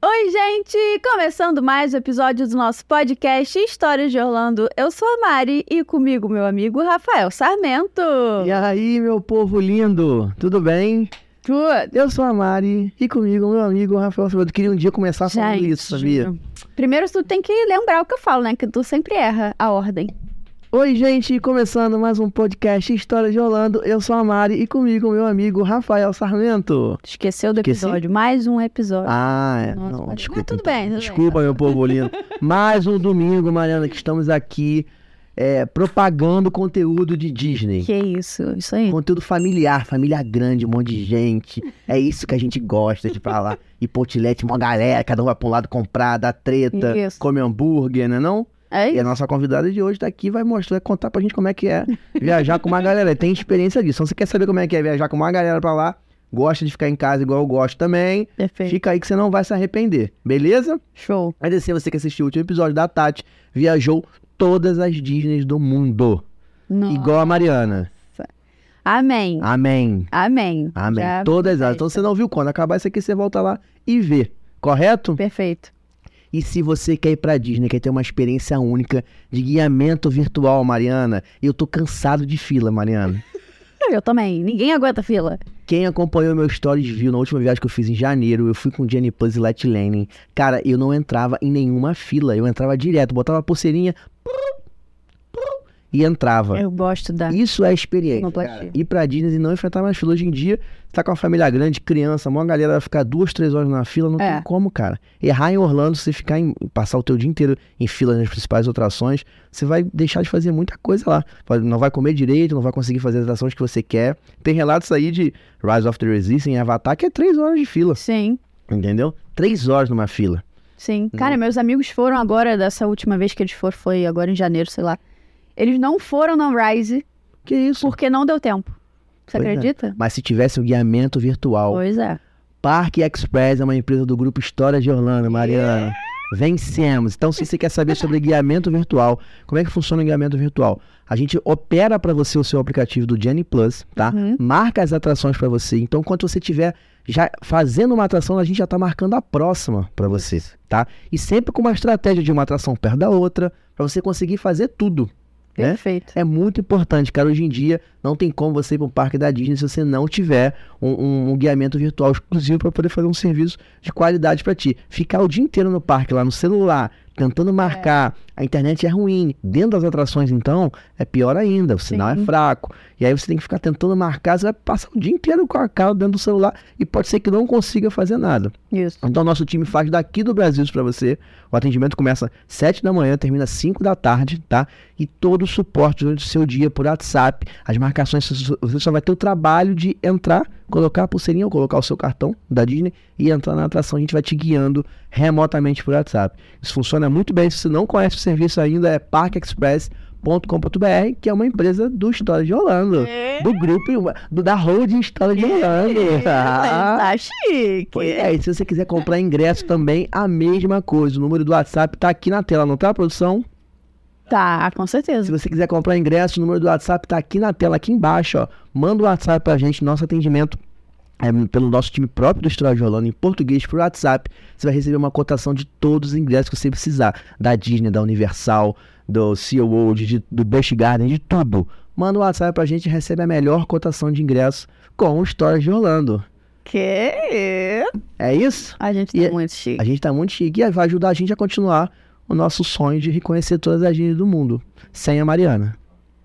Oi, gente! Começando mais um episódio do nosso podcast Histórias de Orlando. Eu sou a Mari e comigo meu amigo Rafael Sarmento. E aí, meu povo lindo, tudo bem? Tudo. Eu sou a Mari e comigo meu amigo Rafael Sarmento. Queria um dia começar falando Gente, isso, sabia? Primeiro tu tem que lembrar o que eu falo, né? Que tu sempre erra a ordem. Oi, gente, começando mais um podcast Histórias de Orlando. Eu sou a Mari e comigo meu amigo Rafael Sarmento. Esqueceu do Esqueci? episódio. Mais um episódio. Não, Mas desculpa. tudo bem, tudo Desculpa, meu povo lindo. Mais um domingo, Mariana, que estamos aqui propagando conteúdo de Disney. Que isso aí. Conteúdo familiar, família grande, um monte de gente. É isso que a gente gosta de falar. E potilete, uma galera, cada um vai pra um lado comprar, dar treta, Isso. come hambúrguer, né não? É E a isso. nossa convidada de hoje tá aqui, vai contar pra gente como é que é viajar com uma galera. Tem experiência disso. Então, você quer saber como é que é viajar com uma galera pra lá, gosta de ficar em casa igual eu gosto também, Perfeito. fica aí que você não vai se arrepender, beleza? Show. Agradecer você que assistiu o último episódio da Tati, viajou todas as Disneys do mundo, Nossa. igual a Mariana. Amém. Amém. Amém. Amém. Já Todas elas. Então você não viu quando acabar isso aqui, você volta lá e vê. Correto? Perfeito. E se você quer ir pra Disney, quer ter uma experiência única de guiamento virtual, Mariana, eu tô cansado de fila, Mariana. Eu também. Ninguém aguenta fila. Quem acompanhou meu stories viu na última viagem que eu fiz em janeiro, eu fui com o Disney Plus e Let Lane. Cara, eu não entrava em nenhuma fila, eu entrava direto, botava a pulseirinha e entrava. Eu gosto da... Isso é experiência, Sonoplastia. cara. Ir pra Disney e não enfrentar mais fila. Hoje em dia, tá com uma família grande, criança, uma galera vai ficar 2, 3 horas na fila, não tem como, cara. Errar em Orlando, você passar o teu dia inteiro em fila nas principais atrações, você vai deixar de fazer muita coisa lá. Não vai comer direito, não vai conseguir fazer as atrações que você quer. Tem relatos aí de Rise of the Resistance em Avatar, que é 3 horas de fila, Sim, entendeu? 3 horas numa fila. sim. Cara, meus amigos foram agora, dessa última vez que eles foram, foi agora em janeiro, sei lá. Eles não foram na Rise Que isso? porque não deu tempo. Você Pois é. acredita? Mas se tivesse um guiamento virtual, Pois é. Parque Express é uma empresa do grupo Histórias de Orlando, Mariana. Vencemos. Então, se você quer saber sobre guiamento virtual, como é que funciona o guiamento virtual? A gente opera para você o seu aplicativo do Disney Plus, tá? Marca as atrações para você. Então, quando você estiver já fazendo uma atração, a gente já tá marcando a próxima para você, tá? E sempre com uma estratégia de uma atração perto da outra, para você conseguir fazer tudo. Né? Perfeito. É muito importante, cara. Hoje em dia não tem como você ir para um parque da Disney se você não tiver um guiamento virtual exclusivo para poder fazer um serviço de qualidade para ti. Ficar o dia inteiro no parque, lá no celular, tentando marcar, a internet é ruim. Dentro das atrações, então, é pior ainda. O sinal é fraco. E aí você tem que ficar tentando marcar, você vai passar o dia inteiro com a cara dentro do celular e pode ser que não consiga fazer nada. Isso. Então, nosso time faz daqui do Brasil isso pra você. O atendimento começa 7 da manhã, termina 5 da tarde, tá? E todo o suporte durante o seu dia por WhatsApp. As marcações, você só vai ter o trabalho de entrar, colocar a pulseirinha ou colocar o seu cartão da Disney e entrar na atração. A gente vai te guiando remotamente por WhatsApp. Isso funciona muito bem. Se você não conhece o serviço ainda, é parkexpress.com.br, que é uma empresa do História de Orlando. Do grupo, da holding História de Orlando. Tá chique. Pois é, e se você quiser comprar ingresso também, a mesma coisa. O número do WhatsApp tá aqui na tela, não tá, produção? Tá, com Se certeza. você quiser comprar ingresso, o número do WhatsApp tá aqui na tela, aqui embaixo, ó. Manda o WhatsApp pra gente, nosso atendimento pelo nosso time próprio do História de Orlando, em português, por WhatsApp. Você vai receber uma cotação de todos os ingressos que você precisar. Da Disney, da Universal, do SeaWorld, do Busch Garden, de tudo. Manda o WhatsApp pra gente e recebe a melhor cotação de ingresso com o História de Orlando. Que? É isso? A gente tá muito chique. A gente tá muito chique e vai ajudar a gente a continuar o nosso sonho de reconhecer todas as Disney do mundo, sem a Mariana.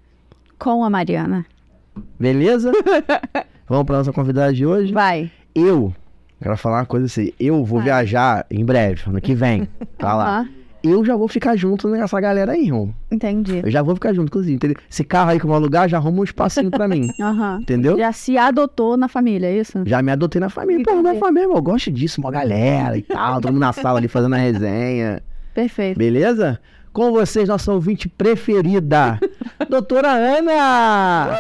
Com a Mariana. Beleza? Vamos pra nossa convidada de hoje? Vai. Eu quero falar uma coisa assim, eu vou viajar em breve, ano que vem, pra lá. Aham. Eu já vou ficar junto nessa galera aí, irmão. Entendi. Eu já vou ficar junto, inclusive, entendeu? Esse carro aí que eu vou alugar, já arruma um espacinho pra mim, Aham. entendeu? Já se adotou na família, é isso? Já me adotei na família. Pô, na família, eu gosto disso, uma galera e tal, todo mundo na sala ali fazendo a resenha. Perfeito. Beleza? Com vocês, nossa ouvinte preferida, Doutora Ana!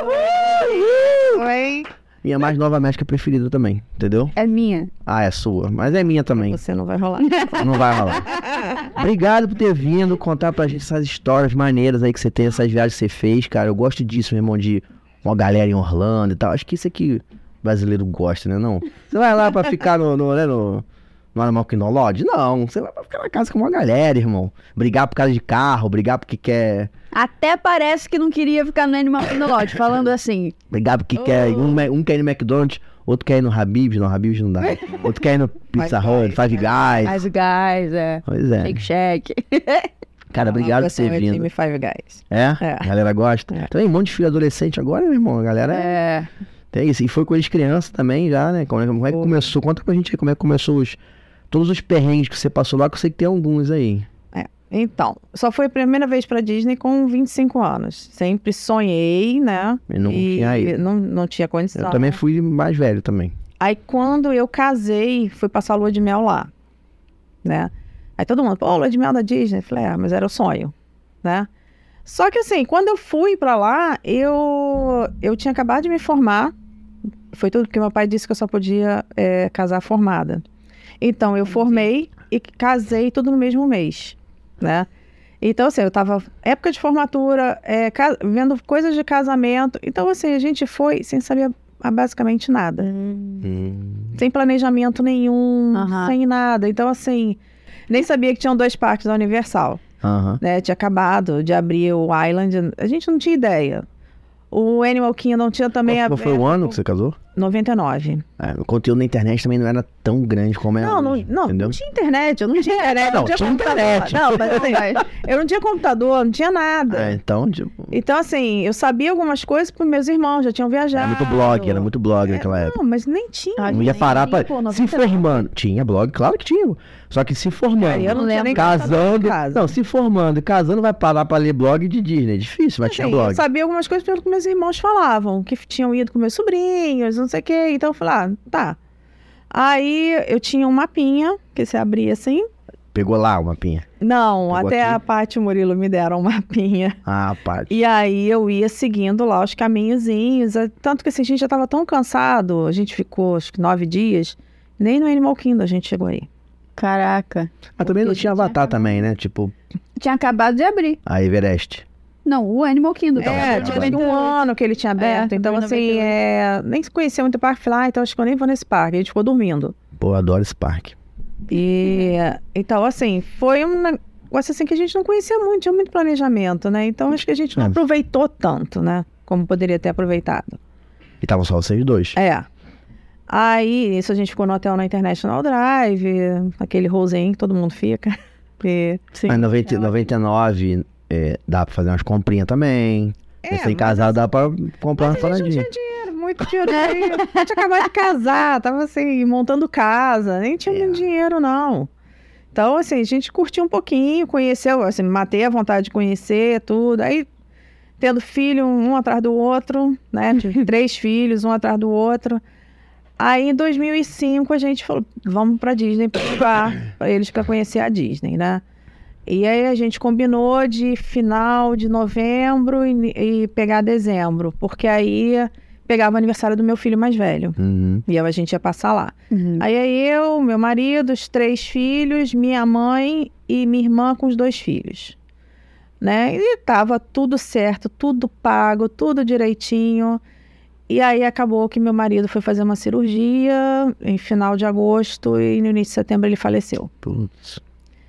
Oi. Minha mais nova médica preferida também, entendeu? É minha. Ah, é sua, mas é minha também. Você não vai rolar. Não vai rolar. Obrigado por ter vindo contar pra gente essas histórias maneiras aí que você tem, essas viagens que você fez, cara. Eu gosto disso, meu irmão, de uma galera em Orlando e tal. Acho que isso é que brasileiro gosta, né, não? Você vai lá pra ficar no Animal Kingdom Lodge? Não, você vai ficar na casa com uma galera, irmão. Brigar por causa de carro, brigar porque quer... Até parece que não queria ficar no Animal Kingdom Lodge, falando assim. Brigar porque quer... Um quer ir no McDonald's, outro quer ir no Habib's. Não, Habib's não dá. Outro quer ir no Pizza Hut, Five Guys. Five Guys, Pois é. Shake. Cara, obrigado por ter vindo. Time Five Guys. É? A galera gosta? Tem um monte de filho adolescente agora, meu irmão. A galera... Tem isso. E foi com eles crianças também já, né? Como é que começou? Conta pra gente aí como é que começou todos os perrengues que você passou lá, que eu sei que tem alguns aí. Então, só foi a primeira vez pra Disney com 25 anos. Sempre sonhei, né? E não tinha ido. Não tinha condição. Eu também fui mais velho também. Aí quando eu casei, fui passar a lua de mel lá, né? Aí todo mundo, pô, lua de mel da Disney. Eu falei, mas era o sonho, né? Só que assim, quando eu fui pra lá, eu tinha acabado de me formar. Foi tudo porque meu pai disse que eu só podia casar formada. Então, eu formei e casei tudo no mesmo mês, né? Então, assim, eu tava época de formatura, vendo coisas de casamento. Então, assim, a gente foi sem saber basicamente nada. Sem planejamento nenhum, sem nada. Então, assim, nem sabia que tinham 2 parques da Universal. Né? Tinha acabado de abrir o Island. A gente não tinha ideia. O Animal Kingdom tinha também... Qual foi o ano que você casou? 99. O conteúdo na internet também não era tão grande como é hoje, não tinha internet. Eu não tinha internet. Não, tinha internet. Não, mas assim, eu não tinha computador, não tinha nada. Então, tipo... Então, assim, eu sabia algumas coisas porque meus irmãos já tinham viajado. Era muito blog naquela época. Não, mas nem tinha. Não ia parar pra... Se formando. Tinha blog, claro que tinha. Só que se formando, eu não lembro, nem casando... Não, se formando e casando, vai parar pra ler blog de Disney. É difícil, mas tinha blog. Eu sabia algumas coisas pelo que meus irmãos falavam. Que tinham ido com meus sobrinhos, não sei o quê. Então eu falei, tá. Aí eu tinha um mapinha, que você abria assim. Pegou lá o mapinha? Não, Pegou até aqui? A Paty e o Murilo me deram um mapinha. Paty. E aí eu ia seguindo lá os caminhozinhos. Tanto que assim, a gente já tava tão cansado. A gente ficou, acho que 9 dias. Nem no Animal Kingdom a gente chegou aí. Caraca. Também não tinha Avatar também, né? Tipo... Tinha acabado de abrir. A Everest. Não, o Animal Kingdom. Tinha um ano que ele tinha aberto. Então, assim, nem se conhecia muito o parque. Falei, então acho que eu nem vou nesse parque. A gente ficou dormindo. Pô, eu adoro esse parque. Então, assim, foi um negócio assim que a gente não conhecia muito. Tinha muito planejamento, né? Então, acho que a gente não aproveitou tanto, né? Como poderia ter aproveitado. E estavam só vocês dois. Aí, isso a gente ficou no hotel na International Drive, aquele rosinho que todo mundo fica. Sim. Mas em 99 dá pra fazer umas comprinhas também. Sem casar dá pra comprar uma paradinha. Não tinha dinheiro, muito dinheiro. A gente acabou de casar, tava assim, montando casa, nem tinha muito dinheiro, não. Então, assim, a gente curtiu um pouquinho, conheceu, assim, matei a vontade de conhecer tudo. Aí, tendo filho um atrás do outro, né? Tive 3 filhos, um atrás do outro. Aí, em 2005, a gente falou, vamos pra Disney para eles para conhecer a Disney, né? E aí a gente combinou de final de novembro e pegar dezembro, porque aí pegava o aniversário do meu filho mais velho. E a gente ia passar lá. Aí eu, meu marido, os 3 filhos, minha mãe e minha irmã com os 2 filhos. Né? E tava tudo certo, tudo pago, tudo direitinho. E aí acabou que meu marido foi fazer uma cirurgia em final de agosto e no início de setembro ele faleceu. Putz.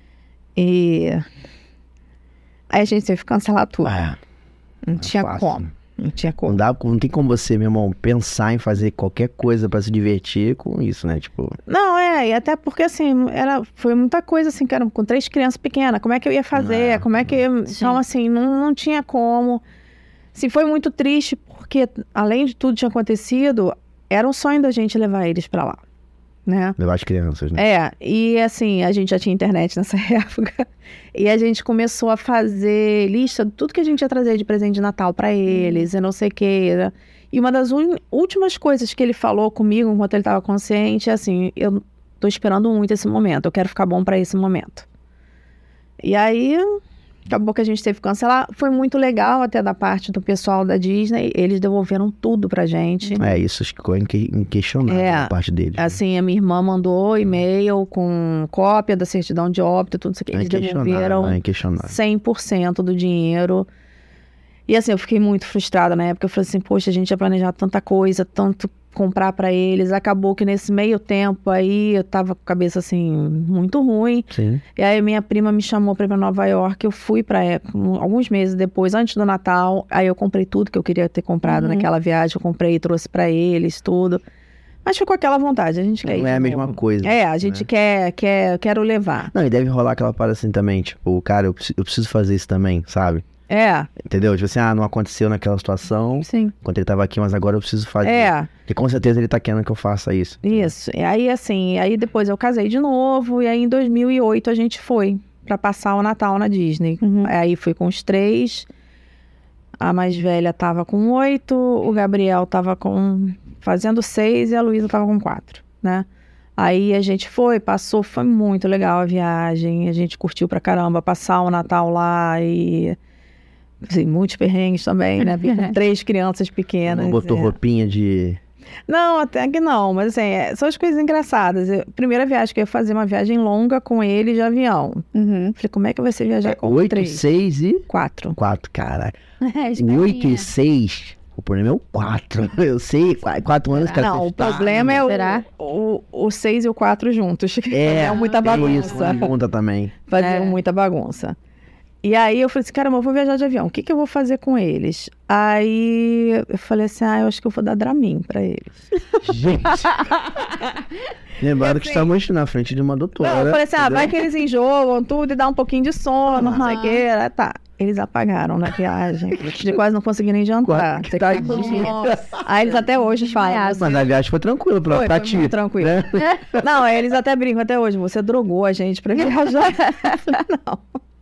E aí a gente teve que cancelar tudo. Não tinha fácil. como. Não tinha como. Não tem como você, meu irmão, pensar em fazer qualquer coisa pra se divertir com isso, né? Tipo... Não, e até porque assim, foi muita coisa assim, que era com 3 crianças pequenas, como é que eu ia fazer? Como é que Então assim, não tinha como. Assim, foi muito triste porque além de tudo que tinha acontecido, era um sonho da gente levar eles pra lá. Né? Levar as crianças, né? E assim, a gente já tinha internet nessa época. E a gente começou a fazer lista de tudo que a gente ia trazer de presente de Natal pra eles, e não sei o que. E uma das últimas coisas que ele falou comigo, enquanto ele tava consciente, é assim, eu tô esperando muito esse momento, eu quero ficar bom pra esse momento. E aí, acabou que a gente teve que cancelar. Foi muito legal até da parte do pessoal da Disney. Eles devolveram tudo pra gente. Isso ficou inquestionável da parte deles. Assim, a minha irmã mandou e-mail com cópia da certidão de óbito, tudo isso aqui. Eles devolveram 100% do dinheiro. E assim, eu fiquei muito frustrada na época. Eu falei assim, poxa, a gente tinha planejado tanta coisa, tanto comprar pra eles. Acabou que nesse meio tempo aí eu tava com a cabeça assim muito ruim. Sim. E aí minha prima me chamou pra ir pra Nova York. Eu fui pra alguns meses depois, antes do Natal. Aí eu comprei tudo que eu queria ter comprado naquela viagem. Eu comprei e trouxe pra eles tudo. Mas ficou aquela vontade, a gente quer ir. Não é a de mesma novo. coisa. A gente quero levar. Não, e deve rolar aquela parada assim também, tipo, cara, eu preciso fazer isso também, sabe? Entendeu? Tipo assim, não aconteceu naquela situação, Sim. quando ele tava aqui, mas agora eu preciso fazer. Porque com certeza ele tá querendo que eu faça isso. Isso. E aí, assim, aí depois eu casei de novo, e aí em 2008 a gente foi pra passar o Natal na Disney. Aí fui com os 3, a mais velha tava com 8, o Gabriel tava fazendo 6 e a Luísa tava com 4, né? Aí a gente passou, foi muito legal a viagem, a gente curtiu pra caramba, passar o Natal lá e... Assim, muitos perrengues também, né? Vim com 3 crianças pequenas. Não botou roupinha de... Não, até que não, mas assim, são as coisas engraçadas. Primeira viagem que eu ia fazer, uma viagem longa com ele de avião. Falei, como é que vai ser viajar com 8, 3? 6 e... 4. 4, caralho. 8 e 6... O problema é o 4. Eu sei, 4 anos... Não, o problema é o 6 e o 4 juntos. Faziam muita bagunça. Junta também. Faziam muita bagunça. E aí eu falei assim, caramba, eu vou viajar de avião, o que eu vou fazer com eles? Aí eu falei assim, eu acho que eu vou dar Dramin pra eles. Gente, lembrando que estamos na frente de uma doutora. Não, eu falei assim, vai que eles enjoam tudo e dá um pouquinho de sono, não sei o que. Tá, eles apagaram na viagem, de quase não consegui nem jantar. Aí eles até hoje falam. Mas a viagem foi tranquila pra ti. Foi tranquilo. Né? Não, eles até brincam até hoje, você drogou a gente pra viajar. Não.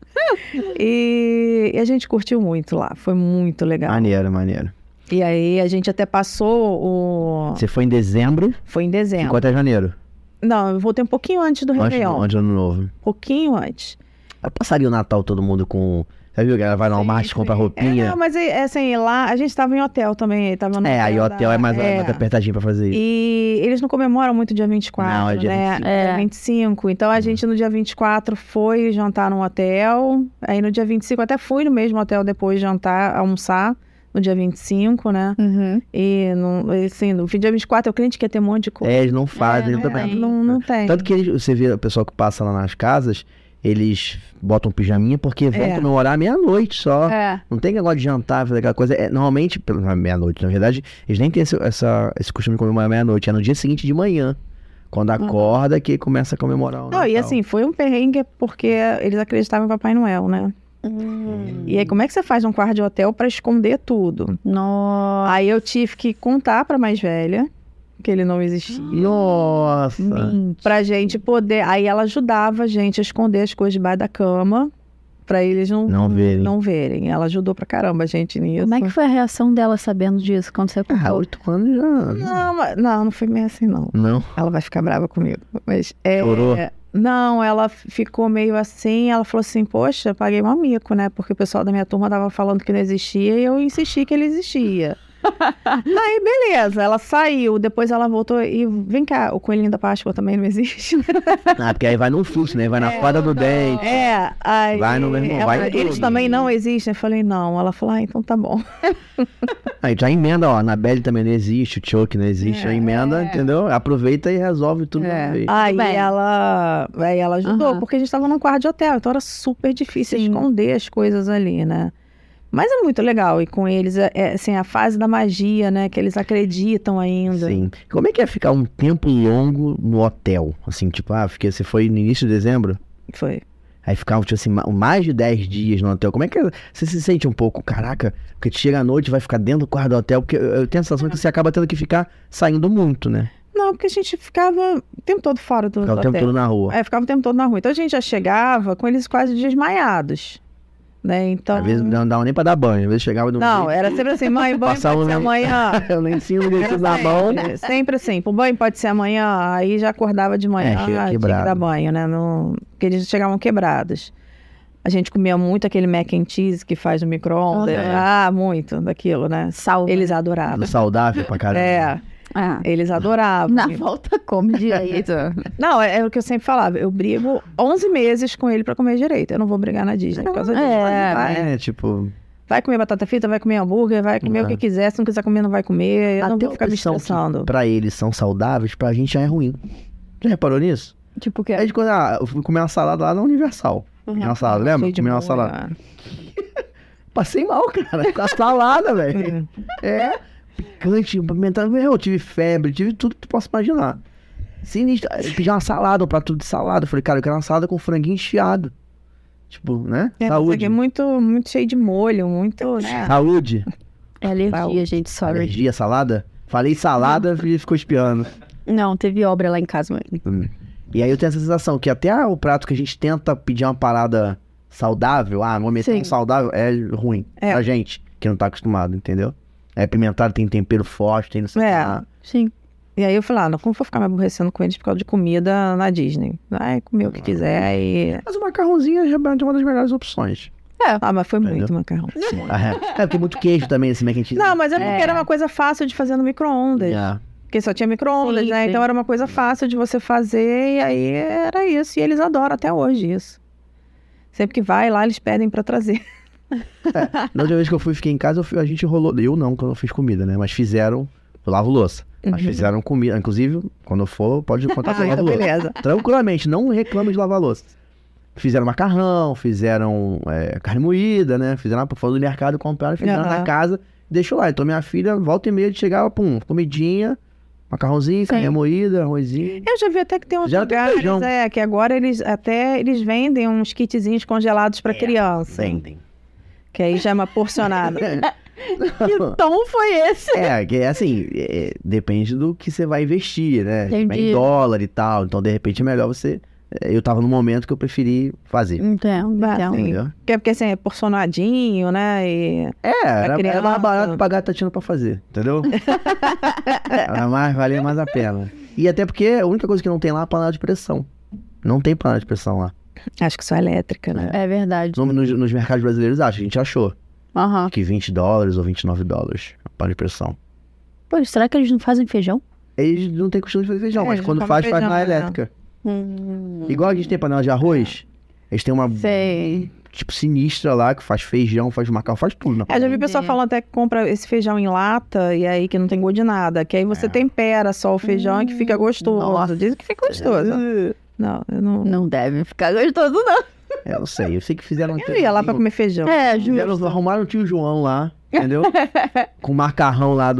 E a gente curtiu muito lá, foi muito legal. Maneiro. E aí a gente até passou Você foi em dezembro? Foi em dezembro. Ficou até janeiro? Não, eu voltei um pouquinho antes do Réveillon. Antes do Ano Novo. Pouquinho antes. Eu passaria o Natal todo mundo com... Você viu que ela vai no Walmart, compra roupinha? Não, mas assim, lá a gente tava em hotel também. Tava no aí hotel é mais apertadinho pra fazer isso. E eles não comemoram muito dia 24, não, é dia né? 25. É 25. Então a gente no dia 24 foi jantar num hotel. Aí no dia 25 até fui no mesmo hotel depois jantar, almoçar. No dia 25, né? E assim, no dia 24 o cliente quer ter um monte de coisa. Eles não fazem. Não tem. Tanto que você vê o pessoal que passa lá nas casas... Eles botam pijaminha porque vão comemorar meia-noite só. Não tem negócio de jantar, fazer aquela coisa. Normalmente, meia-noite, na verdade, eles nem têm esse costume de comemorar meia-noite. É no dia seguinte de manhã. Quando acorda que começa a comemorar o Natal. E assim, foi um perrengue porque eles acreditavam em Papai Noel, né? E aí, como é que você faz um quarto de hotel pra esconder tudo? Nossa. Aí eu tive que contar pra mais velha que ele não existia. Nossa! Pra gente poder... Aí ela ajudava a gente a esconder as coisas debaixo da cama pra eles não verem. Ela ajudou pra caramba a gente nisso. Como é que foi a reação dela sabendo disso, quando você contou? 8 anos já... Não foi meio assim, não. Não? Ela vai ficar brava comigo. Mas chorou? Não, ela ficou meio assim, ela falou assim, poxa, paguei um mico, né? Porque o pessoal da minha turma tava falando que não existia e eu insisti que ele existia. Aí, beleza, ela saiu, depois ela voltou e vem cá, o coelhinho da Páscoa também não existe, né? Porque aí vai num fluxo, né? Vai na fada do dente. Aí vai no mesmo, eles também não existem. Eu falei, não. Ela falou, então tá bom. Aí já emenda, ó, a Anabelle também não existe, o Chuck não existe, a emenda, entendeu? Aproveita e resolve tudo. Aí ela ajudou, porque a gente tava num quarto de hotel, então era super difícil esconder as coisas ali, né? Mas é muito legal, e com eles, assim, a fase da magia, né, que eles acreditam ainda. Sim. Como é que é ficar um tempo longo no hotel? Assim, tipo, você foi no início de dezembro? Foi. Aí ficava, tipo assim, mais de 10 dias no hotel. Como é que você se sente um pouco, caraca, porque chega à noite e vai ficar dentro do quarto do hotel? Porque eu tenho a sensação que você acaba tendo que ficar saindo muito, né? Não, porque a gente ficava o tempo todo fora do hotel. Ficava o tempo todo na rua. Ficava o tempo todo na rua. Então a gente já chegava com eles quase desmaiados. Né? Então... Às vezes não dava nem pra dar banho, às vezes chegava no Não, era sempre assim, mãe, banho pode ser amanhã. Eu nem ensino desses na mão. Sempre assim, o banho pode ser amanhã, aí já acordava de manhã, tinha que dar banho, né? Porque eles chegavam quebrados. A gente comia muito aquele mac and cheese que faz no micro-ondas. Muito daquilo, né? Eles adoravam. Saudável pra caramba. Eles adoravam. Na volta come direito. Não, é o que eu sempre falava. Eu brigo 11 meses com ele pra comer direito. Eu não vou brigar na Disney por causa disso. Tipo... Vai comer batata frita, vai comer hambúrguer, vai comer o que quiser. Se não quiser comer, não vai comer. Eu não Até vou ficar me opção que estressando. pra eles são saudáveis, pra gente já é ruim. Já reparou nisso? Tipo o quê? É de quando eu fui comer uma salada lá na Universal. Uma salada, lembra? Cheio de Comer uma molho, salada. Passei mal, cara, com a salada, velho. Picante, apimentado. Eu tive febre, tive tudo que tu possa imaginar. Sinistro. Eu pedi uma salada, um prato de salada. Eu falei, cara, eu quero uma salada com franguinho desfiado. Tipo, né? Isso Saúde. aqui é muito cheio de molho, muito, né? Saúde. É alergia, gente, sorry. Alergia, salada? Falei salada e ficou espiando. Não, teve obra lá em casa, mano. E aí eu tenho essa sensação que até o prato que a gente tenta pedir uma parada saudável, vou meter Sim. um saudável, é ruim pra gente, que não tá acostumado, entendeu? É pimentado, tem tempero forte, tem não sei o que lá. Sim. E aí eu falei, não vou ficar me aborrecendo com eles por causa de comida na Disney. Vai comer o que quiser e... Mas o macarrãozinho é uma das melhores opções. mas foi Entendeu? muito macarrão. É porque muito queijo também, esse mac and cheese. Não, mas é porque era uma coisa fácil de fazer no micro-ondas. Porque só tinha micro-ondas, Sim, né? sim. Então era uma coisa fácil de você fazer e aí era isso. E eles adoram até hoje isso. Sempre que vai lá, eles pedem pra trazer. Na última vez que eu fui, fiquei em casa, a gente rolou. Eu não, quando eu fiz comida, né? Mas fizeram. Eu lavo louça. Mas fizeram comida. Inclusive, quando eu for, pode contar com eu lavo louça. Beleza. Tranquilamente, não reclame de lavar louça. Fizeram macarrão, fizeram carne moída, né? Fizeram foram do mercado, compraram, fizeram na casa, deixou lá. Então minha filha, volta e meia, chegava, comidinha, macarrãozinho, carne moída, arrozinho. Eu já vi até que tem uns Já tem lugares, feijão. que agora eles vendem uns kitzinhos congelados pra criança. Vendem. Que aí já é uma porcionada. Que tom foi esse? Que é assim, depende do que você vai investir, né? Entendi. Em dólar e tal. Então, de repente, é melhor você... Eu tava no momento que eu preferi fazer. Entendo. Entendeu? Porque assim, é porcionadinho, né? E... Era criança. mais barato pagar a Tatiana pra fazer, entendeu? Valia mais a pena. E até porque a única coisa que não tem lá é a panela de pressão. Não tem panela de pressão lá. Acho que só elétrica, né? É verdade. Nos mercados brasileiros, a gente achou Aham. que $20 ou $29 a panela de pressão. Pô, será que eles não fazem feijão? Eles não têm costume de fazer feijão, mas eles quando não faz, comem faz na feijão, né? elétrica. Igual a gente tem panela de arroz, eles têm uma Sei. tipo sinistra lá que faz feijão, faz macarrão, faz tudo. Né? Já vi pessoa falando até que compra esse feijão em lata e aí que não tem gosto de nada. Que aí você tempera só o feijão e que fica gostoso. Nossa. Dizem que fica gostoso. Não, eu não... Não deve ficar gostoso, não. Eu não sei, eu sei que fizeram... Eu ia lá pra comer feijão. Justo. Arrumaram o tio João lá, entendeu? Com o macarrão lá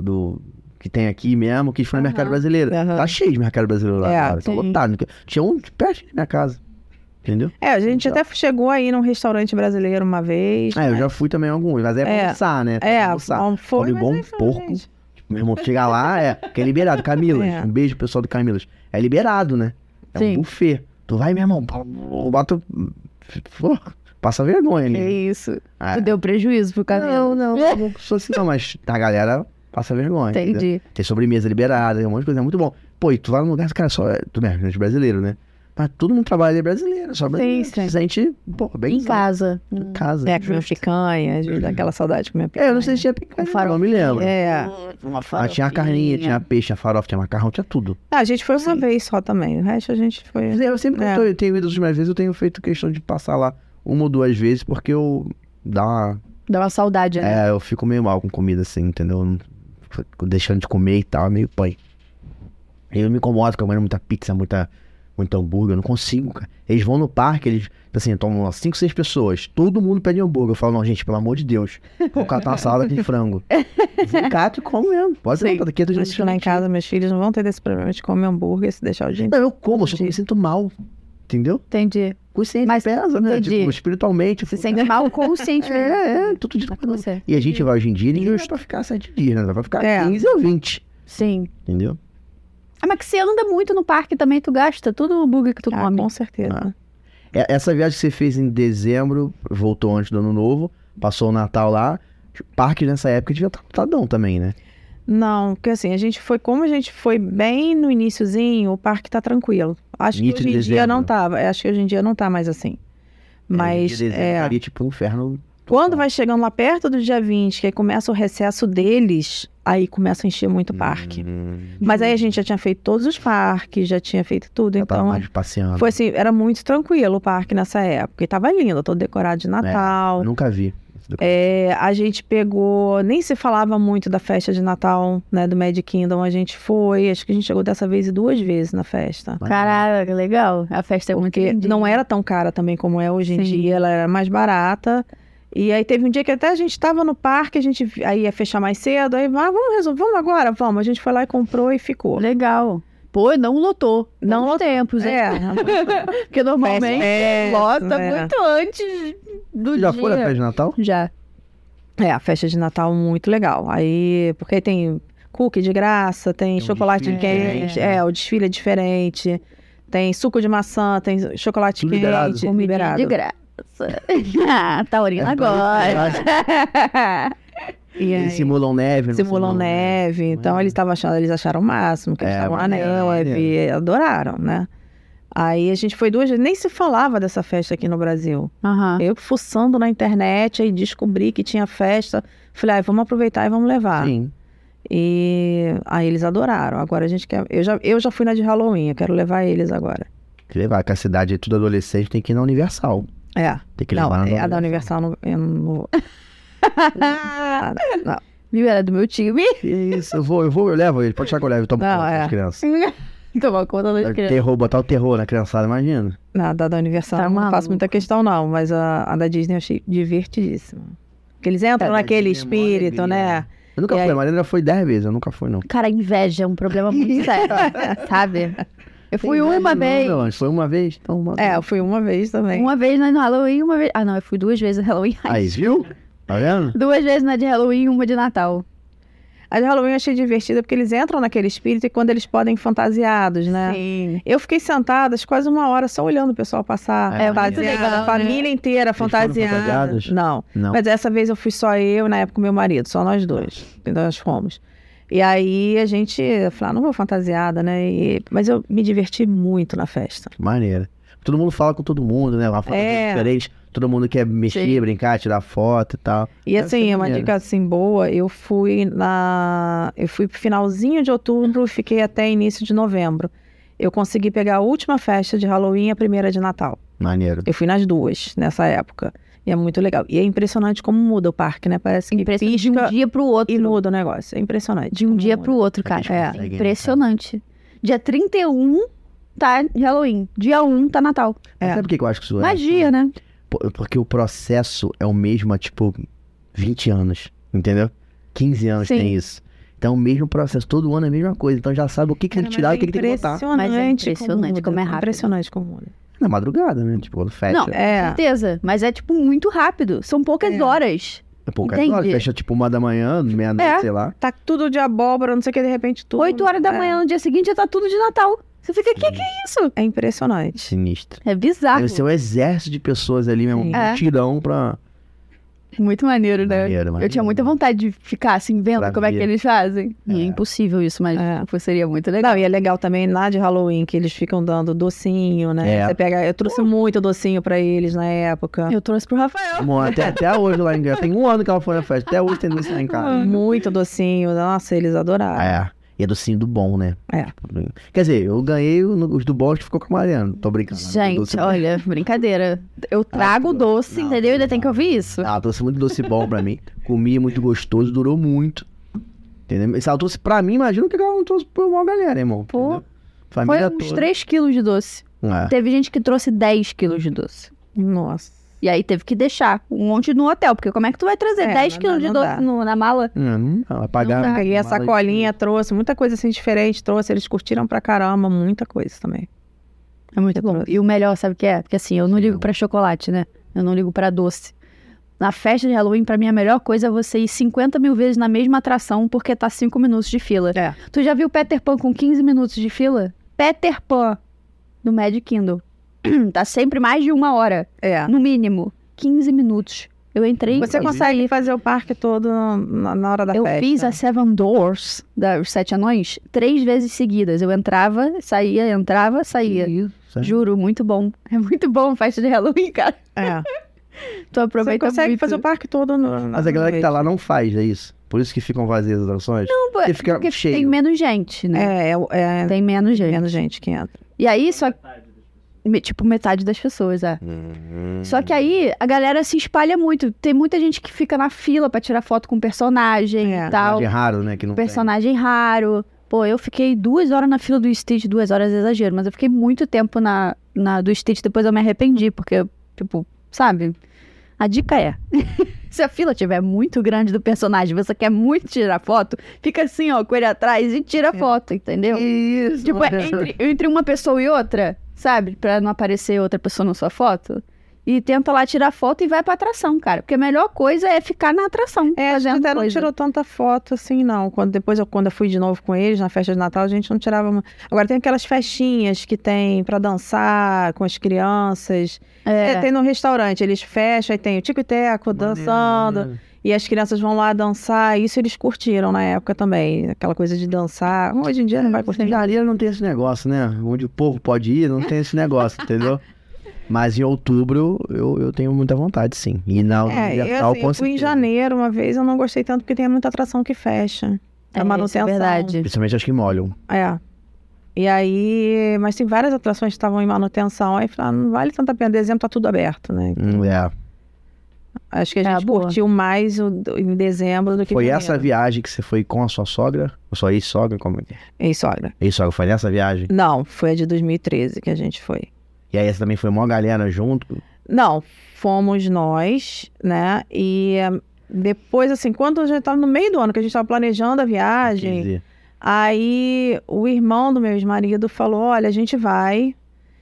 que tem aqui mesmo, que foi no mercado brasileiro. Aham. Tá cheio de mercado brasileiro lá agora, tá sim. lotado. Tinha um perto da minha casa, entendeu? A gente até chegou aí num restaurante brasileiro uma vez. Eu já fui também em alguns, mas é pra almoçar, né? Pra almoçar. Foi, Come bom mas aí foi, porco. gente. Tipo, meu irmão, chega lá, que é liberado. Camilas, um beijo pro pessoal do Camilas. É liberado, né? É Sim. um buffet. Tu vai, meu irmão, bota... Pô, passa vergonha ali. É isso. Ah, Tu deu prejuízo pro cabelo. Não sou assim não, mas a galera passa vergonha. Entendeu? Entendi. Tem sobremesa liberada, tem um monte de coisa, é muito bom. Pô, e tu vai num lugar, cara, tu é brasileiro, né? Mas todo mundo trabalha ali é brasileiro, só brasileiro. Sim. Se sente, pô, bem Em casa. em casa. Comer picanha, às vezes dá aquela saudade de comer picanha. Eu não sei se tinha picanha, não me lembro. Tinha carninha, tinha peixe, tinha farofa, tinha macarrão, tinha tudo. A gente foi uma vez só também. O resto a gente foi... Eu sempre que eu tenho ido as últimas vezes, eu tenho feito questão de passar lá 1 ou 2 vezes, porque eu dá uma saudade, né? eu fico meio mal com comida assim, entendeu? Fico deixando de comer e tal, é meio pai. Eu me incomodo comendo muita pizza, muito hambúrguer, eu não consigo, cara. Eles vão no parque, eles, assim, tomam 5, 6 pessoas, todo mundo pede hambúrguer. Eu falo, não, gente, pelo amor de Deus, vou catar uma salada de frango. Vou catar e como mesmo. Pode ser, daqui a 2 Acho que lá em casa meus filhos não vão ter desse problema de comer hambúrguer se deixar o dia Não, eu como, só que eu me sinto mal, entendeu? Entendi. Consciente Mas pesa, né? entendi. Tipo, espiritualmente. Você sente mal conscientemente. Tudo de com você. E a gente vai hoje em dia, ninguém vai pra ficar 7 dias, né? Vai ficar 15 ou 20, Sim. entendeu? Mas que você anda muito no parque também, tu gasta tudo o hambúrguer que tu come. Com certeza. Essa viagem que você fez em dezembro, voltou antes do ano novo, passou o Natal lá, parque nessa época devia estar lotadão também, né? Não, porque assim, como a gente foi bem no iniciozinho, o parque tá tranquilo. Acho que Início de hoje em dia dezembro. não tava. Acho que hoje em dia não tá mais assim. Mas Estaria tipo um inferno. quando vai chegando lá perto do dia 20, que aí começa o recesso deles, aí começa a encher muito o parque. Mas aí a gente já tinha feito todos os parques, já tinha feito tudo, Eu tava então mais passeando. foi assim, era muito tranquilo o parque nessa época. E tava lindo, todo decorado de Natal. Nunca vi. A gente pegou, nem se falava muito da festa de Natal, né, do Magic Kingdom, a gente foi, acho que a gente chegou dessa vez e 2 vezes na festa. Caraca, legal. A festa é muito Porque lindinha. não era tão cara também como é hoje em Sim. dia, ela era mais barata. E aí teve um dia que até a gente tava no parque, aí ia fechar mais cedo, aí vamos agora, vamos. A gente foi lá e comprou e ficou. Legal. Pô, não lotou. Não Bons tempos, hein? Porque normalmente Festa, lota é. muito antes do Você já dia. foi na festa de Natal? Já. A festa de Natal muito legal. Aí, porque aí tem cookie de graça, tem chocolate desfile quente, diferente, o desfile é diferente. Tem suco de maçã, tem chocolate Tudo quente, liberado. Comidinha liberado. de graça. Taurina agora. E aí, Eles simulam neve. não simulam neve. Então eles acharam o máximo, que eles estavam na neve, adoraram, né? Aí a gente foi 2 vezes, nem se falava dessa festa aqui no Brasil. Aham. Eu fuçando na internet, aí descobri que tinha festa. Falei, vamos aproveitar e vamos levar. Sim. E aí eles adoraram. Agora a gente quer. Eu já fui na de Halloween, eu quero levar eles agora. Que levar, que a cidade é tudo adolescente, tem que ir na Universal. Tem que não, levar na a da Universal eu não vou. Não. Viu? Era do meu time. Que isso, eu levo ele. Pode deixar que eu levo, eu tomo Não, conta das é. crianças. Tomar conta das crianças. Terror, botar o terror na criançada, imagina. Nada da Universal, Tá eu não maluco. faço muita questão, não. Mas a da Disney eu achei divertidíssima. Porque eles entram da naquele Disney é mó espírito, alegria, né? né? Eu nunca E fui, aí- a Mariana foi 10 vezes, eu nunca fui, não. Cara, inveja é um problema muito sério, sabe? Eu fui Tem uma inveja vez. Não, foi uma vez? Então, Eu fui uma vez também. Uma vez no Halloween, uma vez... Ah, não, eu fui 2 vezes no Halloween. Aí, viu? Tá vendo? 2 vezes na de Halloween e uma de Natal. A de Halloween eu achei divertida porque eles entram naquele espírito e quando eles podem ir fantasiados, né? Sim. Eu fiquei sentada quase 1 hora só olhando o pessoal passar. É, muito legal, a né? família inteira foram fantasiada. fantasiadas? Não. Não. Mas dessa vez eu fui só eu, na época o meu marido, só nós 2. Então nós fomos. E aí a gente falou, não vou fantasiada, né? Mas eu me diverti muito na festa. Maneira. Todo mundo fala com todo mundo, né? Uma foto diferente. Todo mundo quer mexer, Sim. brincar, tirar foto e tal. E Deve assim, ser uma maneiro. dica assim boa, eu fui pro finalzinho de outubro e fiquei até início de novembro. Eu consegui pegar a última festa de Halloween e a primeira de Natal. Maneiro. Eu fui nas 2 nessa época. E é muito legal. E é impressionante como muda o parque, né? Parece que Impressionante. De um pisca dia pro outro. e muda o negócio. É impressionante. De um como dia muda. pro outro, cara. Eles conseguem, né, Impressionante. Dia 31 tá de Halloween. Dia 1 tá Natal. Mas sabe por que eu acho que isso é? Magia, né? Porque o processo é o mesmo há, tipo, 20 anos, entendeu? 15 anos Sim. tem isso. Então, o mesmo processo, todo ano é a mesma coisa. Então, já sabe o que tem que tirar e o que tem que botar. Mas é impressionante como é rápido. Impressionante como muda. Na madrugada, né? Tipo, quando fecha. Não, É. certeza. Mas é, tipo, muito rápido. São poucas horas. É pouca entendi. hora, fecha, tipo, 1 da manhã, meia-noite, É. sei lá. Tá tudo de abóbora, não sei o que, de repente tudo... 8 horas da manhã no dia seguinte já tá tudo de Natal. Você fica, que é isso? É impressionante. Sinistro. É bizarro. Deve ser um exército de pessoas ali mesmo, Sim. um multidão pra... Muito maneiro, né? Maneiro, Eu maneiro. tinha muita vontade de ficar assim, vendo Pra como é que ver. eles fazem. E é impossível isso, mas seria muito legal. Não, e é legal também lá de Halloween, que eles ficam dando docinho, né? É. Você pega... Eu trouxe muito docinho pra eles na época. Eu trouxe pro Rafael. Como até hoje lá em casa. Tem 1 ano que ela foi na festa. Até hoje tem doce lá em casa. Muito docinho. Nossa, eles adoraram. É. E é docinho do bom, né? É. Quer dizer, eu ganhei os do bom que ficou com a Mariana. Tô brincando. Gente, Doce- olha, brincadeira. Eu trago o doce, Não, entendeu? Ainda tem que ouvir isso. Ela trouxe muito doce bom pra mim. Comi muito gostoso, durou muito. Entendeu? Se ela trouxe pra mim, imagina o que ela não trouxe pra uma galera, irmão. Pô, entendeu? Foi Família uns toda. 3 quilos de doce. É. Teve gente que trouxe 10 quilos de doce. Nossa. E aí teve que deixar um monte no hotel, porque como é que tu vai trazer 10 não quilos dá, de não doce dá. na mala? Não, vai pagar. Não dá. Peguei a mala de- sacolinha, trouxe muita coisa assim diferente, trouxe, eles curtiram pra caramba, muita coisa também. É muito bom. E o melhor, sabe o que é? Porque assim, eu não ligo pra chocolate, né? Eu não ligo pra doce. Na festa de Halloween, pra mim, a melhor coisa é você ir 50 mil vezes na mesma atração porque tá 5 minutos de fila. É. Tu já viu Peter Pan com 15 minutos de fila? Peter Pan, do Magic Kingdom. Tá sempre mais de 1 hora, É. no mínimo. 15 minutos. Eu entrei Você e consegue saí. fazer o parque todo na hora da Eu festa. fiz a Seven Doors, os 7 anões, 3 vezes seguidas. Eu entrava, saía, entrava, saía. Isso, é. Juro, muito bom. É muito bom a festa de Halloween, cara. É. Tu aproveita Você consegue muito. fazer o parque todo Mas a galera que tá lá não faz, é isso? Por isso que ficam vazias as atrações? Não, Porque fica porque cheio. tem menos gente, né? É Tem menos gente. menos gente que entra. E aí, só... Tipo, metade das pessoas, Só que aí, a galera se espalha muito. Tem muita gente que fica na fila pra tirar foto com personagem e tal. Personagem raro, né? Que não Personagem raro. Pô, eu fiquei 2 horas na fila do Stitch, 2 horas é exagero, mas eu fiquei muito tempo na do Stitch, depois eu me arrependi, porque, tipo, sabe? A dica é, se a fila estiver muito grande do personagem, você quer muito tirar foto, fica assim, ó, com ele atrás e tira foto, entendeu? Isso. Tipo, entre uma pessoa e outra, sabe? Pra não aparecer outra pessoa na sua foto. E tenta lá tirar foto e vai pra atração, cara. Porque a melhor coisa é ficar na atração. A gente até não tirou tanta foto assim, não. Quando eu fui de novo com eles na festa de Natal, a gente não tirava. Agora tem aquelas festinhas que tem pra dançar com as crianças. Tem no restaurante, eles fecham, aí tem o Tico e Teco dançando. E as crianças vão lá dançar. Isso eles curtiram na época também. Aquela coisa de dançar. Hoje em dia não vai curtir. Janeiro não tem esse negócio, né? Onde o povo pode ir, não tem esse negócio, entendeu? Mas em outubro eu tenho muita vontade, sim. E na Natal, eu fui em janeiro uma vez, eu não gostei tanto porque tem muita atração que fecha. A manutenção. É verdade. Principalmente as que molham. E aí, mas tem várias atrações que estavam em manutenção. Aí falei, não vale tanto a pena. Dezembro tá tudo aberto, né? Acho que a gente curtiu mais em dezembro do que Foi janeiro. Essa viagem que você foi com a sua sogra? Ou sua ex-sogra? Como é que é? Ex-sogra. Ex-sogra, foi nessa viagem? Não, foi a de 2013 que a gente foi. E aí essa também foi uma galera junto? Não, fomos nós, né? E depois, assim, quando a gente tava no meio do ano, que a gente tava planejando a viagem, aí o irmão do meu ex-marido falou, olha, a gente vai.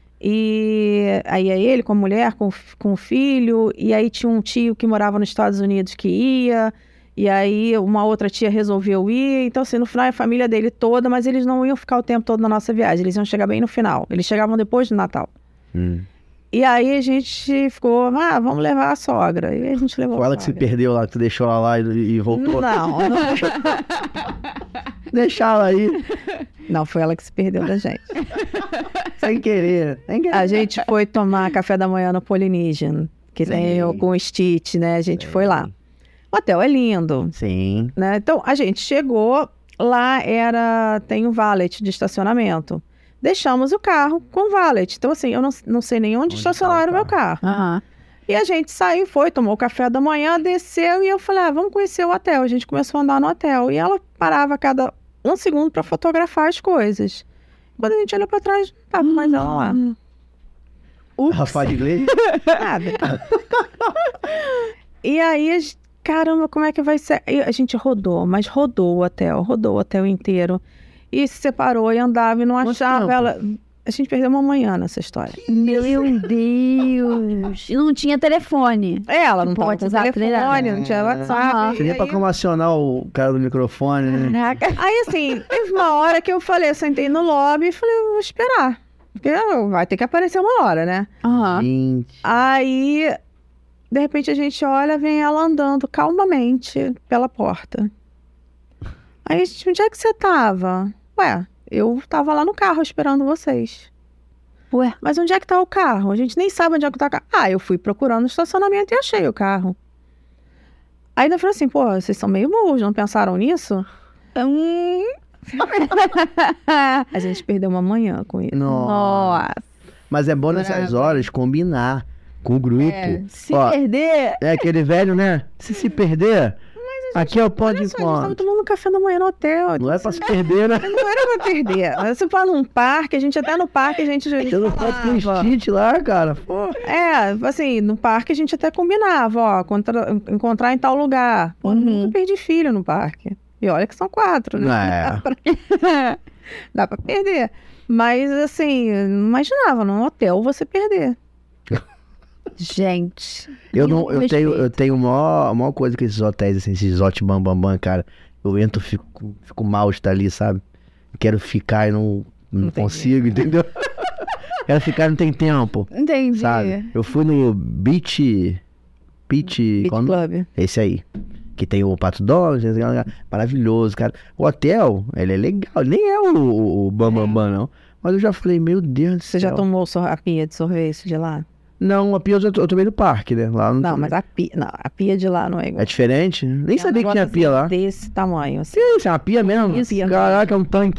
E aí ele com a mulher, com o filho, e aí tinha um tio que morava nos Estados Unidos que ia, e aí uma outra tia resolveu ir. Então, assim, no final é a família dele toda, mas eles não iam ficar o tempo todo na nossa viagem, eles iam chegar bem no final. Eles chegavam depois do Natal. E aí a gente ficou, vamos levar a sogra. E a gente levou Foi ela que se perdeu lá, que tu deixou ela lá e voltou? Não. Deixa ela aí. Não, foi ela que se perdeu da gente. Sem querer. A gente foi tomar café da manhã no Polynesian, que tem com o Stitch, né? A gente foi lá. O hotel é lindo. Sim. Né? Então, a gente chegou, lá tem um valet de estacionamento. Deixamos o carro com valet. Então, assim, eu não sei nem onde estacionar o meu carro. E a gente saiu, tomou o café da manhã, desceu e eu falei, vamos conhecer o hotel. A gente começou a andar no hotel. E ela parava a cada 1 segundo para fotografar as coisas. Quando a gente olhou para trás, não tava mais ela lá. Ela fala inglês? Nada. E aí, caramba, como é que vai ser? E a gente rodou o hotel inteiro. E se separou e andava e não achava ela. A gente perdeu uma manhã nessa história. Meu Deus! E não tinha telefone. Ela não tava com telefone, não tinha WhatsApp. Seria pra como acionar o cara do microfone, né? Caraca. Aí, assim, teve uma hora que eu falei, eu sentei no lobby e falei, vou esperar. Porque vai ter que aparecer uma hora, né? Gente. Aí, de repente, a gente olha, vem ela andando calmamente pela porta. Aí, onde é que você tava? Eu tava lá no carro esperando vocês. Mas onde é que tá o carro? A gente nem sabe onde é que tá o carro. Eu fui procurando no estacionamento e achei o carro. Aí eu falei assim, vocês são meio burros, não pensaram nisso? A gente perdeu uma manhã com isso. Nossa. Mas é bom nessas horas combinar com o grupo. Se perder... É aquele velho, né? Se perder... Aqui é o pó de encontro. A gente tava tomando café da manhã no hotel. Não é pra se perder, né? Não era pra perder. Se for num parque, até no parque a gente já eu não posso ter um Stitch lá, cara. Assim, no parque a gente até combinava, encontrar em tal lugar. Nunca perdi filho no parque. E olha que são 4, né? Dá pra perder. Mas, assim, não imaginava, num hotel você perder. Gente. Eu tenho a maior coisa com esses hotéis, assim, esses hot bambambam, cara. Eu entro, fico mal de estar ali, sabe? Quero ficar e não consigo, entendeu? Quero ficar e não tem tempo. Entendi. Sabe? Eu fui no Beach Club. Esse aí. Que tem o Pato Donald, maravilhoso, cara. O hotel, ele é legal. Nem é o bambambam, não. Mas eu já falei, meu Deus do céu. Você já tomou a pia de sorvete de lá? Não, a pia eu tomei no parque, né? Lá não, mas a pia de lá não é igual. É diferente? Nem sabia que tinha pia lá. Desse tamanho, assim. Isso é uma pia mesmo? Isso. Caraca, é um tanque.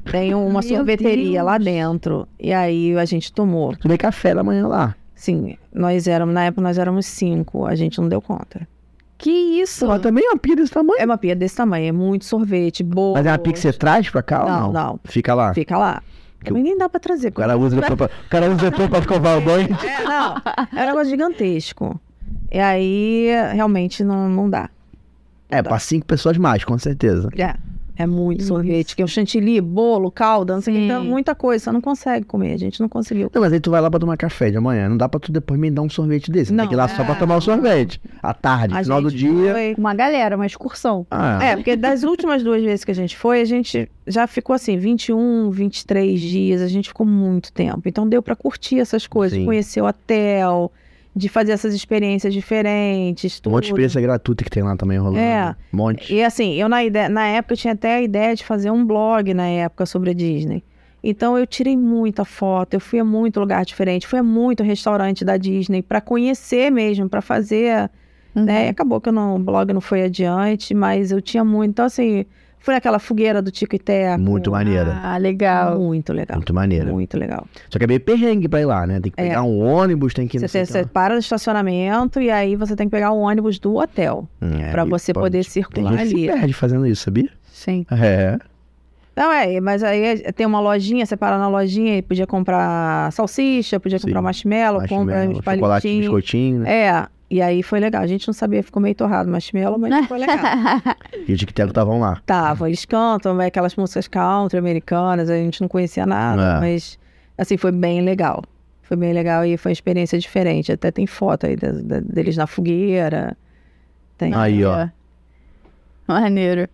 Tem uma Meu sorveteria lá Deus. dentro. E aí a gente tomou. Tomei café da manhã lá. Sim, na época nós éramos 5, a gente não deu conta. Que isso? Pô, também é uma pia desse tamanho. É uma pia desse tamanho, é muito sorvete, bolo. Mas é uma pia que você traz pra cá ou Não, não? não. Fica lá. Fica lá. Também nem dá pra trazer. O cara usa depois pra escovar o banho. Não, é um negócio gigantesco. E aí, realmente, não dá. É, pra 5 pessoas mais, com certeza. É muito sorvete, que é o chantilly, bolo, calda, não sei o que, Sim. então, muita coisa. Você não consegue comer, a gente não conseguiu. Não, mas aí tu vai lá pra tomar café de manhã. Não dá pra tu depois me dar um sorvete desse. Não, Tem que ir lá só pra tomar o sorvete. À tarde, A final do gente dia. foi- Uma galera, uma excursão. Ah, Porque das últimas 2 vezes que a gente já ficou assim, 21, 23 dias, a gente ficou muito tempo. Então deu pra curtir essas coisas, Sim. conhecer o hotel, de fazer essas experiências diferentes, um tudo. monte de experiência gratuita que tem lá também rolando. É. Um monte. E assim, eu na época eu tinha até a ideia de fazer um blog na época sobre a Disney. Então eu tirei muita foto, eu fui a muito lugar diferente, fui a muito restaurante da Disney pra conhecer mesmo, pra fazer, né? E acabou que o blog não foi adiante, mas eu tinha muito. Então assim, fui naquela fogueira do Tico e Teco. Muito maneira. Ah, legal. Muito legal. Muito maneira. Muito legal. Só que é meio perrengue pra ir lá, né? Tem que pegar um ônibus, tem que... não sei o que Você lá. para no estacionamento e aí você tem que pegar o ônibus do hotel pra e você pode- poder Tem circular gente que ali. se perde fazendo isso, sabia? Sim. É. Não, mas aí tem uma lojinha, você para na lojinha e podia comprar salsicha, podia comprar Sim. marshmallow, compra uns chocolate, palitinhos. biscoitinho, né? E aí foi legal. A gente não sabia, ficou meio torrado o marshmallow, mas foi legal. E o Tic-Tac estavam lá. Tava, eles cantam aquelas músicas country americanas, a gente não conhecia nada, É. mas assim, foi bem legal. Foi bem legal e foi uma experiência diferente. Até tem foto aí deles na fogueira. Tem. Aí, ó. É. Maneiro.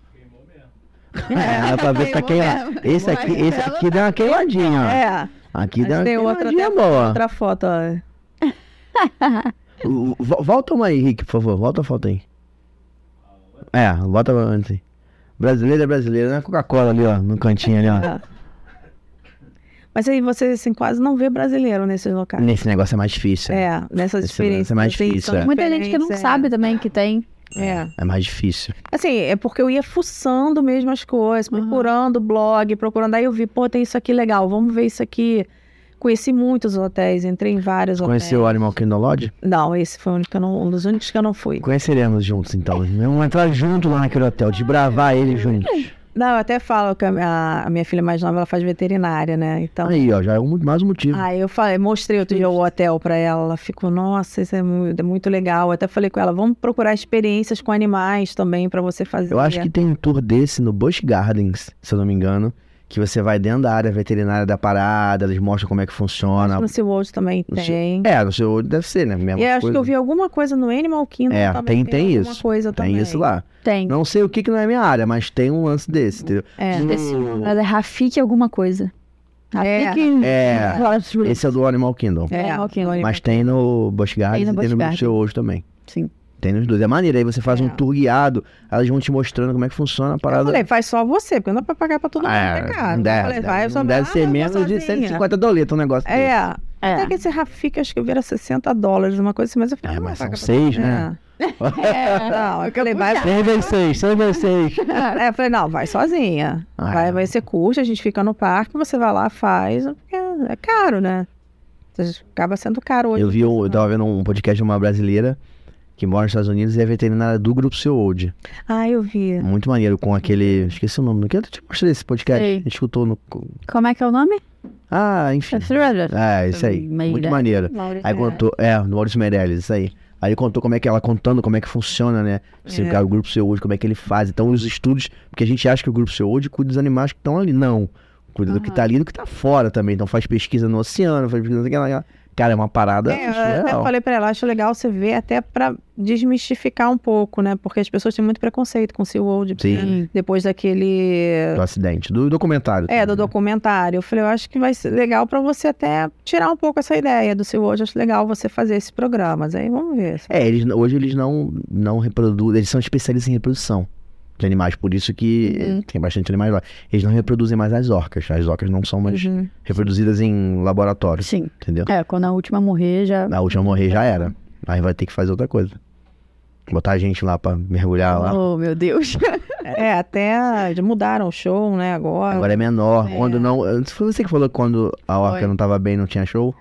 É, pra ver se tá queimado. Esse aqui deu uma queimadinha, ó. É, Aqui mas deu uma tem outra, queimadinha até boa. outra foto, ó. Volta uma aí, Rick, por favor. Volta a foto aí. Volta antes aí. Brasileira é brasileira, né? Coca-Cola ali, ó. No cantinho ali, ó. É. Mas aí você assim, quase não vê brasileiro nesses locais. Nesse negócio é mais difícil. Nessas Esse experiências. é mais assim, difícil, são é. Muita gente que não diferentes, sabe também que tem. É mais difícil. Assim, é porque eu ia fuçando mesmo as coisas, procurando blog, procurando. Aí eu vi, pô, tem isso aqui legal, vamos ver isso aqui. Conheci muitos hotéis, entrei em vários hotéis. Conheceu o Animal Kingdom Lodge? Não, esse foi o único que eu não, um dos únicos que eu não fui. Conheceremos juntos, então. Vamos entrar junto lá naquele hotel, desbravar ele juntos. Não, eu até falo que a minha filha mais nova, ela faz veterinária, né? Então, Aí, ó, já é mais um motivo. aí eu falei, mostrei outro dia o hotel pra ela, ela ficou, nossa, isso é muito legal. Eu até falei com ela, vamos procurar experiências com animais também pra você fazer. Eu acho que tem um tour desse no Busch Gardens, se eu não me engano, que você vai dentro da área veterinária da parada, eles mostram como é que funciona. No SeaWorld também No tem. no seu olho deve ser, né? Mesma E eu acho coisa. que eu vi alguma coisa no Animal Kingdom É, também. tem alguma isso. Coisa Tem também. isso lá. Tem. Não sei o que não é minha área, mas tem um lance desse, entendeu? É. É Rafik alguma coisa. Rafik. Esse é do Animal Kingdom. Mas tem no Busch Gardens e tem no Busch seu hoje também. Sim. Tem nos dois. É maneiro. Aí você faz um tour guiado, elas vão te mostrando como é que funciona a parada. Eu falei, faz só você, porque não dá pra pagar pra todo mundo, é caro. Não deve, Eu falei, vai, eu só não deve vou ser menos de sozinha. 150 dólares um negócio desse. Até que esse Rafik, acho que eu vi era $60, uma coisa assim, mas eu falei, Mas não, são 6, né? Não, eu falei, vai. 6 vezes 6. Eu falei, não, vai sozinha. Vai ser curso, a gente fica no parque, você vai lá, faz, porque é caro, né? Acaba sendo caro hoje. Eu tava vendo um podcast de uma brasileira que mora nos Estados Unidos e é veterinária do Grupo Seu Old. Eu vi. Muito maneiro, com aquele... Esqueci o nome. Não quero te mostrar esse podcast. Sei. A gente escutou no... Como é que é o nome? Enfim. Isso aí. Meirelles. Muito maneiro. Aí contou... no Maurício Meirelles, isso aí. Aí ele contou contando como é que funciona, né? O Grupo Seu Old, como é que ele faz. Então os estudos... Porque a gente acha que o Grupo Seu Old cuida dos animais que estão ali. Não. Cuida do que tá ali e do que tá fora também. Então faz pesquisa no oceano, faz pesquisa naquela... Cara, é uma parada Eu até falei pra ela, acho legal você ver até pra desmistificar um pouco, né? Porque as pessoas têm muito preconceito com o SeaWorld. Sim. Depois daquele... Do acidente, do documentário. do documentário. Eu falei, eu acho que vai ser legal pra você até tirar um pouco essa ideia do SeaWorld. Acho legal você fazer esses programas. Aí vamos ver. Hoje eles não reproduzem, eles são especialistas em reprodução de animais, por isso que tem bastante animais lá. Eles não reproduzem mais as orcas não são mais reproduzidas em laboratório. Sim. Entendeu? Quando a última morrer já... A última morrer já era. Aí vai ter que fazer outra coisa. Botar a gente lá pra mergulhar lá. Oh, meu Deus. Até mudaram o show, né, agora. Agora é menor. Quando não... Foi você que falou que quando a Orca não tava bem, não tinha show?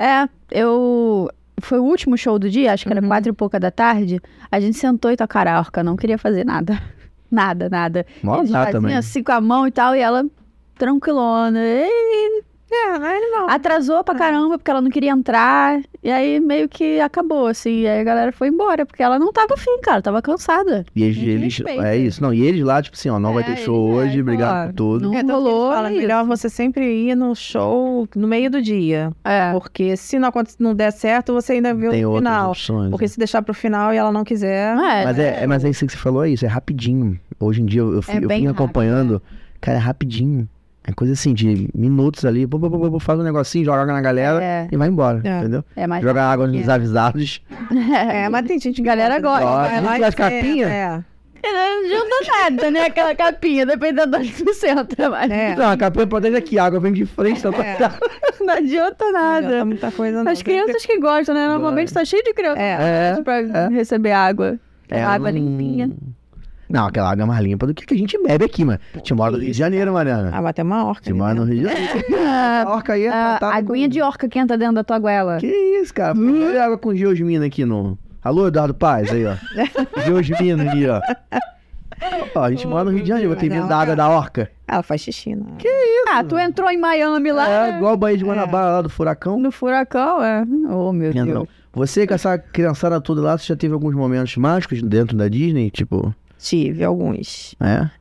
Foi o último show do dia, acho que era 4 e pouca da tarde. A gente sentou e tocaram a Orca, não queria fazer nada. Nada. Mó A gente azar fazia também. assim com a mão e tal, e ela tranquilona. Ele não. Atrasou pra caramba, porque ela não queria entrar. E aí meio que acabou, assim. E aí a galera foi embora, porque ela não tava afim, cara. Tava cansada. E Ninguém eles... respeita. É isso. Não, e eles lá, tipo assim, ó, não vai ter show hoje, obrigado claro. por tudo. Não Tanto que eles rolou, falam, é isso. melhor você sempre ir no show no meio do dia. Porque se não der certo, você ainda vê Tem o outras final. opções. Porque se deixar pro final e ela não quiser... Mas é isso que você falou, é isso, é rapidinho. Hoje em dia eu bem fui rápido, acompanhando, cara, é rapidinho. É coisa assim, de minutos ali, faz um negocinho, joga água na galera e vai embora, entendeu? É mais Joga água nos desavisados. Mas tem gente que galera gosta. Gosta. vai lá Gente, as e capinhas? Não adianta nada, né? Aquela capinha, dependendo da do centro. Mas Não, a capinha protege aqui, a água vem de frente, tá não adianta nada. Não muita coisa, não. As crianças que gostam, né? Normalmente tá cheio de crianças pra receber água. Água limpinha. Não, aquela água é mais limpa do que a gente bebe aqui, mano. A gente mora no Rio de Janeiro, Mariana. Mas tem uma orca. Você mora no Rio de Janeiro. A orca aí é tratada Aguinha de orca que entra dentro da tua goela. Que isso, cara? Olha água com geosmina aqui no... Alô, Eduardo Paz, aí, ó. Geosmina ali, ó. Ó, a gente mora no Rio de Janeiro, tem medo da água da orca. Ela faz xixi, né? Que isso? Tu entrou em Miami lá. É, igual o Baía de Guanabara lá do furacão. No furacão, Oh, meu Deus. Não. Você com essa criançada toda lá, você já teve alguns momentos mágicos dentro da Disney? Tipo... Tive alguns.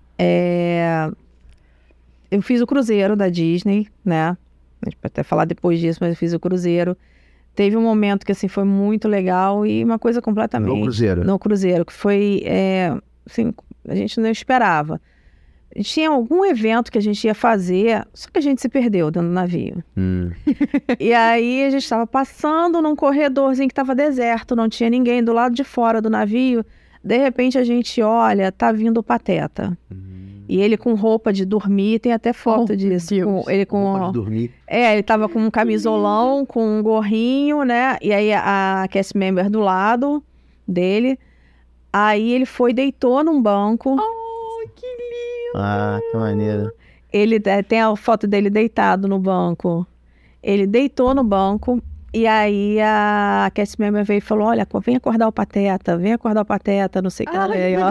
Eu fiz o cruzeiro da Disney, né? A gente pode até falar depois disso, mas eu fiz o cruzeiro. Teve um momento que, assim, foi muito legal e uma coisa completamente... No cruzeiro? No cruzeiro, que foi, assim, a gente não esperava. A gente tinha algum evento que a gente ia fazer, só que a gente se perdeu dentro do navio. E aí a gente estava passando num corredorzinho que estava deserto, não tinha ninguém do lado de fora do navio. De repente a gente olha, tá vindo o Pateta. E ele com roupa de dormir, tem até foto disso. Ele com roupa de dormir. ele tava com um camisolão, com um gorrinho, né? E aí a cast member do lado dele. Aí ele foi, deitou num banco. Oh, que lindo! Ah, que maneiro. Ele tem a foto dele deitado no banco. Ele deitou no banco. E aí a cast member veio e falou, olha, vem acordar o Pateta, não sei o que.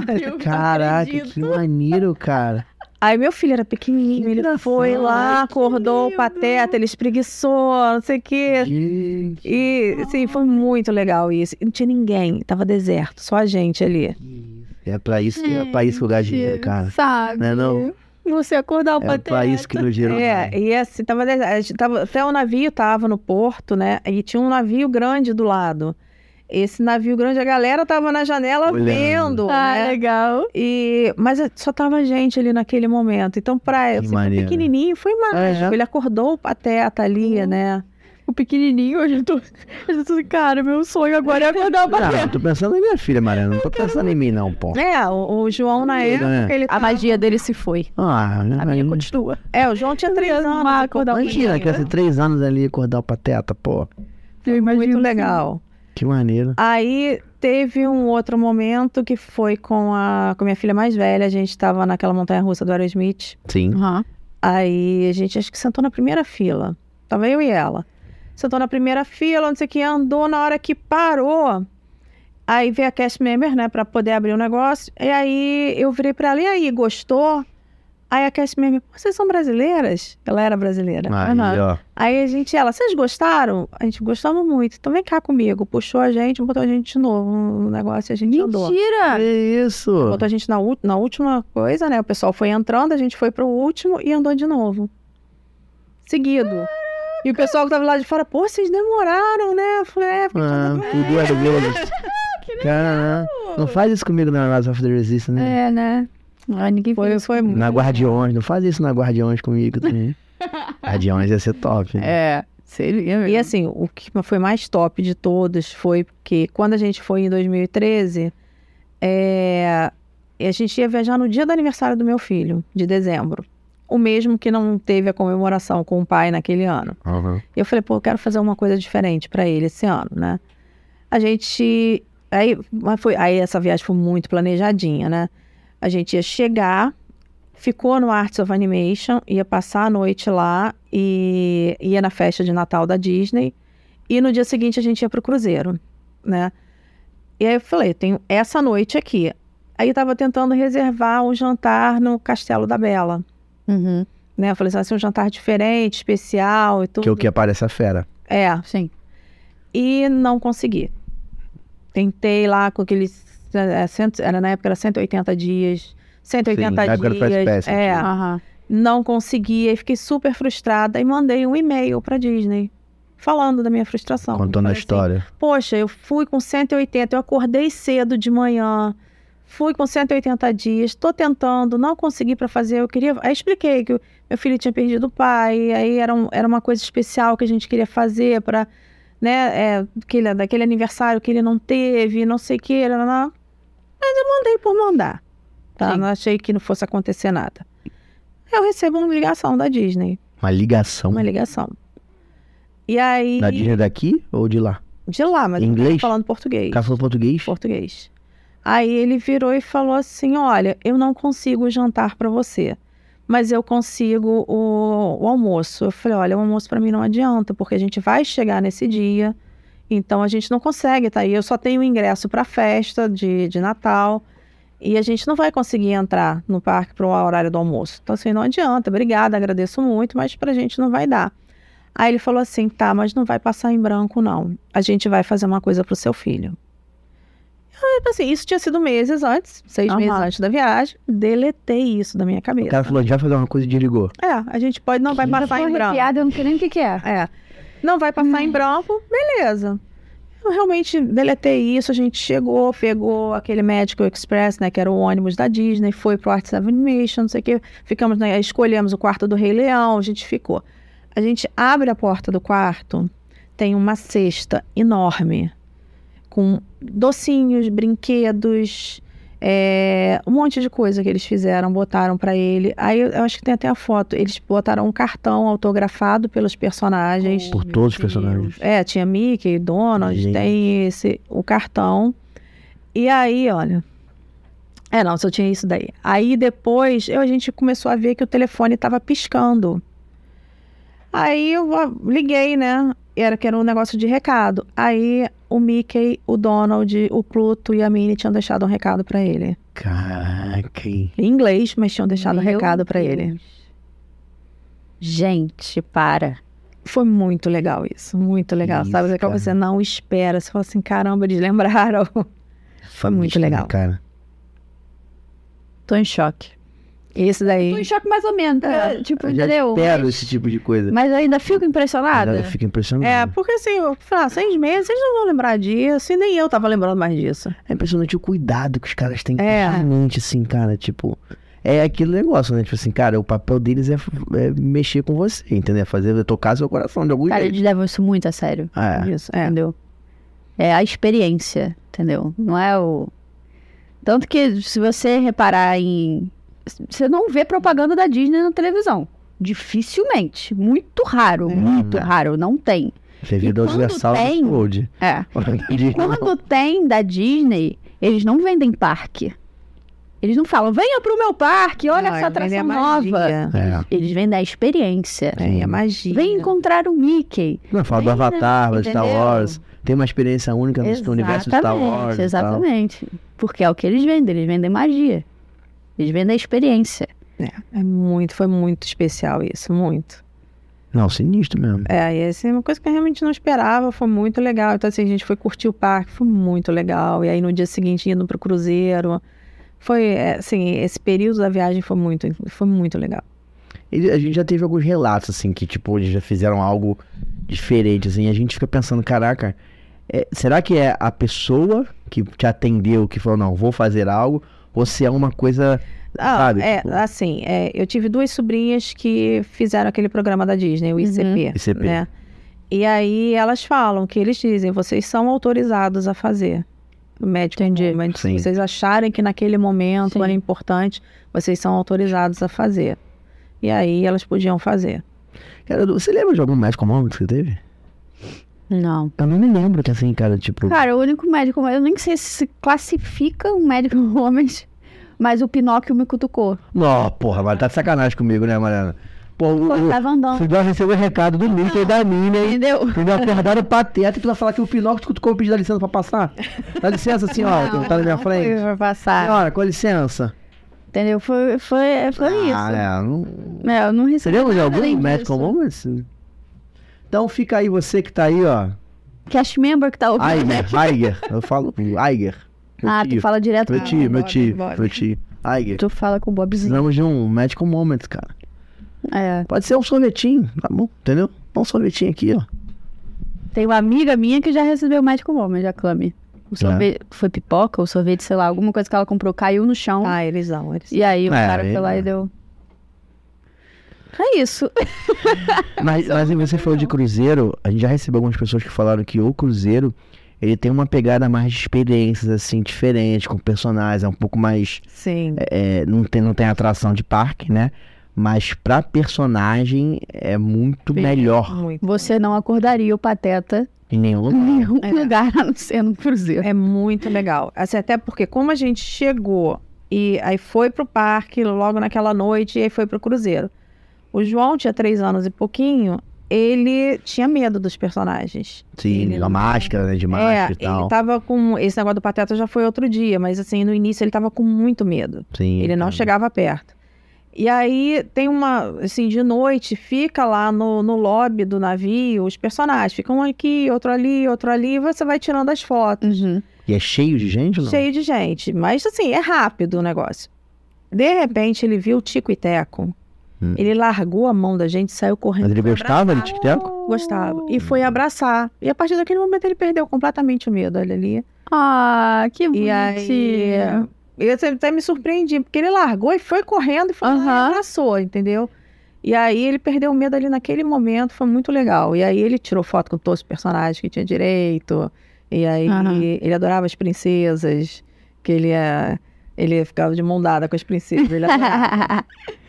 Caraca, que maneiro, cara. Aí meu filho era pequenininho, ele foi lá, acordou o Pateta, ele espreguiçou, não sei o quê. Gente. E, assim, foi muito legal isso. E não tinha ninguém, tava deserto, só a gente ali. É pra isso que eu gasto dinheiro, cara. Sabe? Não é não? Você acordar o É Pateta. pra isso que no dinheiro E assim, até o navio tava no porto, né? E tinha um navio grande do lado. Esse navio grande, a galera tava na janela olhando, vendo, né? Legal. Mas só tava gente ali naquele momento. Então, pra assim, pequenininho, foi mágico. Ele acordou o Pateta ali, né? O pequenininho, eu tô cara, meu sonho agora é acordar o Pateta. Não, tô pensando em minha filha, Mariana. Não tô pensando em mim, não, pô. O João na época, ele A magia dele se foi. Ah, A minha continua. o João tinha 3 anos. Acordar o Imagina, Pateta. criança de 3 anos ali acordar o Pateta, pô. Eu imagino. Muito legal. Que maneiro. Aí teve um outro momento que foi com a minha filha mais velha. A gente tava naquela montanha-russa do Aerosmith. Sim. Uhum. Aí a gente acho que sentou na primeira fila. Tava eu e ela. Sentou na primeira fila, não sei o que, andou. Na hora que parou, aí veio a cast member, né, pra poder abrir o negócio. E aí eu virei pra ela, e aí, gostou? Aí a cast member, vocês são brasileiras? Ela era brasileira. Aí, ó. Aí vocês gostaram? A gente gostamos muito. Então vem cá comigo. Puxou a gente, botou a gente de novo no negócio e a gente andou. Mentira! Que isso? Botou a gente na última coisa, né? O pessoal foi entrando, a gente foi pro último e andou de novo. Seguido. E o pessoal que tava lá de fora, pô, vocês demoraram, né? Eu falei, porque tudo é deles. Cara, não faz isso comigo na Rise of the Resistance, né? É, né? Ninguém foi muito Na Guardiões, não faz isso na Guardiões comigo também. Guardiões ia ser top. Né? É, seria mesmo. E assim, o que foi mais top de todos foi porque quando a gente foi em 2013, a gente ia viajar no dia do aniversário do meu filho, de dezembro. O mesmo que não teve a comemoração com o pai naquele ano. Uhum. E eu falei, pô, eu quero fazer uma coisa diferente pra ele esse ano, né? A gente... Aí essa viagem foi muito planejadinha, né? A gente ia chegar, ficou no Arts of Animation, ia passar a noite lá e ia na festa de Natal da Disney. E no dia seguinte a gente ia pro cruzeiro, né? E aí eu falei, tenho essa noite aqui. Aí eu tava tentando reservar um jantar no Castelo da Bela. Uhum. Né? Eu falei assim, vai ser um jantar diferente, especial e tudo. Que é o que aparece a fera. É. Sim. E não consegui. Tentei lá com aqueles... Era, na época era 180 dias. 180 Sim, na época era Fast dias. Pass, É. Aham. Não consegui. Aí fiquei super frustrada e mandei um e-mail pra Disney. Falando da minha frustração. Contando a Falei assim, história. poxa, eu fui com 180, eu acordei cedo de manhã, fui com 180 dias, tô tentando, não consegui para fazer, eu queria... Aí expliquei que meu filho tinha perdido o pai, aí era uma coisa especial que a gente queria fazer para, né, daquele aniversário que ele não teve, não sei o que, mas eu mandei por mandar, tá? Sim. Não achei que não fosse acontecer nada. Eu recebo uma ligação da Disney, Uma ligação. uma ligação. E aí... Da Disney daqui ou de lá? De lá, mas Em inglês? falando português. O cara falou português? Português. Aí ele virou e falou assim, olha, eu não consigo o jantar para você, mas eu consigo o almoço. Eu falei, olha, o almoço para mim não adianta, porque a gente vai chegar nesse dia, então a gente não consegue, tá aí. Eu só tenho ingresso para a festa de Natal e a gente não vai conseguir entrar no parque para o horário do almoço. Então assim, não adianta, obrigada, agradeço muito, mas pra gente não vai dar. Aí ele falou assim, tá, mas não vai passar em branco não, a gente vai fazer uma coisa pro seu filho. Assim, isso tinha sido meses antes, 6 meses antes da viagem. Deletei isso da minha cabeça. O cara falou, a gente vai fazer uma coisa e desligou. A gente pode, não vai passar em branco. Arrepiada, eu não sei nem o que é. Não vai passar em branco, beleza. Eu realmente deletei isso, a gente chegou, pegou aquele Magical Express, né, que era o ônibus da Disney, foi pro Arts of Animation, não sei o que, ficamos, né, escolhemos o quarto do Rei Leão, a gente ficou. A gente abre a porta do quarto, tem uma cesta enorme, com docinhos, brinquedos, um monte de coisa que eles fizeram, botaram pra ele. Aí eu acho que tem até a foto. Eles botaram um cartão autografado pelos personagens. Por todos os personagens. Tinha Mickey, Donald, Gente. tem o cartão. E aí, olha... não, só tinha isso daí. Aí depois, a gente começou a ver que o telefone tava piscando. Aí eu liguei, né? Que era um negócio de recado. Aí o Mickey, o Donald, o Pluto e a Minnie tinham deixado um recado pra ele. Caraca. Em inglês, mas tinham deixado um recado pra ele. Gente, para. Foi muito legal isso, muito legal. Isso, sabe? cara. Você não espera. Você fala assim, caramba, eles lembraram. Foi muito legal. Cara. Tô em choque. Isso Tô daí. em choque mais ou menos. Tipo, Eu já entendeu? espero esse tipo de coisa. Mas eu ainda fico impressionada. Eu fico impressionado. Porque assim, eu falei, 6 meses, vocês não vão lembrar disso. E nem eu tava lembrando mais disso. É impressionante o cuidado que os caras têm. Impressionante, assim, cara. Tipo, é aquele negócio, né? Tipo assim, cara, o papel deles é mexer com você, entendeu? Tocar seu coração de algum Cara, jeito. eles levam isso muito a sério. Isso, Entendeu? É a experiência, entendeu? Não é o... Tanto que se você reparar em... Você não vê propaganda da Disney na televisão. Dificilmente. Muito raro, muito raro. Não tem. Você viu da quando Universal tem- Road. E quando tem da Disney, eles não vendem parque. Eles não falam, venha pro meu parque, olha essa atração nova. Eles vendem a experiência. A magia. Vem encontrar o Mickey. Não, fala do Vem, né? Avatar, do Star Entendeu? Wars. Tem uma experiência única no universo do Star Wars. e tal. Exatamente. Porque é o que eles vendem magia. Eles vendem a experiência. Foi muito especial isso, muito. Não, sinistro mesmo. E assim, uma coisa que eu realmente não esperava, foi muito legal. Então assim, a gente foi curtir o parque, foi muito legal. E aí no dia seguinte indo pro cruzeiro. Foi, assim, esse período da viagem foi muito legal. A gente já teve alguns relatos, assim, que, tipo, eles já fizeram algo diferente, assim, e a gente fica pensando, caraca, será que é a pessoa que te atendeu, que falou, não, vou fazer algo, ou se é uma coisa, sabe? Tipo, Assim, eu tive 2 sobrinhas que fizeram aquele programa da Disney, o ICP, ICP. né? E aí elas falam que eles dizem, vocês são autorizados a fazer o Magic Moment. Sim. Se vocês acharem que naquele momento Sim. era importante, vocês são autorizados a fazer. E aí elas podiam fazer. Cara, você lembra de algum Magical Moment que você teve? Não. Eu não me lembro que, assim, cara, tipo... Cara, o único médico, eu nem sei se classifica um médico homem, Mas o Pinóquio me cutucou. Não, porra, mas tá de sacanagem comigo, né, Mariana? Pô, Pô, tava andando. você já recebeu o recado do Mickey e da Minnie, hein? Entendeu? Entendeu? Acordaram pateta e tu vai falar que o Pinóquio cutucou o pedido da licença pra passar? Dá licença, senhora, que tá na minha frente. Foi passar. Senhora, com licença. Entendeu? Foi isso. Não... Eu não recebi Teremos nada algum além Medical disso. Moments? Então fica aí, você que tá aí, ó. Cast member que tá ouvindo. Aiger. Eu falo Aiger. Meu Ah, tio. tu fala direto Meu com tio, meu Bob, tio, Bob. meu tio. Aiger. Tu fala com o Bobzinho. Precisamos de um Medical Moments, cara. É. Pode ser um sorvetinho, tá bom? Entendeu? Um sorvetinho aqui, ó. Tem uma amiga minha que já recebeu o médico homem, já clame. O sorvete, foi pipoca, ou sorvete, sei lá, alguma coisa que ela comprou caiu no chão. Ah, eles dão. E aí o cara aí, foi lá e deu. É isso. Mas você falou de cruzeiro, a gente já recebeu algumas pessoas que falaram que o cruzeiro, ele tem uma pegada mais de experiências, assim, diferente, com personagens, é um pouco mais... Sim. Não tem atração de parque, né? Mas pra personagem é muito melhor Muito. Você não acordaria o Pateta em nenhum lugar. em nenhum É. lugar a não ser no cruzeiro. É muito legal. Assim, até porque como a gente chegou e aí foi pro parque logo naquela noite e aí foi pro cruzeiro. O João tinha 3 anos e pouquinho, ele tinha medo dos personagens. Sim, Ele a não- máscara, né? De máscara e tal. Ele tava com... Esse negócio do Pateta já foi outro dia, mas assim, no início ele tava com muito medo. Sim, Ele não cara. chegava perto. E aí tem uma, assim, de noite, fica lá no lobby do navio, os personagens ficam aqui, outro ali, e você vai tirando as fotos. Uhum. E é cheio de gente ou não? Cheio de gente. Mas assim, é rápido o negócio. De repente, ele viu o Tico e Teco. Ele largou a mão da gente e saiu correndo. Mas ele foi gostava de abraçar. tic-teco? Gostava. E foi abraçar. E a partir daquele momento ele perdeu completamente o medo, olha ali. Ah, que E aí... bonitinho. Eu até me surpreendi, porque ele largou e foi correndo e foi lá e Aham. abraçou, entendeu? E aí ele perdeu o medo ali naquele momento, foi muito legal. E aí ele tirou foto com todos os personagens que tinha direito. E aí Aham. ele adorava as princesas, que ele ficava de mão dada com as princesas. Ele adorava.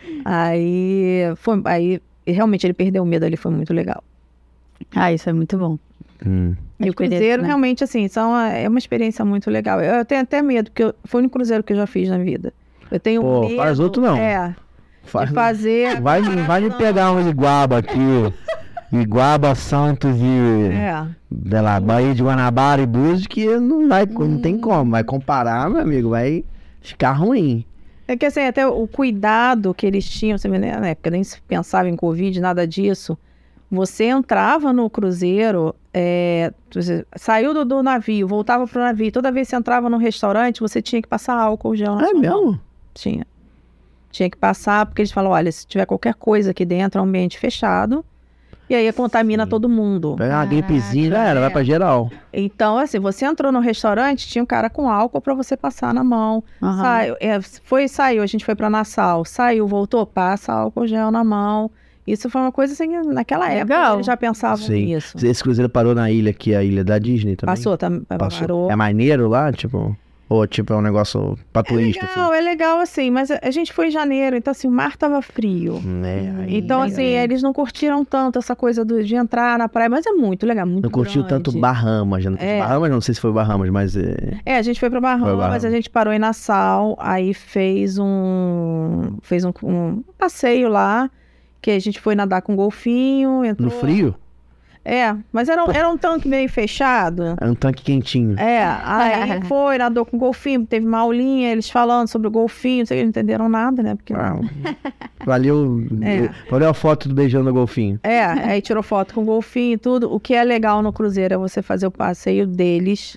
aí realmente ele perdeu o medo ali, foi muito legal. Ah, isso é muito bom. E o cruzeiro, né? realmente, assim, é uma experiência muito legal. Eu tenho até medo, porque foi o único cruzeiro que eu já fiz na vida. Eu tenho Pô, medo... faz outro não. De fazer... Vai me pegar um Iguaba aqui. Iguaba, Santos e... sei lá, Baía de Guanabara e Búzios, que não tem como. Vai comparar, meu amigo, vai ficar ruim. É que assim, até o cuidado que eles tinham, você vê, né, na época nem se pensava em Covid, nada disso. Você entrava no cruzeiro, você saiu do navio, voltava pro navio, toda vez que você entrava no restaurante, você tinha que passar álcool gel na É sua mão. mesmo? Tinha que passar, porque eles falam, olha, se tiver qualquer coisa aqui dentro, é um ambiente fechado, e aí contamina todo mundo. Pegar uma gripezinha, já era, vai pra geral. Então, assim, você entrou no restaurante, tinha um cara com álcool pra você passar na mão. Aham. Saiu, a gente foi pra Nassau, saiu, voltou, passa álcool gel na mão. Isso foi uma coisa assim, naquela época Legal. eles já pensavam Sim. nisso. Esse cruzeiro parou na ilha, que é a ilha da Disney também? Passou. É maneiro lá, tipo... Ou tipo, é um negócio pra turista? É legal assim, mas a gente foi em janeiro, então assim, o mar tava frio. Aí, Então assim, eles não curtiram tanto essa coisa de entrar na praia, mas é muito legal, muito não curtiu grande. tanto Bahamas, né? Bahamas não sei se foi Bahamas, mas... A gente foi pra Bahamas, a gente parou em Nassau, aí fez um passeio lá, que a gente foi nadar com golfinho. Entrou... No frio? Mas era um tanque meio fechado. É um tanque quentinho. Aí foi, nadou com golfinho, teve uma aulinha, eles falando sobre o golfinho, não sei que eles não entenderam nada, né? Porque... Valeu a foto do beijando o golfinho. Aí tirou foto com o golfinho e tudo. O que é legal no cruzeiro é você fazer o passeio deles,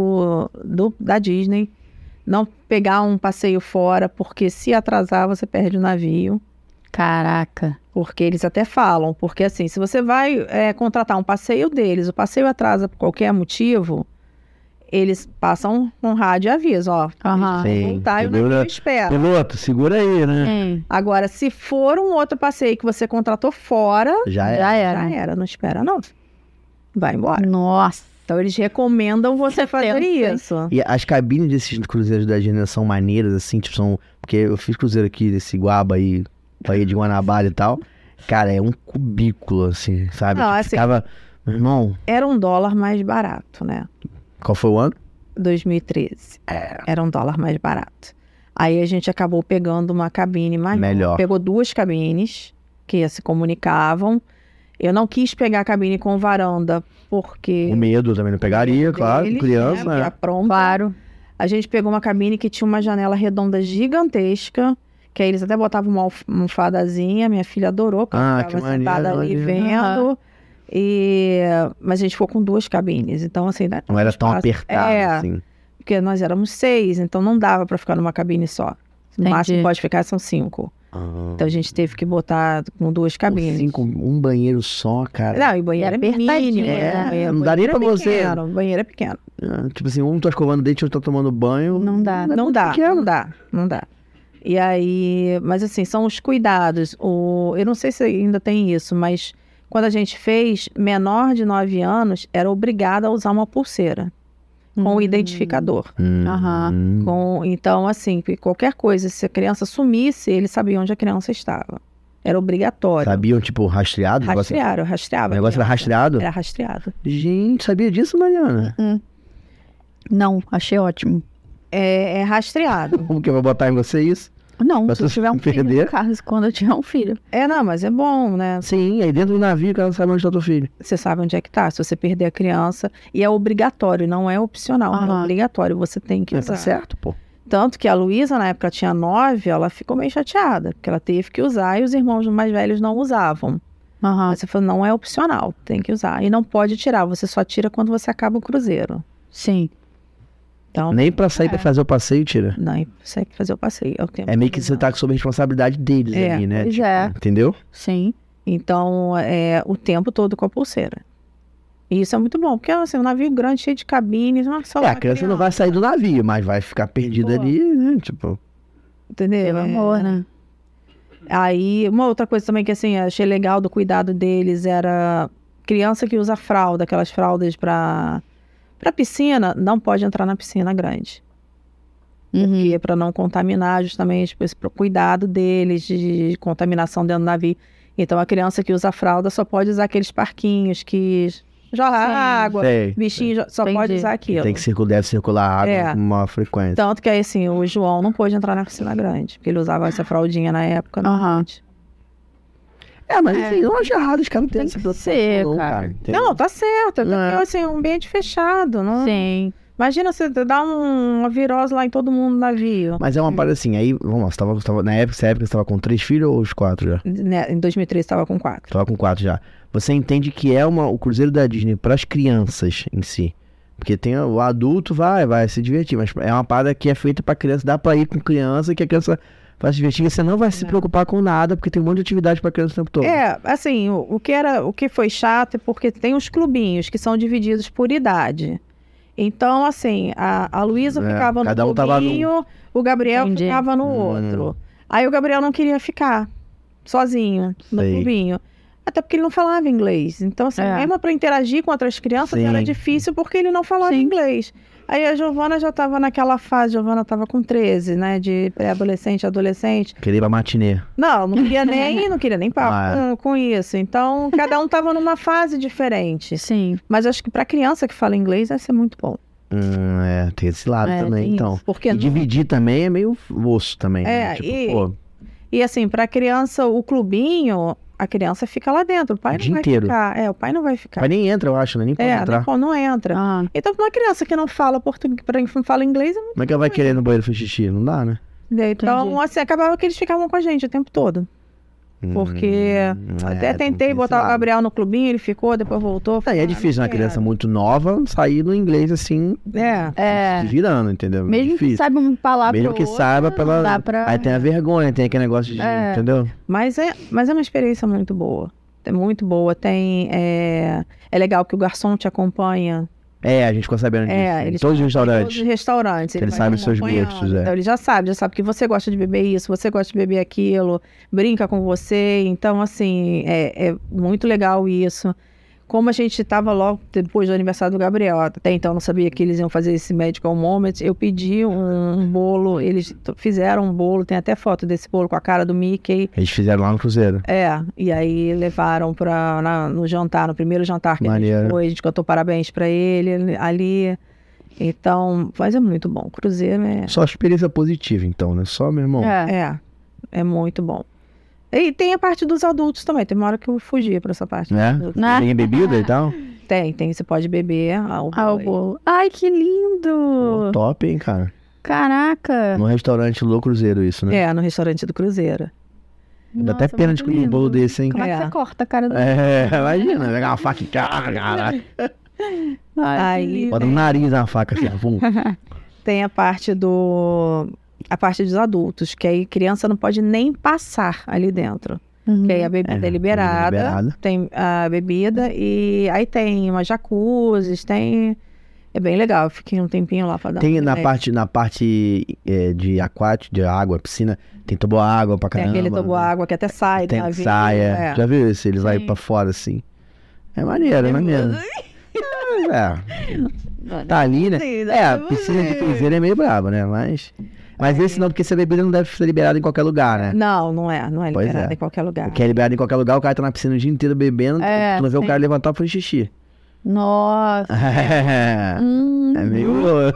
da Disney. Não pegar um passeio fora, porque se atrasar você perde o navio. Caraca. Porque eles até falam, porque assim, se você vai contratar um passeio deles, o passeio atrasa por qualquer motivo, eles passam um rádio e aviso, ó. Aham. Eles vão voltar e o navio espera. Piloto, segura aí, né? Sim. Agora, se for um outro passeio que você contratou fora, Já é. Já era. já era, não espera não. Vai embora. Nossa. Então eles recomendam você fazer tenso, hein? isso. E as cabines desses cruzeiros da Disney são maneiras, assim, tipo, porque eu fiz cruzeiro aqui desse Iguaba aí, Baía de Guanabara e tal. Cara, é um cubículo, assim, sabe? Não, Tipo, assim- ficava... Meu irmão, Era $1 mais barato, né? qual foi o ano? 2013. Era $1 mais barato. Aí a gente acabou pegando uma cabine maior. Melhor. Pegou 2 cabines que se comunicavam. Eu não quis pegar a cabine com varanda, porque... O medo também não pegaria, claro, deles, criança, né? né? Era pronta. Claro. A gente pegou uma cabine que tinha uma janela redonda gigantesca, que aí eles até botavam uma almofadazinha, minha filha adorou, porque Ah, ela que ficava sentada ali maneiro. vendo. Mas a gente ficou com 2 cabines, então assim... né, Não era tão espaço. apertado, assim. Porque nós éramos 6, então não dava pra ficar numa cabine só. O Entendi. máximo que pode ficar são 5. Então a gente teve que botar com 2 cabines. Um banheiro só, cara. Não, e banheiro é Apertadinho, mínimo. né? Não daria pra você. Pequeno, o banheiro é pequeno. Tipo assim, um tá escovando dente, outro tá tomando banho. Não dá. Não dá, pequeno. não dá. E aí, mas assim, são os cuidados. Eu não sei se ainda tem isso, mas quando a gente fez, menor de 9 anos era obrigada a usar uma pulseira com o identificador. Aham. Então, assim, qualquer coisa, se a criança sumisse, ele sabia onde a criança estava. Era obrigatório. Sabiam, tipo, rastreado? Rastreava. O negócio era rastreado? Era rastreado. Gente, sabia disso, Mariana? Não, achei ótimo. É rastreado. Como que eu vou botar em você isso? Não, Mas se eu se tiver um filho, perder? no caso, quando eu tiver um filho. Não, mas é bom, né? Sim, aí dentro do navio que ela sabe onde tá teu filho. Você sabe onde é que tá. Se você perder a criança. E é obrigatório, não é opcional. É Aham. obrigatório, você tem que usar. Tá certo, pô. Tanto que a Luísa, na época, tinha 9, ela ficou meio chateada. Porque ela teve que usar e os irmãos mais velhos não usavam. Aham. Mas você falou, não é opcional, tem que usar. E não pode tirar, você só tira quando você acaba o cruzeiro. Sim. Então, Nem pra sair pra fazer o passeio, tira. não, você tem que fazer o passeio. É o tempo É meio que todo, você não. tá sob a responsabilidade deles É, ali, né? pois é. Entendeu? Sim. Então, é o tempo todo com a pulseira. E isso é muito bom, porque assim, um navio grande, cheio de cabines, uma só A criança não vai sair do navio, mas vai ficar perdida Pô. ali, né? Tipo, Entendeu? Pelo amor, né? Aí, uma outra coisa também que assim, achei legal do cuidado deles era criança que usa fralda, aquelas fraldas pra piscina, não pode entrar na piscina grande. E é para não contaminar, justamente por esse cuidado deles de contaminação dentro do navio. Então, a criança que usa fralda só pode usar aqueles parquinhos que jorra Sim. água, sei. bichinho só Entendi. pode usar aquilo. Tem que deve circular água É. com uma frequência. Tanto que aí, assim, o João não pôde entrar na piscina grande, porque ele usava essa fraldinha na época. Não Aham. pôde. Mas assim, eu acho errado os caras não terem Tem essa que ser, preocupação, cara. entendeu? Não, tá certo. Até É. porque, assim, um ambiente fechado. Não... Sim. Imagina você dar uma virose lá em todo mundo no navio. Mas é uma parada assim, aí, vamos lá, você tava, nessa época você tava com 3 filhos ou os 4 já? Né, em 2013 estava com 4. Tava com 4 já. Você entende que é o cruzeiro da Disney pras crianças em si? Porque tem o adulto vai se divertir, mas é uma parada que é feita pra criança, dá pra ir com criança, que a criança vai se divertir, e você não vai se preocupar com nada, porque tem um monte de atividade pra criança o tempo todo. Assim, o que foi chato é porque tem os clubinhos que são divididos por idade. Então, assim, a Luísa ficava no cada um tava clubinho, o Gabriel Entendi. ficava no outro. Aí o Gabriel não queria ficar sozinho no Sei. clubinho. Até porque ele não falava inglês. Então, assim, mesmo para interagir com outras crianças Sim. era difícil porque ele não falava Sim. inglês. Aí a Giovana já estava naquela fase, a Giovana estava com 13, né? De pré-adolescente, adolescente. Queria ir pra matinê. Não queria nem papo com isso. Então, cada um estava numa fase diferente. Sim. Mas acho que para criança que fala inglês vai ser muito bom. Tem esse lado também, tem então. isso. Porque E dividir também é meio osso também, né? E assim, para criança, o clubinho, a criança fica lá dentro. O pai O não dia vai inteiro. ficar. O pai não vai ficar. Mas nem entra, eu acho, né? Nem pode entrar. Não entra. Ah, Então, para uma criança que não fala português, não fala inglês, é muito. Como é que ela vai querer ir no banheiro fazer xixi? Não dá, né? Então, Entendi. assim, acabava que eles ficavam com a gente o tempo todo. Porque até tentei botar o Gabriel no clubinho, ele ficou, depois voltou. É difícil uma criança muito nova sair no inglês assim, se virando, entendeu? mesmo difícil. que saiba uma palavra Mesmo ou que outra, saiba não pela. dá pra... Aí tem a vergonha, tem aquele negócio de. Entendeu? Mas é uma experiência muito boa. É muito boa. É legal que o garçom te acompanha. A gente ficou sabendo disso. em Eles todos os restaurantes. Todos os restaurantes. Ele vai sabe os seus acompanhando. gostos, Então ele já sabe que você gosta de beber isso, você gosta de beber aquilo, brinca com você. Então, assim, é muito legal isso. Como a gente estava logo depois do aniversário do Gabriel, até então eu não sabia que eles iam fazer esse medical moment, eu pedi um bolo, eles fizeram um bolo, tem até foto desse bolo com a cara do Mickey. Eles fizeram lá no cruzeiro. E aí levaram no jantar, no primeiro jantar que a Maneiro. gente foi, a gente cantou parabéns pra ele ali. Então, mas é muito bom. Cruzeiro Só experiência positiva, então, né? Só, meu irmão. é muito bom. E tem a parte dos adultos também. Tem uma hora que eu fugi pra essa parte. Né? Tem bebida e tal? Tem. Você pode beber o bolo. Ai, que lindo! Top, hein, cara? Caraca! No restaurante Lô Cruzeiro, isso, né? No restaurante do Cruzeiro. Dá até pena de comer um bolo desse, hein? Como é que você corta a cara do... Imagina, pegar uma faca e caralho. Aí Bota no nariz uma faca assim, pum. Tem a parte dos adultos, que aí criança não pode nem passar ali dentro. Que aí a bebida é liberada, tem a bebida e aí tem umas jacuzzis, é bem legal, eu fiquei um tempinho lá pra dar Tem na parte de aquático, de água, piscina, tem toboágua pra caramba. Tem aquele toboágua que até sai. Tem que saia. Já viu isso? Ele vai pra fora assim. É maneiro. Tá ali, né? A piscina de cruzeiro é meio brava, né? Mas esse não, porque essa bebida não deve ser liberada em qualquer lugar, né? Não é liberada em qualquer lugar. O que é liberado em qualquer lugar, o cara tá na piscina o dia inteiro bebendo, tu não vê o cara levantar pra fazer xixi. Nossa. É meio...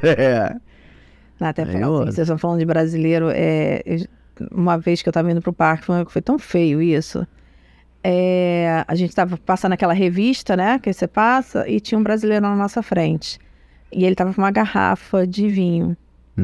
Até falar assim, vocês estão falando de brasileiro, uma vez que eu tava indo pro parque, foi tão feio isso. A gente tava passando aquela revista, né, que você passa, e tinha um brasileiro na nossa frente. E ele tava com uma garrafa de vinho.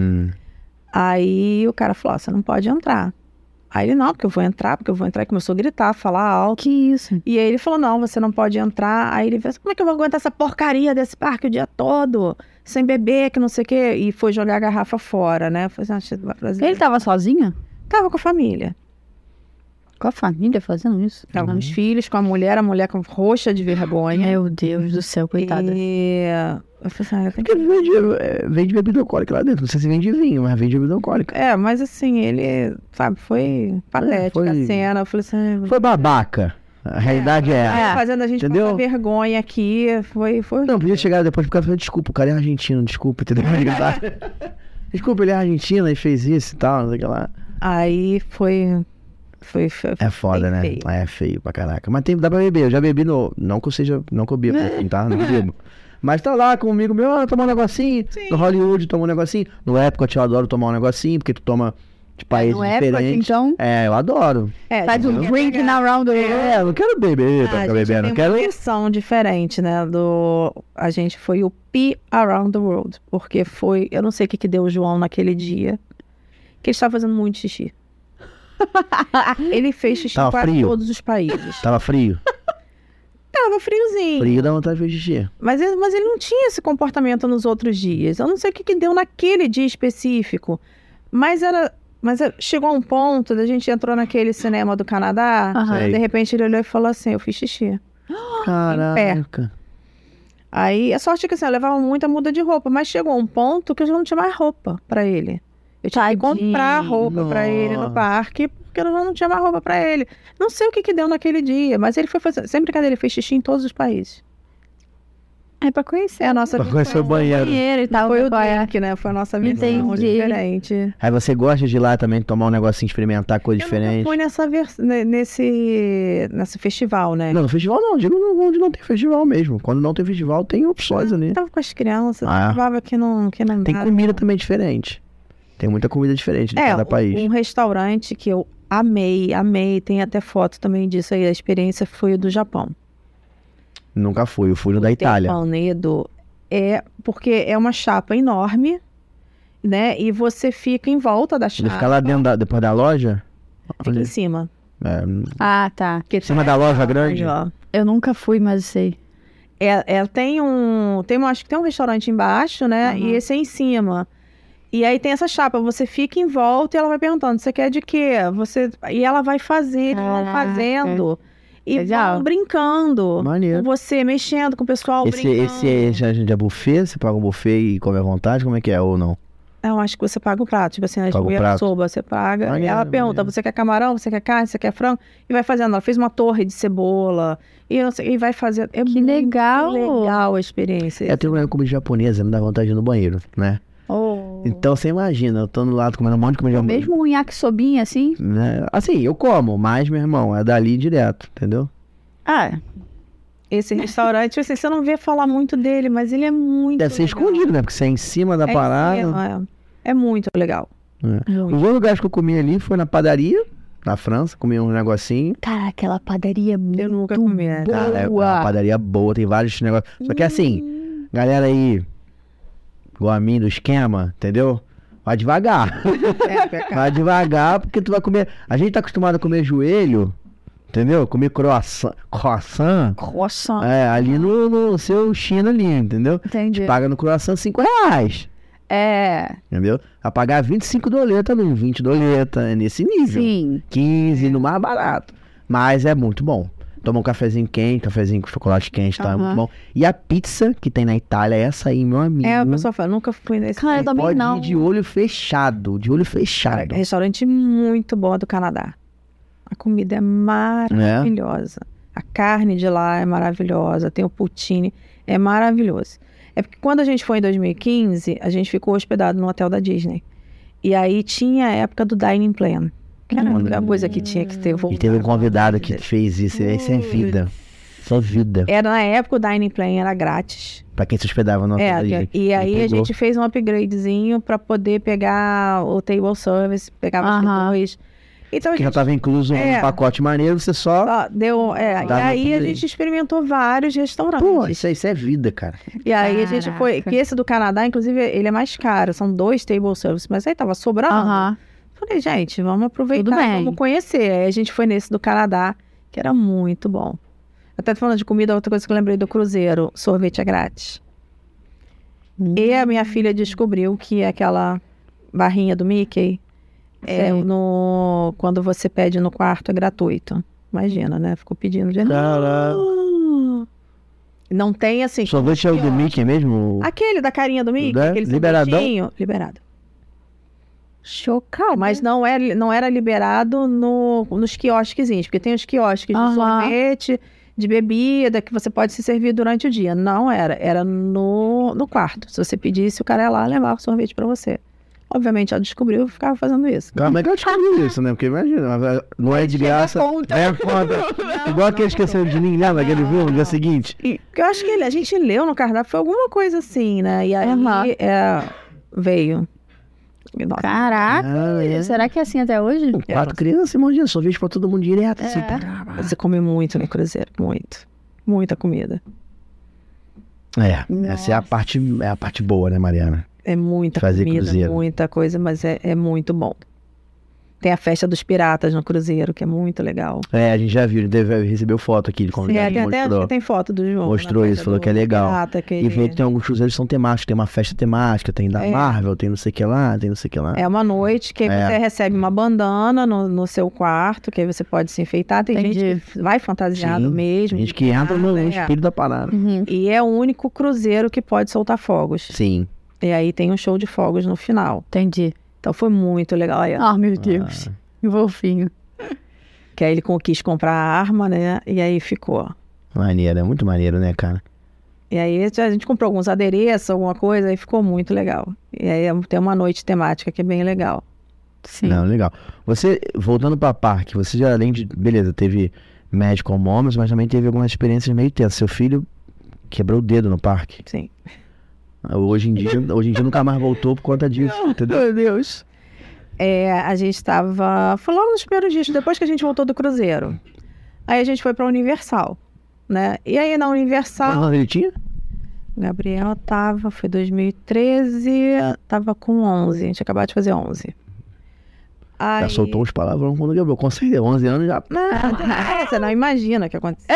Aí o cara falou, você não pode entrar. Aí ele, não, porque eu vou entrar, e começou a gritar, falar alto. Que isso? E aí ele falou, não, você não pode entrar. Aí ele falou, como é que eu vou aguentar essa porcaria desse parque o dia todo? Sem beber, que não sei o quê. E foi jogar a garrafa fora, né? Foi assim, ele tava sozinho? Tava com a família. Com a família fazendo isso? Tava com os filhos, com a mulher com roxa de vergonha. Meu Deus do céu, coitada. E eu falei assim, Porque vende bebida alcoólica lá dentro. Não sei se vende vinho, mas vende bebida alcoólica. Mas assim, ele, sabe, foi patética a cena. Eu falei assim... Foi babaca. A realidade é fazendo a gente passar vergonha aqui. Foi... Não, podia chegar depois porque o cara falou, desculpa, o cara é argentino, desculpa, entendeu? Desculpa, ele é argentino e fez isso e tal, não sei o que lá. Aí foi é foda, né? Feio. É feio pra caraca. Mas dá pra beber. Eu já bebi não que eu bebo, tá? Não bebo. Mas tá lá comigo, tomar um negocinho. Sim. No Hollywood, toma um negocinho. No Epcot eu adoro tomar um negocinho, porque tu toma de países diferentes. Então? Eu adoro. Faz um drink around the world. Eu não quero beber pra ficar bebendo. Tem uma versão diferente, né? A gente foi o Pee Around the World. Porque foi... Eu não sei o que deu o João naquele dia. Que ele estava fazendo muito xixi. Ele fez xixi em quase todos os países. Tava frio? Tava friozinho. Frio dá vontade de fazer xixi. Mas ele não tinha esse comportamento nos outros dias. Eu não sei o que deu naquele dia específico. Mas chegou a um ponto, a gente entrou naquele cinema do Canadá, de repente ele olhou e falou assim, eu fiz xixi. Caraca. Aí, a sorte é que assim, eu levava muita muda de roupa, mas chegou um ponto que eu já não tinha mais roupa pra ele. Eu tinha que comprar roupa pra ele no parque, porque eu não tinha mais roupa pra ele. Não sei o que deu naquele dia, mas ele foi fazer, sem brincadeira, ele fez xixi em todos os países. Pra conhecer a nossa Pra conhecer o banheiro. E tal, foi o drink, né? Foi a nossa versão diferente. Aí você gosta de ir lá também tomar um negocinho, experimentar coisa diferente? Eu fui nesse festival, né? Não, no festival não, digo onde não tem festival mesmo. Quando não tem festival, tem opções ali. Eu tava com as crianças, tava que não tem comida também diferente. Tem muita comida diferente de cada país. Um restaurante que eu amei, tem até foto também disso aí, a experiência foi o do Japão. Nunca fui, eu fui no da Itália. Tepanedo porque é uma chapa enorme, né? E você fica em volta da chapa. Ele fica lá dentro, depois da loja? Fica em cima. Tá. Em cima da loja grande? Eu nunca fui, mas sei. Acho que tem um restaurante embaixo, né? E esse é em cima. E aí tem essa chapa, você fica em volta e ela vai perguntando, você quer de quê? E ela vai fazendo. E vão brincando. Maneiro. Você mexendo com o pessoal, brincando. Esse é buffet? Você paga o buffet e come à vontade? Como é que é? Ou não? Eu acho que você paga o prato. Tipo assim, você paga. Maneiro, ela pergunta, você quer camarão? Você quer carne? Você quer frango? E vai fazendo. Ela fez uma torre de cebola. E vai fazendo. É que legal. legal a experiência. Eu tenho uma comida japonesa, me dá vontade de ir no banheiro, né? Então você imagina, eu tô no lado comendo um monte de comida japonesa. Mesmo um yakisobinha assim? Assim, eu como, mas, meu irmão, é dali direto, entendeu? Esse restaurante, assim, você não vê falar muito dele, mas ele é muito Deve ser legal. escondido, né? Porque você é em cima da parada. É muito legal. Os dois lugares que eu comi ali foi na padaria, na França, comi um negocinho. Cara, aquela padaria é muito Eu nunca comi, né? boa. Cara, é uma padaria boa, tem vários negócios. Só que assim, galera aí, igual a mim do esquema, entendeu? Vai devagar. Vai devagar, porque tu vai comer. A gente tá acostumado a comer joelho, entendeu? Comer croissant. Croissant. Ali no seu China ali, entendeu? Entendi. Paga no croissant R$5. É, Entendeu? A pagar 25 doleta também, 20 doleta, é nesse nível. sim. 15 no mais barato. Mas é muito bom. Toma um cafezinho quente, cafezinho com chocolate quente, tá? É muito bom. E a pizza que tem na Itália é essa aí, meu amigo. O pessoal fala, nunca fui nesse. Cara, eu também Pode não. ir de olho fechado, Cara, restaurante muito bom do Canadá. A comida é maravilhosa. A carne de lá é maravilhosa. Tem o poutine, é maravilhoso. É porque quando a gente foi em 2015, a gente ficou hospedado no hotel da Disney. E aí tinha a época do Dining Plan. Que era a única coisa que tinha que ter. E teve um convidado que fez isso. Isso é vida. Só vida. Era na época o Dining Plan era grátis. Pra quem se hospedava no hotel da Disney. E aí a gente fez um upgradezinho pra poder pegar o table service, pegava os dois. Então, que já estava incluso um pacote maneiro, você só deu. E aí a gente experimentou vários restaurantes. Pô, isso é vida, cara. E aí a gente foi. Que esse do Canadá, inclusive, ele é mais caro. São 2 table service, mas aí tava sobrando. Falei, gente, vamos aproveitar, vamos conhecer. Aí a gente foi nesse do Canadá, que era muito bom. Até falando de comida, outra coisa que eu lembrei do cruzeiro: sorvete é grátis. E a minha filha descobriu que aquela barrinha do Mickey. Quando você pede no quarto é gratuito. Imagina, né? Ficou pedindo de novo. Não tem assim. Sorvete é o do Mickey mesmo? Aquele da carinha do Mickey, aquele liberadão? Liberado. Chocado. Mas não era liberado nos quiosquezinhos, porque tem os quiosques de sorvete, de bebida, que você pode se servir durante o dia. Não era no quarto. Se você pedisse, o cara ia lá levar o sorvete pra você. Obviamente, ela descobriu e ficava fazendo isso. Como é que ela descobriu isso, né? Porque imagina, não é de graça. É foda. Igual aquele esqueceu de mim, lembra? Aquele viu no dia seguinte. Eu acho que a gente leu no cardápio, foi alguma coisa assim, né? E aí veio. Nossa. Caraca, será que é assim até hoje? 4 crianças, imagina, sorvete pra todo mundo direto. Assim, você come muito no cruzeiro, muito. Muita comida. Essa é a parte boa, né, Mariana? É muita Fazer comida, cruzeiro. Muita coisa, mas é muito bom. Tem a festa dos piratas no cruzeiro, que é muito legal. A gente já viu, recebeu foto aqui de convidado. Tem foto do João. Mostrou isso, falou que é legal. Pirata, E vê que tem alguns cruzeiros que são temáticos, tem uma festa temática, tem da Marvel, tem não sei o que lá, tem não sei o que lá. É uma noite que aí você recebe uma bandana no seu quarto, que aí você pode se enfeitar. Tem gente que vai fantasiado mesmo. Tem gente que entra no espírito da parada. E é o único cruzeiro que pode soltar fogos. Sim. E aí tem um show de fogos no final. Entendi. Então foi muito legal aí. Meu Deus. Fofinho. Que aí ele quis comprar a arma, né? E aí ficou. Maneiro, é muito maneiro, né, cara? E aí a gente comprou alguns adereços, alguma coisa, e ficou muito legal. E aí tem uma noite temática que é bem legal. Sim. Não, legal. Você, voltando pra parque, você já além de... Beleza, teve Magical Moments, mas também teve algumas experiências meio tensas. Seu filho quebrou o dedo no parque. Sim. Hoje em dia nunca mais voltou por conta disso, entendeu? Meu Deus. A gente foi logo nos primeiros dias, depois que a gente voltou do cruzeiro. Aí a gente foi pra Universal, né? E aí na Universal... Quantos anos ele tinha? Gabriel foi 2013, tava com 11, a gente acabou de fazer 11. Aí... Já soltou uns palavrões quando quebrou, com certeza, 11 anos já... Você não imagina o que aconteceu.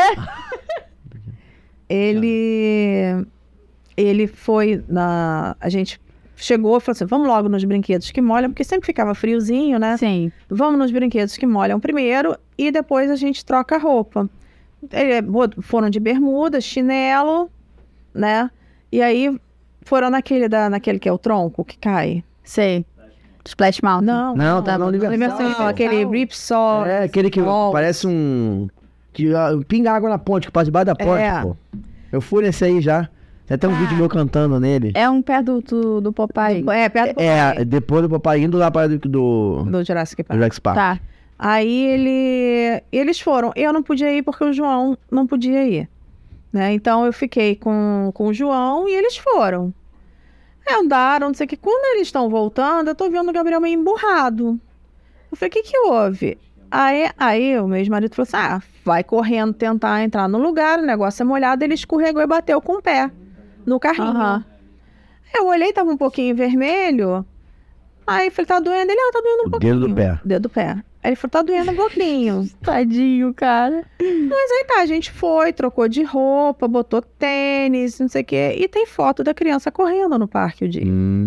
Ele foi a gente chegou e falou assim, vamos logo nos brinquedos que molham, porque sempre ficava friozinho, né? Sim. Vamos nos brinquedos que molham primeiro e depois a gente troca a roupa. Foram de bermuda, chinelo, né? E aí foram naquele que é o tronco que cai. Sei. Splash Mountain. Não, tá na Universal. Aquele Ripsaw. Aquele que parece que pinga água na ponte, que passa debaixo da ponte, pô. Eu fui nesse aí já. Tem até um vídeo meu cantando nele. É um perto do Popeye. Perto do Popeye. Depois do Popeye, indo lá para do Jurassic Park. Jurassic Park. Tá. Aí eles foram. Eu não podia ir porque o João não podia ir. né? Então eu fiquei com o João e eles foram. Andaram, não sei o que. Quando eles estão voltando, eu tô vendo o Gabriel meio emburrado. Eu falei, o que houve? Aí o meu ex-marido falou assim, vai correndo tentar entrar no lugar, o negócio é molhado, ele escorregou e bateu com o pé no carrinho. Eu olhei, tava um pouquinho vermelho. Aí eu falei, tá doendo? Ele, tá doendo um pouquinho. Dedo do pé. Dedo do pé. Aí ele falou, tá doendo um pouquinho. Tadinho, cara. Mas aí tá, a gente foi, trocou de roupa, botou tênis, não sei o quê. E tem foto da criança correndo no parque o dia.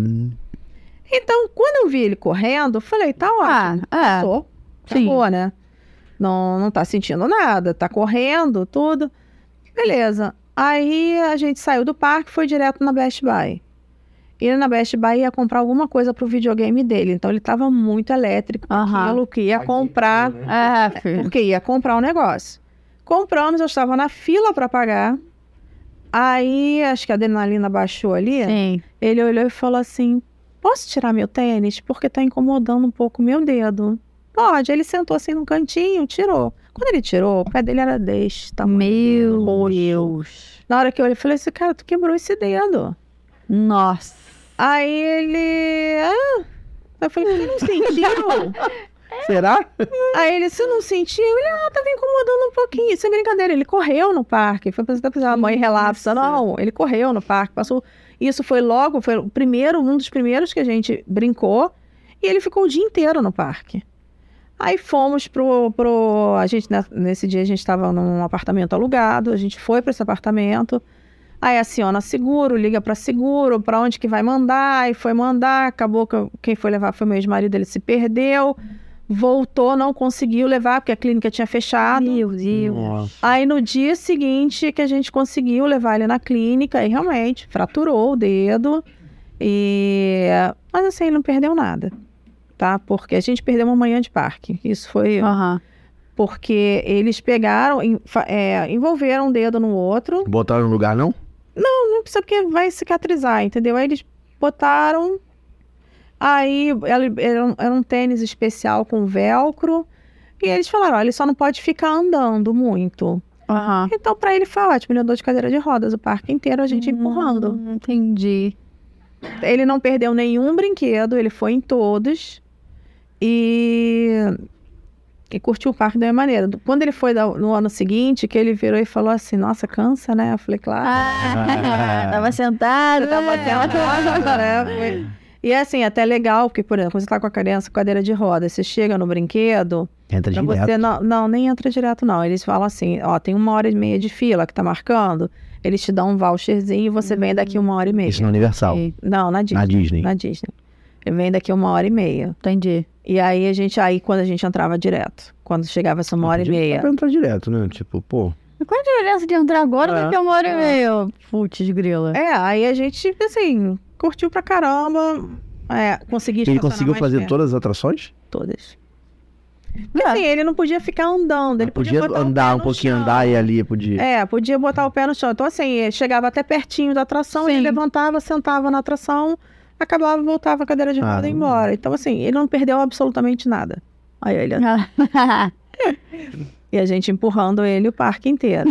Então, quando eu vi ele correndo, eu falei, tá ótimo. Passou. Acabou, né? Não tá sentindo nada, tá correndo, tudo. Beleza. Aí a gente saiu do parque e foi direto na Best Buy. E na Best Buy ia comprar alguma coisa pro videogame dele. Então ele tava muito elétrico. Aquilo que ia comprar. Porque ia comprar um negócio. Compramos, eu estava na fila para pagar. Aí, acho que a adrenalina baixou ali. Sim. Ele olhou e falou assim, posso tirar meu tênis? Porque tá incomodando um pouco o meu dedo. Pode. Ele sentou assim no cantinho, tirou. Quando ele tirou, o pé dele era deste tamanho. Meu Deus. Na hora que eu olhei, eu falei assim, cara, tu quebrou esse dedo. Nossa. Aí ele... Eu falei, você não sentiu? Será? Aí ele, você não sentiu? Ele, tava incomodando um pouquinho. Isso é brincadeira. Ele correu no parque. Foi pra a mãe relapsa. Não, ele correu no parque. Passou... Isso foi o primeiro, um dos primeiros que a gente brincou. E ele ficou o dia inteiro no parque. Aí fomos a gente, nesse dia a gente estava num apartamento alugado. A gente foi para esse apartamento. Aí aciona seguro, liga para seguro, para onde que vai mandar, aí foi mandar, acabou que quem foi levar foi meu ex-marido, ele se perdeu, voltou, não conseguiu levar, porque a clínica tinha fechado. Meu Deus. Nossa. Aí no dia seguinte que a gente conseguiu levar ele na clínica, e realmente fraturou o dedo, mas assim, ele não perdeu nada, tá? Porque a gente perdeu uma manhã de parque, isso foi... Porque eles pegaram, envolveram um dedo no outro. Botaram no lugar, não? Não precisa, porque vai cicatrizar, entendeu? Aí eles botaram, aí era um tênis especial com velcro, e eles falaram, ele só não pode ficar andando muito. Então pra ele foi ótimo, ele andou de cadeira de rodas o parque inteiro, a gente empurrando. Entendi. Ele não perdeu nenhum brinquedo, ele foi em todos, e curtiu o parque da minha maneira. Quando ele foi no ano seguinte, que ele virou e falou assim, nossa, cansa, né? Eu falei, claro. Tava sentado. Né? E é assim, até legal, porque, por exemplo, quando você tá com a criança com cadeira de rodas, você chega no brinquedo... Entra direto. Você não, nem entra direto, não. Eles falam assim, tem 1h30 de fila que tá marcando, eles te dão um voucherzinho e você vem daqui 1h30. Isso no Universal? Não, na Disney. Na Disney. Ele vem daqui 1h30. Entendi. E aí quando a gente entrava direto, quando chegava essa 1h30. Dá pra entrar direto, né? Tipo, pô... Qual a diferença de entrar agora daqui a 1h30? Putz, grila. Aí a gente, assim, curtiu pra caramba. Conseguiu Ele conseguiu fazer todas as atrações? Todas. Porque assim, ele não podia ficar andando. Ele podia botar andar um pouquinho, chão. andar e ali, podia... podia botar o pé no chão. Então assim, chegava até pertinho da atração, ele levantava, sentava na atração, acabava, voltava a cadeira de roda e ia embora. Então assim, ele não perdeu absolutamente nada. Aí ele... E a gente empurrando ele o parque inteiro.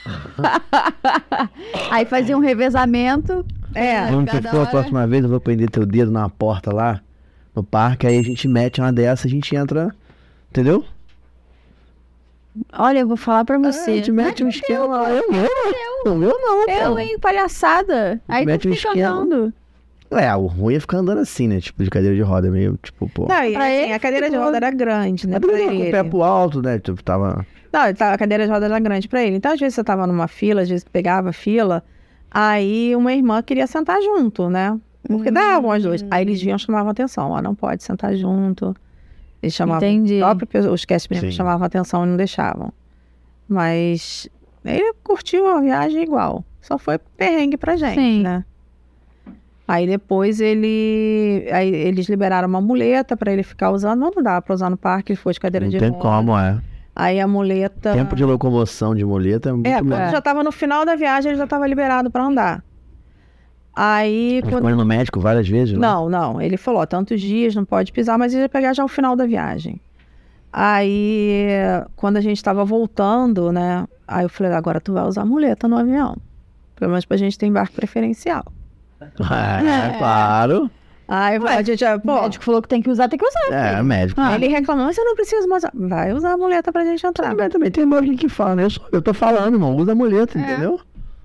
Aí fazia um revezamento. Quando você for a próxima vez, eu vou prender teu dedo na porta lá, no parque, aí a gente mete uma dessa, a gente entra, entendeu? Olha, eu vou falar pra você. A gente mete um esquema lá. O meu não. Hein, palhaçada. Aí mete tu um fica esquema. andando. O ruim é ficar andando assim, né? Tipo, de cadeira de roda, meio, tipo, pô. Não, e Pra assim, ele, a cadeira de roda era grande, né? Mas Pra com o ele. pé pro alto, né? Tipo, tava... Não, a cadeira de roda era grande pra ele. Então, às vezes, você tava numa fila, às vezes pegava fila, aí uma irmã queria sentar junto, né? Porque davam as duas. Aí eles vinham e chamavam atenção. Não pode sentar junto. Eles chamavam... Entendi. Os cast members chamavam atenção e não deixavam. Mas ele curtiu a viagem igual. Só foi perrengue pra gente, né? Aí depois eles liberaram uma muleta pra ele ficar usando. Não dava pra usar no parque, ele foi de cadeira de roda. Não tem como, Aí a muleta... Tempo de locomoção de muleta é muito quando já tava no final da viagem, ele já tava liberado pra andar. Aí... Ficou no médico várias vezes? Não. Ele falou, tantos dias, não pode pisar, mas ele ia pegar já o final da viagem. Aí, quando a gente tava voltando, né? Aí eu falei, agora tu vai usar muleta no avião. Pelo menos pra gente ter embarque preferencial. Claro. Aí a gente, O médico falou que tem que usar, tem que usar. Médico. Ele reclamou, mas eu não preciso mais. Vai usar a muleta pra gente entrar. Também tem médico que fala, né? Eu tô falando, irmão. Usa a muleta, entendeu?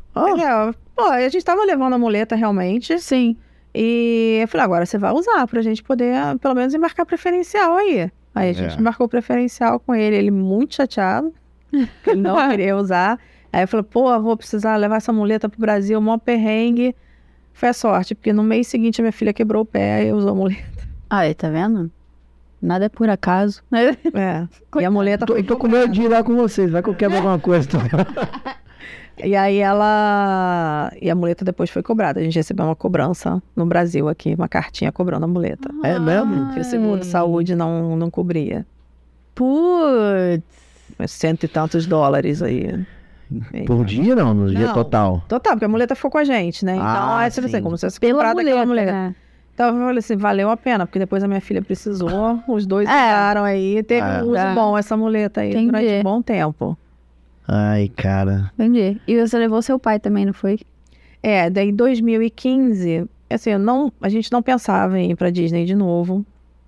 A gente tava levando a muleta realmente. Sim. E eu falei, agora você vai usar pra gente poder, pelo menos, embarcar preferencial aí. Aí a gente embarcou preferencial com ele muito chateado, que ele não queria usar. Aí eu falei, vou precisar levar essa muleta pro Brasil, mó perrengue. Foi a sorte, porque no mês seguinte a minha filha quebrou o pé e usou a muleta. Aí, tá vendo? Nada é por acaso. E a muleta foi tô com medo de ir lá com vocês, vai que eu quebro alguma coisa também. E aí a muleta depois foi cobrada. A gente recebeu uma cobrança no Brasil aqui, uma cartinha cobrando a muleta. É mesmo? Que o seguro de saúde não cobria. Putz. $100 e tantos aí. Por dia não? No dia total? Total, porque a muleta ficou com a gente, né? Então, aí você sim. como se fosse Pela comprado aquela muleta, muleta. né? Então eu falei assim, valeu a pena, porque depois a minha filha precisou, os dois usaram aí, teve um uso bom essa muleta aí durante um bom tempo. Ai, cara. Entendi. E você levou seu pai também, não foi? Daí em 2015, assim, a gente não pensava em ir pra Disney de novo.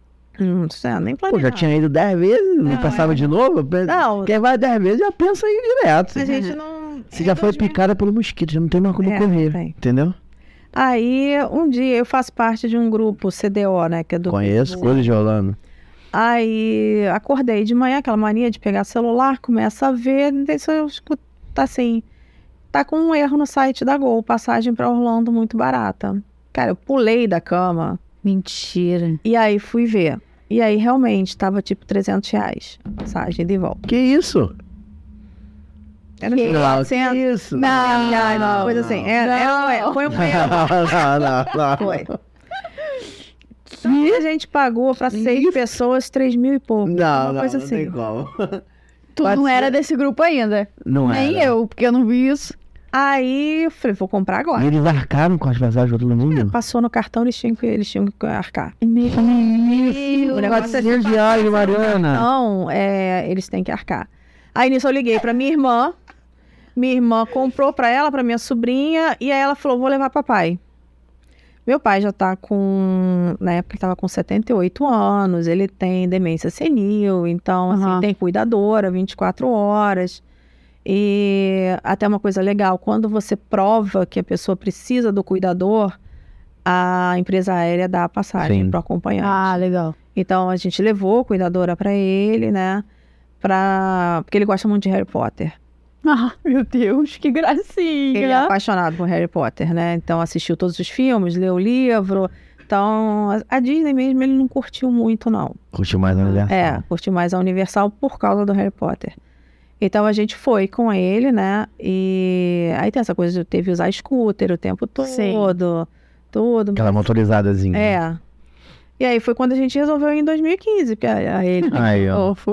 Nem planejava. Pô, já tinha ido 10 vezes, não pensava de novo? Não. Quem vai 10 vezes já pensa em ir direto. A gente não... Você já foi picada pelo mosquito, já não tem mais como correr, entendeu? Aí, um dia, eu faço parte de um grupo CDO, né? Que é do Conheço, coisa de Orlando. Aí, acordei de manhã, aquela mania de pegar celular, começa a ver, deixa eu escutar assim, tá com um erro no site da Gol, passagem pra Orlando muito barata. Cara, eu pulei da cama. Mentira. E aí, fui ver. E aí, realmente, tava tipo R$300 a passagem de volta. Que isso? Era Que isso? Não, coisa assim. Foi um erro. Não. Foi. Então, a gente pagou pra 6 pessoas 3.000 e pouco. Não, coisa não assim. tem como. Tu não era desse grupo ainda. Não Nem era. eu, porque eu não vi isso. Aí eu falei, vou comprar agora. E eles arcaram com as passagens de todo mundo? Passou no cartão, eles tinham que arcar. O negócio é diário, Mariana. Então, eles têm que arcar. Aí nisso eu liguei pra minha irmã. Minha irmã comprou pra ela, pra minha sobrinha. E aí ela falou, vou levar papai. Meu pai já tá com... Na época ele tava com 78 anos. Ele tem demência senil. Então, assim, tem cuidadora 24 horas. E até uma coisa legal, quando você prova que a pessoa precisa do cuidador, a empresa aérea dá a passagem pro acompanhante. Ah, legal. Então a gente levou a cuidadora pra ele, né? Porque ele gosta muito de Harry Potter. Ah, meu Deus, que gracinha. Ele é apaixonado por Harry Potter, né? Então assistiu todos os filmes, leu o livro. Então a Disney mesmo ele não curtiu muito, não. Curtiu mais a Universal. Curtiu mais a Universal por causa do Harry Potter. Então a gente foi com ele, né? E aí tem essa coisa de teve que usar scooter o tempo todo. Sim. Tudo. Aquela motorizadazinha. E aí foi quando a gente resolveu ir em 2015, porque aí ele Aí, ó. Fofo.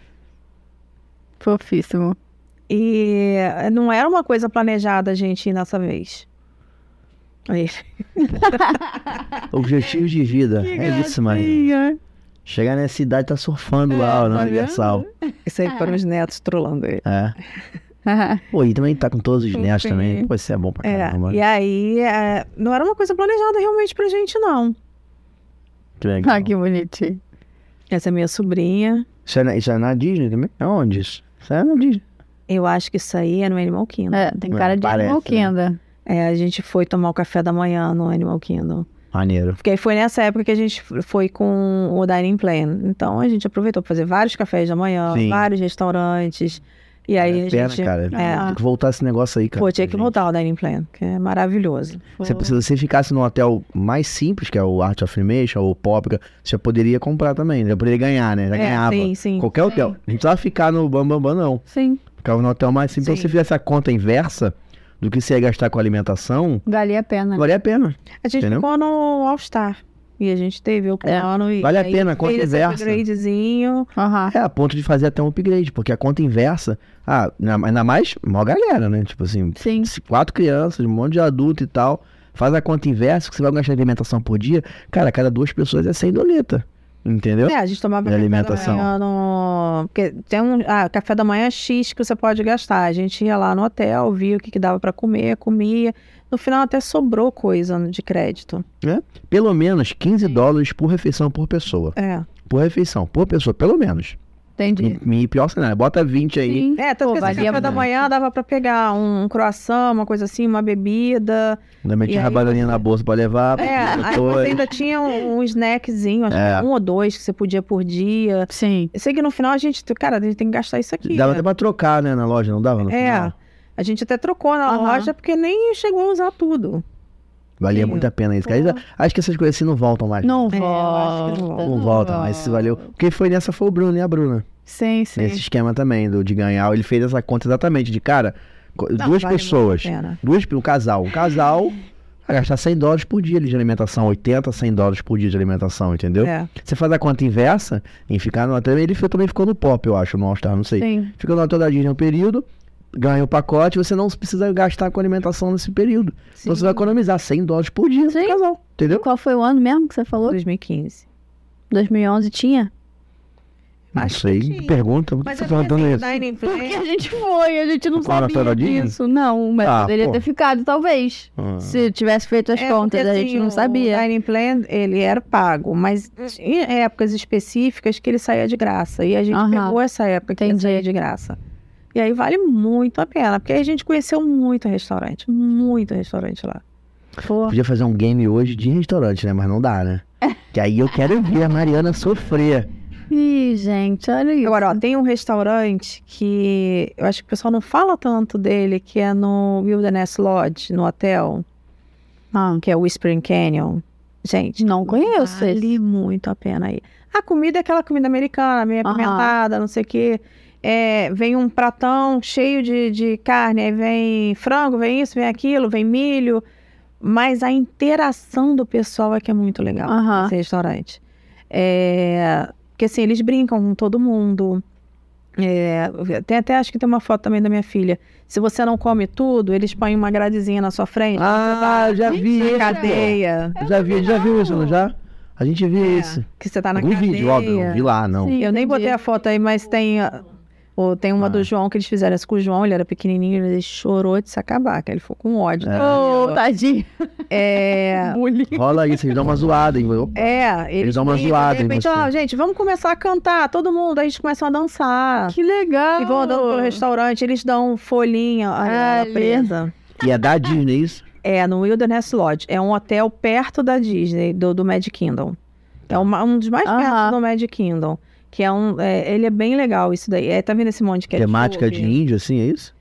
Fofíssimo. E não era uma coisa planejada a gente ir nessa vez. Aí. Objetivo de vida. É isso, Maria. Chegar nessa idade tá surfando lá no Universal. Isso aí foram os netos trolando ele. Pô, e também tá com todos os netos também. Pô, isso é bom pra caramba. E aí, não era uma coisa planejada realmente pra gente, não. Que legal. Ah, que bonitinho. Essa é minha sobrinha. Isso é na Disney também? É onde isso? Isso é na Disney. Eu acho que isso aí é no Animal Kingdom. Tem cara de Parece, Animal Kingdom. A gente foi tomar o café da manhã no Animal Kingdom. Maneiro. Porque aí foi nessa época que a gente foi com o Dining Plan. Então a gente aproveitou para fazer vários cafés da manhã, vários restaurantes. E aí Cara. Tem que voltar esse negócio aí, cara. Pô, tinha que voltar o Dining Plan, que é maravilhoso. Se você ficasse num hotel mais simples, que é o Art of Animation ou o Póprica, você já poderia comprar também. Já poderia ganhar, né? Já ganhava. Sim. Qualquer hotel. A gente não precisava ficar no Bambambam, não. Sim. Ficava no hotel mais simples. Então, se você fizesse a conta inversa do que você ia gastar com alimentação, valia a pena. Valia a pena. A gente ficou no All-Star. E a gente teve o plano. Vale a pena, a conta inversa. Upgradezinho. A ponto de fazer até um upgrade, porque a conta inversa, ainda mais, maior galera, né? Tipo assim, 4 crianças, um monte de adulto e tal. Faz a conta inversa, que você vai gastar de alimentação por dia. Cara, cada 2 pessoas é $100. Entendeu? A gente tomava De café alimentação. da manhã no... Porque tem café da manhã X que você pode gastar. A gente ia lá no hotel, via o que dava pra comer, comia. No final até sobrou coisa de crédito. Pelo menos $15 por refeição por pessoa. Por refeição, por pessoa, pelo menos. Entendi. E pior cenário, bota 20 aí. Sim. Tanto Pô, que esse valia café da muito. manhã dava pra pegar um croissant, uma coisa assim, uma bebida. Ainda meti E aí rabaninha na bolsa pra levar. Aí você ainda tinha um snackzinho, acho que 1 ou 2 que você podia por dia. Sim. Eu sei que no final a gente tem que gastar isso aqui. Dava né? até pra trocar, né, na loja, não dava? No final? A gente até trocou na loja porque nem chegou a usar tudo. Valia Sim. muito a pena isso. Acho que essas coisas assim não voltam mais. Não eu acho que volta. não volta. Não voltam mais, se valeu. Quem foi nessa foi o Bruno e a Bruna. Sim, sim. Nesse esquema também, de ganhar. Ele fez essa conta exatamente de, cara, Não, duas vale pessoas. muito a pena. Um casal. Um casal vai gastar $100 por dia de alimentação. $80, $100 por dia de alimentação, entendeu? Você faz a conta inversa em ficar no hotel. Ele também ficou no Pop, eu acho, no All Star, não sei. Sim. Ficou no hotel da Disney um período, ganha o pacote, você não precisa gastar com alimentação nesse período. Então você vai economizar $100 por dia Sim. no casal, entendeu? Qual foi o ano mesmo que você falou? 2015. 2011 tinha? Não Acho sei, que tinha. pergunta, por que Mas você é tá porque perguntando assim, isso? Dining Porque Plan... a gente não Ficou na sabia tela Disney? disso. Não, mas poderia ter ficado, talvez. Se tivesse feito as contas, porque, a gente não o sabia. Dining Plan, ele era pago, mas em épocas específicas que ele saía de graça. E a gente pegou essa época que ele Entendi. saía de graça. E aí vale muito a pena, porque aí a gente conheceu muito restaurante lá. Pô. Podia fazer um game hoje de restaurante, né? Mas não dá, né? Que aí eu quero ver a Mariana sofrer. Ih, gente, olha isso. Agora, ó, tem um restaurante que eu acho que o pessoal não fala tanto dele, que é no Wilderness Lodge, no hotel, que é o Whispering Canyon. Gente, Não conheço vale muito a pena aí. A comida é aquela comida americana, meio apimentada, não sei o quê. Vem um pratão cheio de carne, aí vem frango, vem isso, vem aquilo, vem milho. Mas a interação do pessoal é que é muito legal nesse restaurante. Porque assim, eles brincam com todo mundo. Acho que tem uma foto também da minha filha. Se você não come tudo, eles põem uma gradezinha na sua frente. Ah, já vi na isso. cadeia. Já viu isso, não já? A gente viu isso. Que você tá na Algum cadeia. vídeo, óbvio, não vi lá, não. Sim. Eu nem Entendi. botei a foto aí, mas tem uma do João que eles fizeram essa com o João. Ele era pequenininho, ele chorou de se acabar, que ele ficou com ódio. Ô, tadinho. Rola isso, eles dão uma zoada, hein? Eles dão uma brincam, zoada de em repente, você. gente, vamos começar a cantar, todo mundo, aí eles começam a dançar. Que legal. E vão andando pelo restaurante, eles dão folhinha, ela presa. E é da Disney, isso? No Wilderness Lodge. É um hotel perto da Disney, do Magic Kingdom. É um dos mais perto do Magic Kingdom. Que ele é bem legal, isso daí. Tá vendo esse monte de ketchup? Temática de índio, assim, é isso?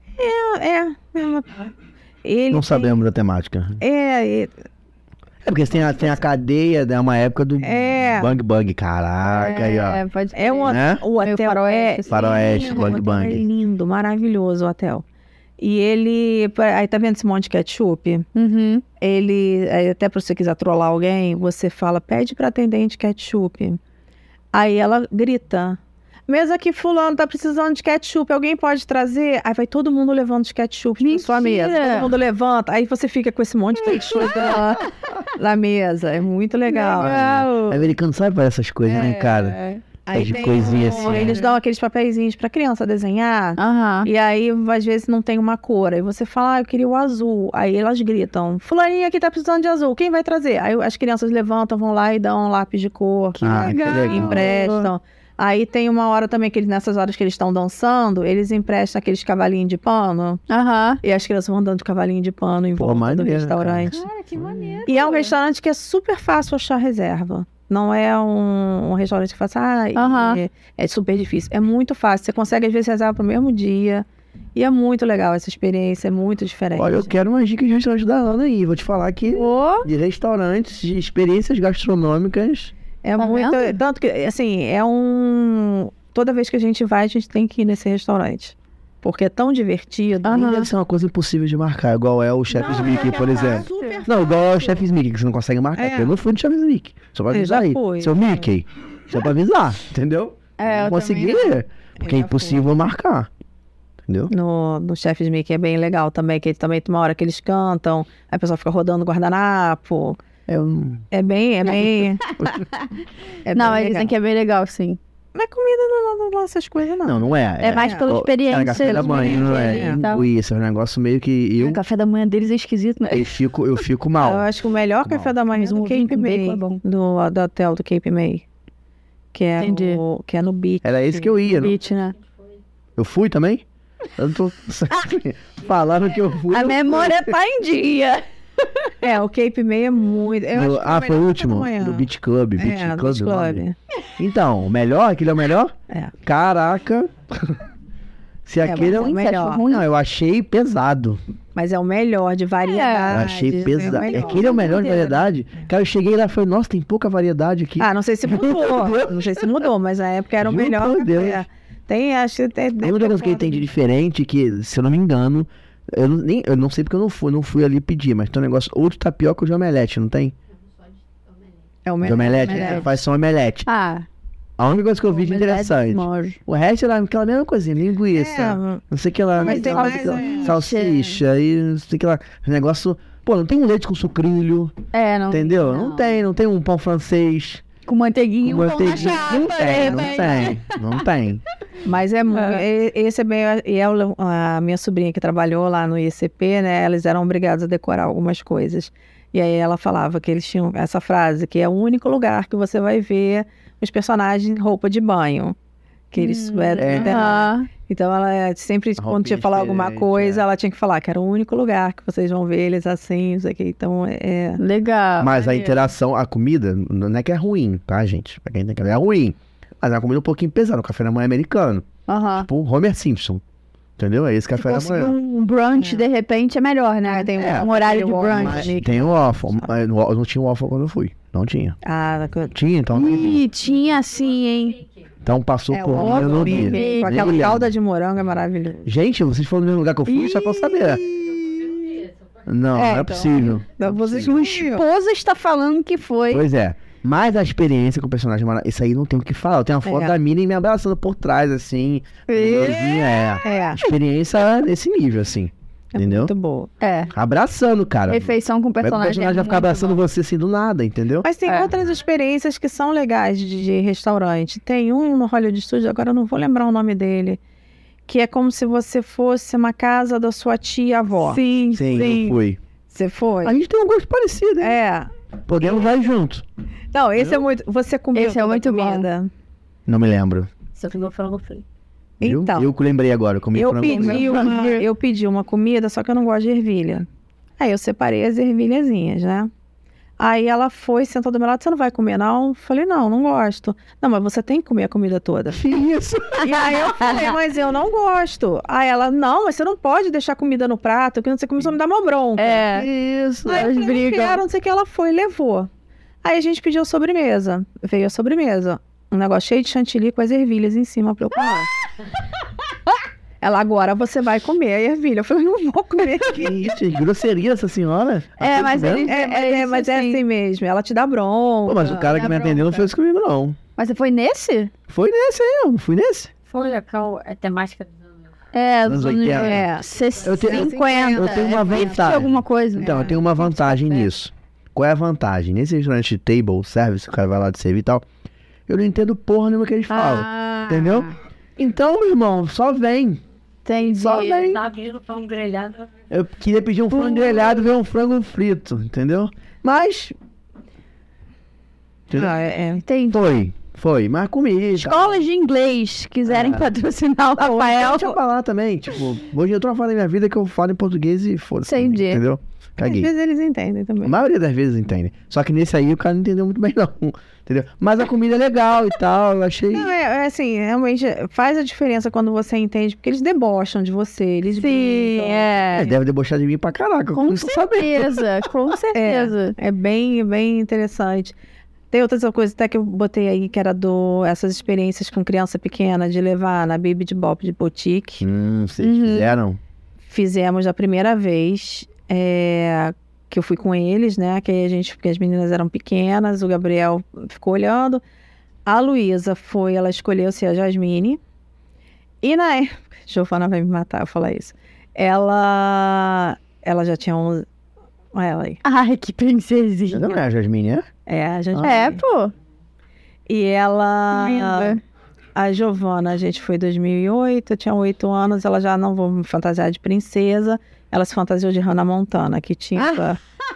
Ele Não sabemos da temática. É porque tem a cadeia, é uma época do Bang Bang, caraca, aí ó. Pode Né? O hotel faroeste, assim. Faroeste, lindo, Bang o hotel Bang. É lindo, maravilhoso o hotel. E ele... Aí tá vendo esse monte de ketchup? Uhum. Aí até pra você quiser trollar alguém, você fala, pede pra atendente ketchup. Aí ela grita, mesa que fulano tá precisando de ketchup, alguém pode trazer? Aí vai todo mundo levando os ketchup pra sua mesa. Todo mundo levanta, aí você fica com esse monte de ketchup na mesa. É muito legal. Americano sabe fazer essas coisas, né, cara? Aí de tem coisinha assim. Eles dão aqueles papeizinhos pra criança desenhar. E aí, às vezes, não tem uma cor. Aí você fala, eu queria o azul. Aí elas gritam, fulaninha aqui tá precisando de azul, quem vai trazer? Aí as crianças levantam, vão lá e dão um lápis de cor. Que legal. Emprestam. Aí tem uma hora também que nessas horas que eles estão dançando, eles emprestam aqueles cavalinhos de pano. E as crianças vão andando de cavalinho de pano em volta do maneiro, restaurante. Cara, que maneiro. E é um restaurante que é super fácil achar reserva. Não é um restaurante que fala assim, é super difícil. É muito fácil. Você consegue, às vezes, reservar pro mesmo dia. E é muito legal essa experiência, é muito diferente. Olha, eu quero umas dicas de restaurante da Ana aí. Vou te falar que de restaurantes, de experiências gastronômicas. É muito... Tanto que, assim, toda vez que a gente vai, a gente tem que ir nesse restaurante. Porque é tão divertido. Nem deve ser uma coisa impossível de marcar, igual é o Chef's Mickey, por exemplo. Não, igual é o Chef's Mickey, que você não consegue marcar. Porque eu não fui no Chef's Mickey. Só pra avisar aí. Seu Mickey. Só pra avisar, entendeu? Não consegui ir. Porque é impossível marcar. Entendeu? No Chef's Mickey é bem legal também, que também tem uma hora que eles cantam, aí a pessoa fica rodando guardanapo. Eu não... É bem... É não, bem mas legal. dizem que é bem legal, sim. Não é comida, não, essas coisas, não. Não, não é. É mais pela experiência. É café da manhã, não é? e tal. Isso, é um negócio meio que O café da manhã deles é esquisito, né? eu fico Eu mal. acho que o melhor Mal. café da manhã Mas é do um ovinho Cape com bacon May, é bom. do hotel do Cape May. Que é, Entendi. que é no beach. Era esse que eu ia, não? Beach, né? Eu fui também? Eu não tô... Falaram que eu fui. A eu fui. memória tá em dia. É, o Cape May é muito... Eu acho que é Foi o melhor último? café da manhã. Do Beach Club. Beach É, do Club, Beach o nome. Club. Então, o melhor? Aquele é o melhor? É. Caraca. Se aquele é mas o é melhor. melhor. Não, eu achei pesado. Mas é o melhor de Eu variedade. achei pesado. É o melhor. Aquele é o melhor de variedade. Cara, eu cheguei lá e falei, nossa, tem pouca variedade aqui. Ah, não sei se mudou. Não sei se mudou, mas na época era o Juro melhor por Deus. café. Tem, acho que tem... A única coisa que tem de diferente, que, se eu não me engano, eu não sei porque eu não fui ali pedir, mas tem um negócio, outro tapioca de omelete, não tem? É o De melhor. omelete? omelete. Faz só omelete. Ah, A única coisa que eu vi de interessante. O resto era aquela mesma coisinha, linguiça, É, não sei o que lá, mas tem mais, salsicha e não sei o que lá. Negócio, pô, não tem um leite com sucrilho, não. entendeu? Não tem um pão francês. Com manteiguinha, Com um pão na manteiguinha. chapa. Não tem. Mas é muito. Esse é bem. E a minha sobrinha que trabalhou lá no ICP, né? Eles eram obrigados a decorar algumas coisas. E aí ela falava que eles tinham essa frase, que é o único lugar que você vai ver os personagens em roupa de banho. Que eles Então ela sempre, A quando tinha roupinha que falar alguma diferente, coisa, ela tinha que falar que era o único lugar que vocês vão ver eles assim, isso aqui. Então Legal. Mas a interação, a comida, não é que é ruim, tá, gente? Pra quem tem que é ruim. Mas é uma comida um pouquinho pesada, o café da manhã americano. Aham. Tipo o Homer Simpson. Entendeu? É esse café da Conseguir manhã. um brunch, de repente, é melhor, né? Tem É. um horário de brunch. Mas tem o waffle. Mas não tinha o waffle quando eu fui. Não tinha. Tinha, então. Ih, tinha sim, hein? Então passou É, por o mim, eu não waffle, vi. com aquela Nem olhando. calda de morango é maravilhoso. Gente, vocês foram no mesmo lugar que eu fui, só pra eu saber. Não, não é então. possível. Vocês Sua esposa está falando que foi. Pois é. Mas a experiência com o personagem isso aí não tem o que falar. Eu tenho uma foto da Minnie me abraçando por trás, assim. A experiência nesse nível, assim. Entendeu? Muito boa. Abraçando, cara. Refeição com Como é que o personagem. personagem vai ficar abraçando você assim do nada, entendeu? Mas tem outras experiências que são legais de restaurante. Tem um no Hollywood Studios, agora eu não vou lembrar o nome dele, que é como se você fosse uma casa da sua tia-avó. Sim, Sim, eu fui. Você foi? A gente tem um gosto parecido, hein? Podemos vai junto. Não, esse é muito... Você comeu Esse é toda a muito bom. comida? Não me lembro. Só ficou frango frito. Viu? Então. Eu que lembrei agora, eu comi frango. Eu pedi uma comida, só que eu não gosto de ervilha. Aí eu separei as ervilhazinhas, né? Aí ela foi, sentou do meu lado, você não vai comer não? Falei, não gosto. Não, mas você tem que comer a comida toda. Isso. E aí eu falei, mas eu não gosto. Aí ela, não, mas você não pode deixar comida no prato, que não sei como, começou a me dar uma bronca. Isso. Aí eu falei, não quero, não sei o que, ela foi, levou. Aí a gente pediu sobremesa. Veio a sobremesa. Um negócio cheio de chantilly com as ervilhas em cima pra eu comer. Ela, agora você vai comer a ervilha. Eu falei, não vou comer Que isso, gente, grosseria essa senhora. Mas ele... mas é assim mesmo. Ela te dá bronca. Pô, mas o cara que me atendeu não fez comigo, não. Mas você foi nesse? Foi nesse aí, eu não fui nesse. Foi a temática dos anos. Anos 80. 50. Eu tenho uma vantagem. Alguma coisa. Então, eu tenho uma vantagem nisso. Qual é a vantagem? Nesse restaurante table service, o cara vai lá de servir e tal, eu não entendo porra nenhuma que eles falam. Entendeu? Então, meu irmão, só vem. Entendi. Só vem. Tava pedindo pão grelhado. Eu queria pedir um frango grelhado, ver um frango frito, entendeu? Mas... Entendeu? Entendi. Foi, mas comi. Escolas de inglês quiserem patrocinar o Rafael. Deixa eu falar também, tipo, hoje eu tô falando na minha vida que eu falo em português e foda-se. Entendi. Entendeu? Às Caguei. vezes eles entendem A também. maioria das vezes entende. Só que nesse aí o cara não entendeu muito bem, não. Entendeu? Mas a comida é legal e tal, eu achei. Não, assim, realmente faz a diferença quando você entende, porque eles debocham de você, eles Sim, brincam. Deve debochar de mim pra caraca. Com não tô sabendo. certeza, com certeza. É bem interessante. Tem outras coisas até que eu botei aí, que era essas experiências com criança pequena, de levar na Bibi de Bop de Boutique. Vocês fizeram? Fizemos a primeira vez que eu fui com eles, né? Que aí porque as meninas eram pequenas, o Gabriel ficou olhando. A Luísa foi, ela escolheu-se a Jasmine. E na época, Giovana vai me matar eu falar isso. Ela já tinha Olha ela aí. Ai, que Você princesinha. não é a Jasmine, é? É, a gente. É, pô. E ela. Linda. A Giovana, a gente foi em 2008, eu tinha 8 anos, ela já não vou me fantasiar de princesa. Ela se fantasiou de Hannah Montana, que tinha.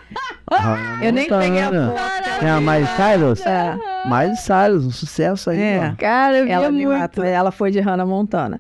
Eu nem peguei a foto. É a Miley Cyrus? É. Miley Cyrus, um sucesso aí, É. ó. Cara, eu Ela, via muito. ela foi de Hannah Montana.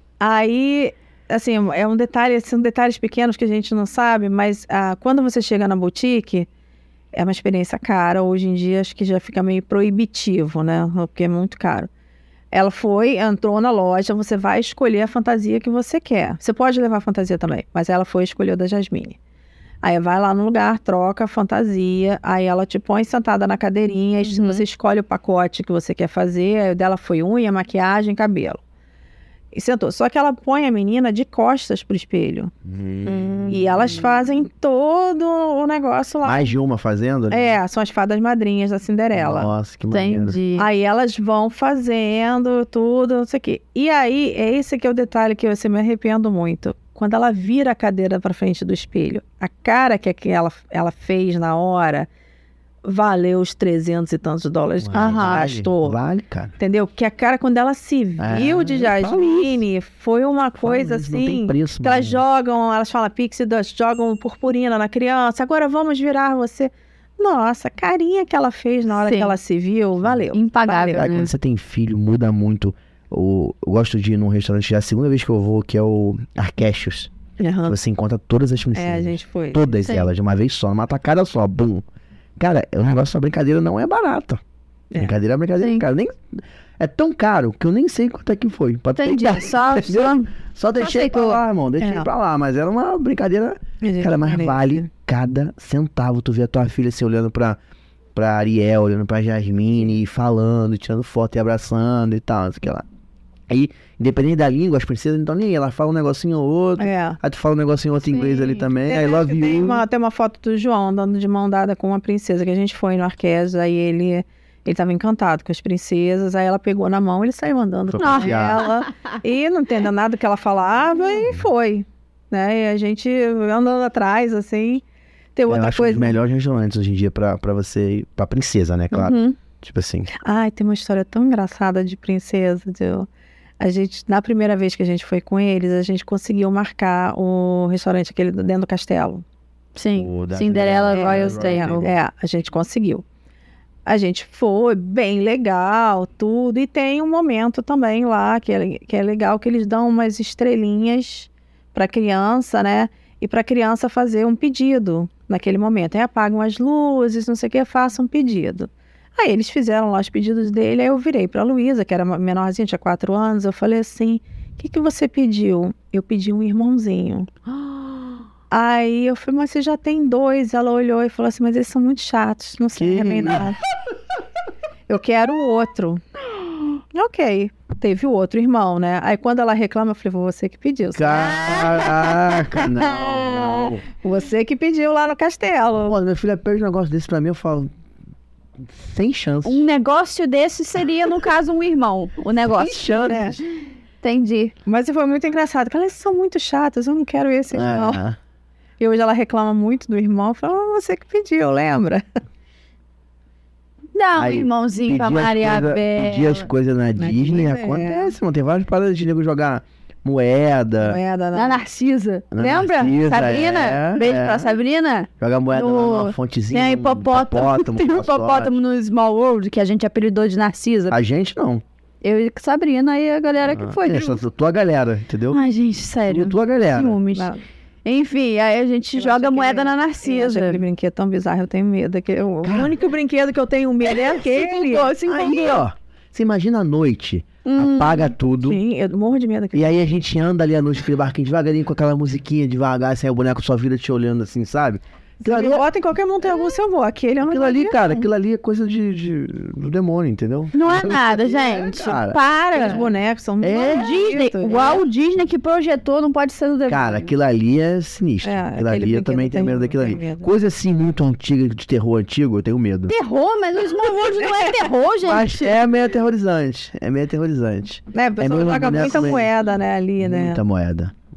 Aí, assim, é um detalhe, são detalhes pequenos que a gente não sabe, mas quando você chega na boutique, é uma experiência cara. Hoje em dia, acho que já fica meio proibitivo, né? Porque é muito caro. Ela entrou na loja, você vai escolher a fantasia que você quer. Você pode levar a fantasia também, mas ela foi escolher o da Jasmine. Aí vai lá no lugar, troca a fantasia, aí ela te põe sentada na cadeirinha, e você escolhe o pacote que você quer fazer, aí o dela foi unha, maquiagem, cabelo. E sentou. Só que ela põe a menina de costas pro espelho. E elas fazem todo o negócio lá. Mais de uma fazendo? São as fadas madrinhas da Cinderela. Nossa, que maneiro. Entendi. Aí elas vão fazendo tudo, não sei o quê. E aí, esse que é o detalhe que eu me arrependo muito. Quando ela vira a cadeira pra frente do espelho, a cara que ela fez na hora valeu os 300 e tantos dólares que ela gastou. Vale, cara. Entendeu? Porque a cara, quando ela se viu de Jasmine, foi uma coisa Não tem assim. preço, Que elas mano. jogam, elas falam Pixie Dust, jogam purpurina na criança. Agora vamos virar você. Nossa, a carinha que ela fez na hora Sim. que ela se viu, valeu. Impagável, Cara, né? quando você tem filho, muda muito. Eu gosto de ir num restaurante, já é a segunda vez que eu vou, que é o Arquestos. Aham. Você encontra todas as princesas. A gente foi. Todas Sim. elas, de uma vez só, numa tacada só, bum. Cara, o negócio da brincadeira não é barata. Brincadeira é brincadeira, Sim. cara. É tão caro que eu nem sei quanto é que foi. Pode ter Entendi. ideia. Só deixei pra aceitou. lá, irmão. Deixei pra lá. Mas era uma brincadeira. Cara, mas vale cada centavo. Tu vê a tua filha assim, olhando pra Ariel, olhando pra Jasmine, e falando, tirando foto e abraçando e tal, não sei o que lá. Aí, independente da língua, as princesas, então nem ela fala um negocinho ou outro. Aí tu fala um negocinho ou outro em inglês ali também. Aí love you. Tem uma foto do João andando de mão dada com uma princesa, que a gente foi no Arqués, aí ele tava encantado com as princesas, aí ela pegou na mão, ele saiu andando Foi com passear. ela, e não entendeu nada que ela falava, e foi. Né? E a gente andando atrás, assim. Tem Eu outra acho um coisa. dos melhores restaurantes hoje em dia pra você ir pra princesa, né? Claro. Uhum. Tipo assim. Ai, tem uma história tão engraçada de princesa. A gente, na primeira vez que a gente foi com eles, a gente conseguiu marcar o restaurante aquele dentro do castelo. Sim. O da Cinderella Cinderella, Royal Royal Stable. A gente conseguiu. A gente foi, bem legal, tudo. E tem um momento também lá que é legal, que eles dão umas estrelinhas pra criança, né? E pra criança fazer um pedido naquele momento. Aí apagam as luzes, não sei o que, faça um pedido. Aí eles fizeram lá os pedidos dele, aí eu virei pra Luísa, que era menorzinha, tinha 4 anos, eu falei assim, o que você pediu? Eu pedi um irmãozinho. Aí eu falei, mas você já tem 2. Ela olhou e falou assim, mas eles são muito chatos, não servem nada. Eu quero o outro. Ok, teve o outro irmão, né? Aí quando ela reclama, eu falei, foi você que pediu. Caraca, não. Você que pediu lá no castelo. Pô, minha filha perde um negócio desse pra mim, eu falo. Sem chance. Um negócio desse seria, no caso, um irmão. O negócio. Sem chance. Entendi. Mas foi muito engraçado, porque elas são muito chatas, eu não quero esse irmão. É. E hoje ela reclama muito do irmão, fala, você que pediu, lembra? Dá um Aí, irmãozinho pra Maria Bela. Pedir as coisas na Disney, Disney, acontece, mano. Tem várias paradas de nego jogar moeda. Moeda, Na Narcisa. Na Lembra? Narcisa, Sabrina? Beijo pra Sabrina. Jogar moeda No- numa fontezinha. Tem a num hipopótamo. Tem um com a sorte. hipopótamo no Small World, que a gente apelidou de Narcisa. A gente não. Eu e Sabrina e a galera que foi. É, só tua galera, entendeu? Ai, gente, sério. Tua galera. Ciúmes. Não. Enfim, aí a gente joga moeda na Eu acho Narcisa. aquele brinquedo tão bizarro, eu tenho medo. O único brinquedo que eu tenho medo é aquele. Aí, ó. Você imagina a noite, apaga tudo. Sim, eu morro de medo daquele. E aí a gente anda ali à noite, aquele barquinho devagarinho, com aquela musiquinha devagar, assim, aí o boneco só vira te olhando assim, sabe? Aquilo ali, Bota em qualquer montanha-russa eu vou. Aquele eu não aquilo ali, quero. cara, aquilo ali é coisa do demônio, entendeu? Não é nada, gente. cara. Aqueles Para. bonecos são É muito Disney. bonitos. O Walt Disney que projetou não pode ser do demônio. Cara, aquilo ali é sinistro. É, aquilo aquele ali eu também brinquedo tenho medo tem- daquilo ali. tem medo. Coisa assim muito antiga, de terror antigo, eu tenho medo. Terror, mas o Small World não é terror, Mas gente. é meio aterrorizante. É meio aterrorizante. Né, a pessoa mesmo joga boneco muita meio- moeda, né, ali, né? Muita moeda.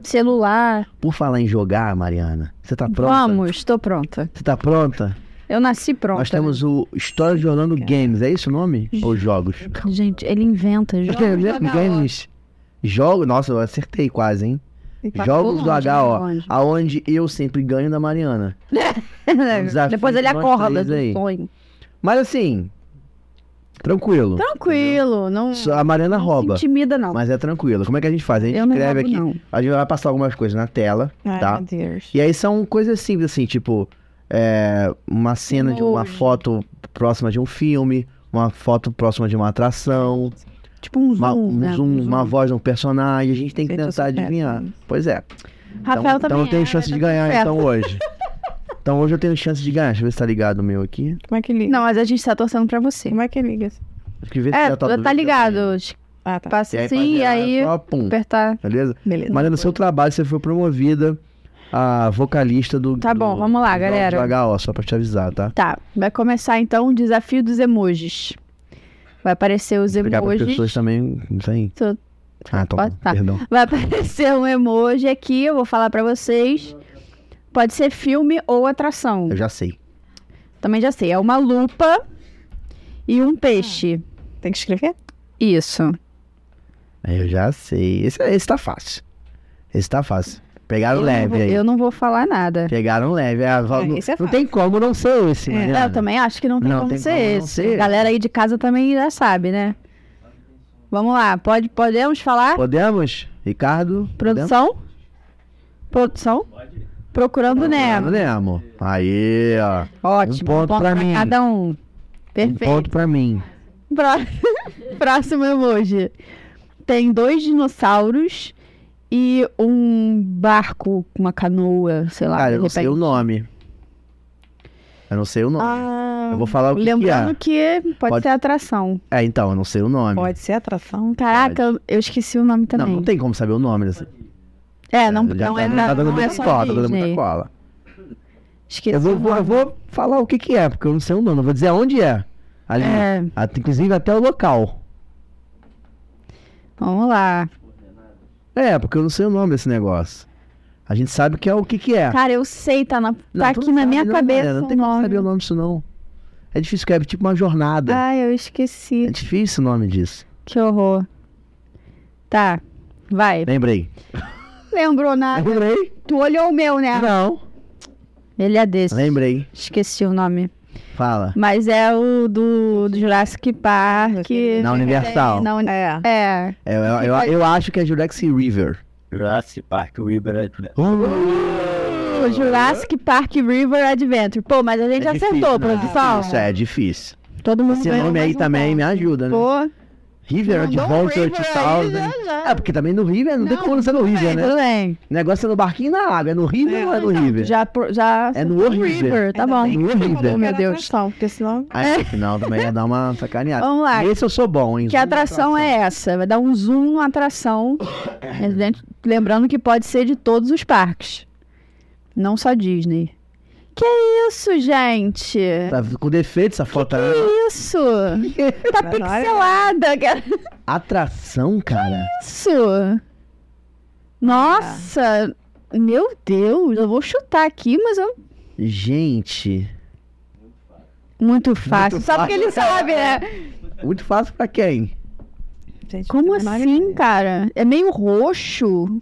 celular. Por falar em jogar, Mariana, você tá pronta? Vamos, tô pronta. Você tá pronta? Eu nasci pronta. Nós temos o História de Orlando Games, é isso o nome? Ou jogos? Gente, ele inventa Games. Jogos, nossa, eu acertei quase, hein? Jogos do HO, aonde eu sempre ganho da Mariana. Depois ele nós acorda três do aí. sonho. Mas assim, tranquilo. Tranquilo, não Só a Mariana rouba, se intimida não. mas é tranquilo. Como é que a gente faz? A gente Eu não escreve roubo, aqui, não. a gente vai passar algumas coisas na tela, Ai, tá? meu Deus. E aí são coisas simples assim, tipo, uma cena de uma Emoji. foto próxima de um filme, uma foto próxima de uma atração, Tipo um zoom, um né? zoom, uma voz de um personagem, a gente tem que Gente, eu tentar sou péssima adivinhar. nisso. Pois é. Rafael então também eu tenho é, chance de tá ganhar tudo então hoje. Então hoje eu tenho chance de ganhar. Deixa eu ver se tá ligado o meu aqui. Como é que liga? Não, mas a gente tá torcendo pra você. Como é que liga? Acho que vê se É, já tá ligado. Ah, tá. Passa E aí, pra assim, e zerar, aí só pum, apertar. beleza? Beleza. Mariana, no seu trabalho você foi promovida a vocalista do... Tá bom, vamos lá, galera. Do HO, só pra te avisar, tá? Tá, vai começar então o desafio dos emojis. Vai aparecer os Explicar para emojis. pessoas também, isso aí. Tô- Ah, então, Pode- tá. perdão. Vai aparecer um emoji aqui, eu vou falar pra vocês. Pode ser filme ou atração. Eu já sei. Também já sei. É uma lupa e um peixe. Tem que escrever? Isso. Eu já sei. Esse tá fácil. Esse tá fácil. Pegaram leve aí. Eu não vou falar nada. Pegaram leve. esse é não fácil. tem como não ser esse, Mariana. Eu também acho que não tem Não como tem ser como não esse. ser. Galera aí de casa também já sabe, né? Vamos lá, podemos falar? Podemos? Ricardo? Produção? Produção? Procurando Nemo. Nemo. Aí, ó. Ótimo. ponto pra mim. Cada um. Um Perfeito. ponto pra mim. Próximo emoji. Tem 2 dinossauros e um barco, uma canoa, sei lá. Cara, de eu não sei o repente. nome. Eu não sei o nome. Ah, Eu vou falar o que lembrando que que pode Pode- ser atração. é. Então, eu não sei o nome. Pode ser atração. Caraca, eu esqueci o nome também. Não tem como saber o nome dessa. É, não, Já não tá, é tá da, dando não é muita só cola, tá dando Disney. muita cola. Esqueci. Eu vou falar o que é, porque eu não sei o nome. Eu vou dizer aonde é. Ali. É. Inclusive até o local. Vamos lá. É, porque eu não sei o nome desse negócio. A gente sabe que é o que é. Cara, eu sei, tá, Não, tá tu aqui não na sabe, minha não, cabeça. Mariana, não tem como saber o nome disso, não. É difícil, que é tipo uma jornada. Ai, eu esqueci. É difícil o nome disso. Que horror. Tá, vai. Lembrei. Lembrou nada? Lembrei? Tu olhou o meu, né? Não. Ele é desse. Lembrei. Esqueci o nome. Fala. Mas é o do Jurassic Park. Na Universal. Não, É. é. Eu acho que é Jurassic River. Jurassic Park River. O Jurassic Park River Adventure. Pô, mas a gente acertou, produção. Isso é difícil. Todo mundo Esse ganhou nome mais aí um também ponto. me ajuda, né? Pô, River mandou um Adventure River aí, 2000. já. É, porque também no River não tem como não ser no River, né? tudo bem. O negócio é no barquinho e na água. É no River ou é no River? Já É no River. tá bom. No River. Meu Deus. Atração, porque senão... Aí no final também ia dar uma sacaneada. Vamos lá. Esse eu sou bom, hein? Que atração é essa? Vai dar um zoom na atração. Lembrando que pode ser de todos os parques. Não só Disney. Que isso, gente? Tá com defeito essa foto aí. Que isso? Tá pixelada. Que Atração, cara. isso? Nossa. Meu Deus. Eu vou chutar aqui, mas eu... Gente, Muito fácil. Só porque ele sabe, né? muito fácil pra quem? Gente, Como não tem a menor assim, ideia. cara? É meio roxo.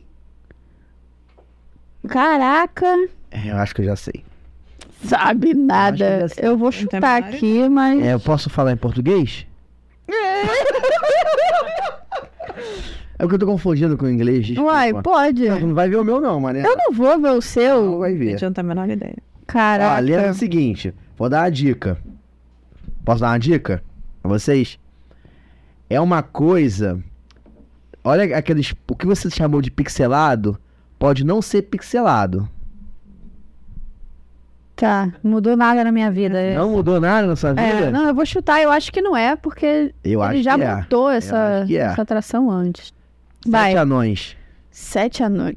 Caraca. Eu acho que eu já sei. Sabe nada. já sei. Eu vou tem chutar a menor aqui, mas... Eu posso falar em português? É porque eu tô confundindo com o inglês. desculpa. Uai, pode. Não vai ver o meu não, mané. Eu não vou ver o Não seu. vai ver. Gente, eu não tenho a menor ideia. Caraca. Lembra o seguinte, vou dar uma dica. Posso dar uma dica pra vocês? É uma coisa... Olha aqueles... O que você chamou de pixelado pode não ser pixelado. Tá, mudou nada na minha vida. Não mudou nada na sua vida? É, não, eu vou chutar, eu acho que não é, porque Eu acho ele já que é. montou essa, acho que é. essa atração antes. 7 Vai, anões. 7 à noite.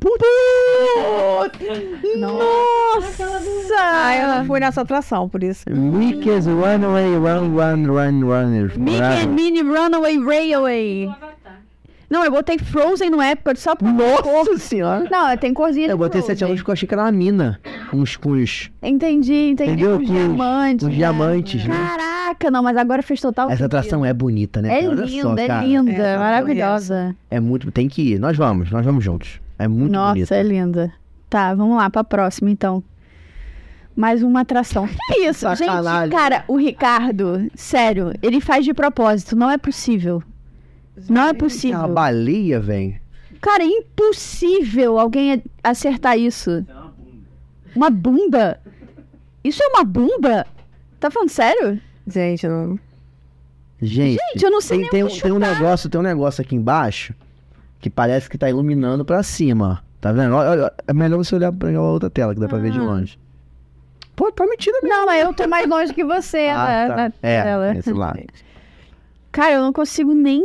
Ah, eu Nossa! não fui nessa atração, por isso. Mickey's Runaway Run. Mickey and Minnie Runaway Railway. Não, eu botei Frozen no época só pra... Nossa senhora. Não, tem corzinha de Eu botei Frozen. 7 anos porque eu achei que era uma mina. Com os Entendi. entendeu? Com diamantes. Com os diamantes, né? Caraca, não, mas agora fez total Essa sentido. atração é bonita, né? É cara? Olha linda, só, é cara. linda, É, maravilhosa. É muito... Tem que ir. Nós vamos juntos. É muito Nossa, bonita. é linda. Tá, vamos lá pra próxima, então. Mais uma atração. Que isso, Sacanagem. gente? Cara, o Ricardo, sério, ele faz de propósito. Não é possível. Não é Uma possível. baleia, velho. Cara, é impossível alguém acertar isso. Uma bunda? Isso é uma bunda? Tá falando sério? Gente, não... Gente, Gente, eu não sei nem tem o que um negócio aqui embaixo que parece que tá iluminando pra cima. Tá vendo? Olha, é melhor você olhar pra outra tela que dá pra ver de longe. Pô, tá mentira mesmo. Não, mas eu tô mais longe que você. Tá. Ela. Esse lado. Cara, eu não consigo nem...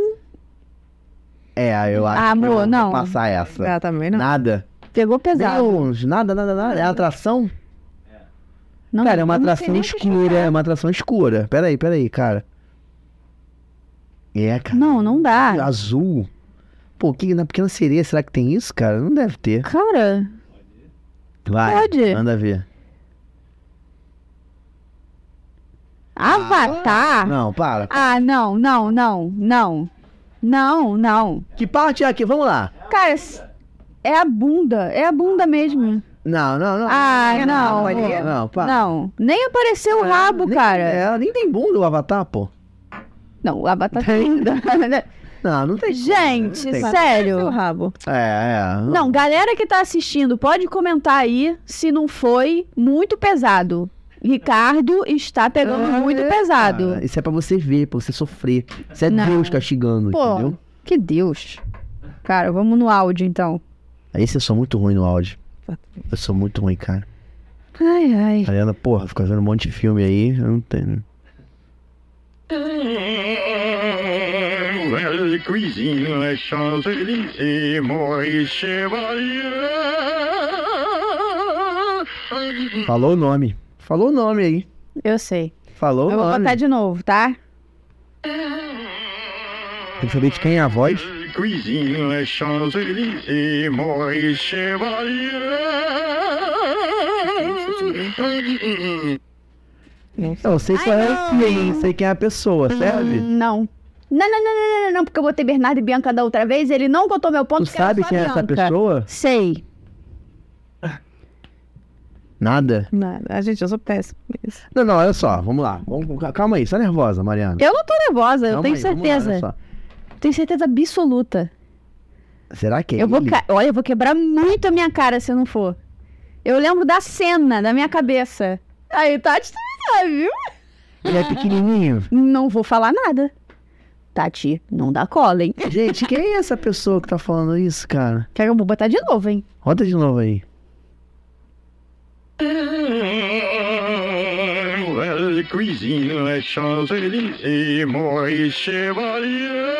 Eu acho Ah, que eu amor, vou não. passar essa. Ah, também não. Nada. Pegou pesado. Deus, nada. É atração? Não, Cara, é uma eu não sei atração nem o que escura. explicar. É uma atração escura. Peraí, cara. Cara. Não dá. Azul. Pô, na Pequena Sereia, será que tem isso, cara? Não deve ter. Cara, Vai, Pode. manda ver. Avatar? Não, para. Ah, não. Que parte é aqui? Vamos lá. Cara, é a bunda mesmo. Não. Ah, não. Não, para. Não, nem apareceu o rabo, Nem- cara. nem tem bunda o Avatar, pô. Não, o Avatar Tem. tem. Não tem. Gente, Tem. Seu sério. rabo. Não, galera que tá assistindo, pode comentar aí se não foi muito pesado. Ricardo está pegando muito pesado. Cara, isso é pra você ver, pra você sofrer. Isso é Não. Deus castigando, Pô, entendeu? que Deus. Cara, vamos no áudio então. Esse eu sou muito ruim no áudio. Eu sou muito ruim, cara. Ai. A Ariana, porra, fica vendo um monte de filme aí, eu não tenho. Well, cuisine, les Champs-Élysées, moi, chevalier. Falou o nome aí. Eu sei. Falou o Eu vou nome. botar de novo, tá? Tem que saber de quem é a voz. Cuisine, les Champs-Élysées, moi, chevalier. Não, eu sei qual é o filme, não sei quem é a pessoa, serve? Não. Não, porque eu botei Bernardo e Bianca da outra vez, ele não contou meu ponto. Tu porque era sabe só quem é essa Bianca. pessoa? Sei. Nada? Nada. Gente, eu sou péssima. Isso. Não, olha só, vamos lá. Calma aí, você tá nervosa, Mariana? Eu não tô nervosa, eu Calma tenho aí, vamos lá, certeza. olha só. Tenho certeza absoluta. Será que é Eu vou, ele? olha, eu vou quebrar muito a minha cara se eu não for. Eu lembro da cena da minha cabeça. Aí, Tati, tu sabe, viu? Ele é pequenininho? Não vou falar nada. Tati, não dá cola, hein? Gente, quem é essa pessoa que tá falando isso, cara? Quer que eu vou botar de novo, hein? Roda de novo aí. Well, cuisine, les Champs-Élysées, moi, chevalier.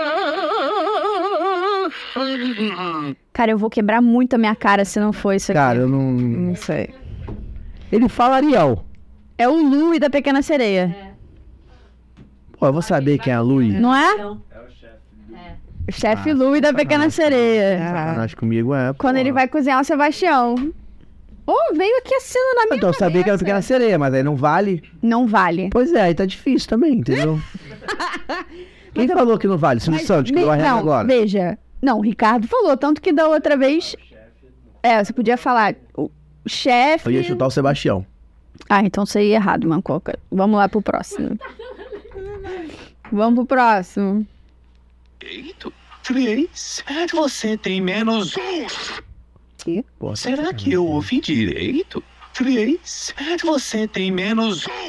Cara, eu vou quebrar muito a minha cara se não for isso aqui. Cara, eu não... Não sei. Ele fala Ariel. É o Louie da Pequena Sereia. Pô, eu vou saber quem é a Lui. Não é? O chefe Louie da Pequena Sereia. Sacanagem comigo é. Quando ele vai cozinhar o Sebastião. Oh, veio aqui a cena na minha Então, eu sabia que era cabeça. Pequena Sereia, mas aí não vale. Não vale. Pois é, aí tá difícil também, entendeu? Quem falou que não vale? Silvio Santos, que deu a regra não, agora. veja. Não, o Ricardo falou, tanto que da outra vez... você podia falar o chefe... Eu ia chutar o Sebastião. Ah, então você ia errado, Mancoca. Vamos lá pro próximo. Vamos pro próximo. Direito? 3. Você tem menos 1. Pô, Será que eu ouvi direito? 3. Você tem menos 1.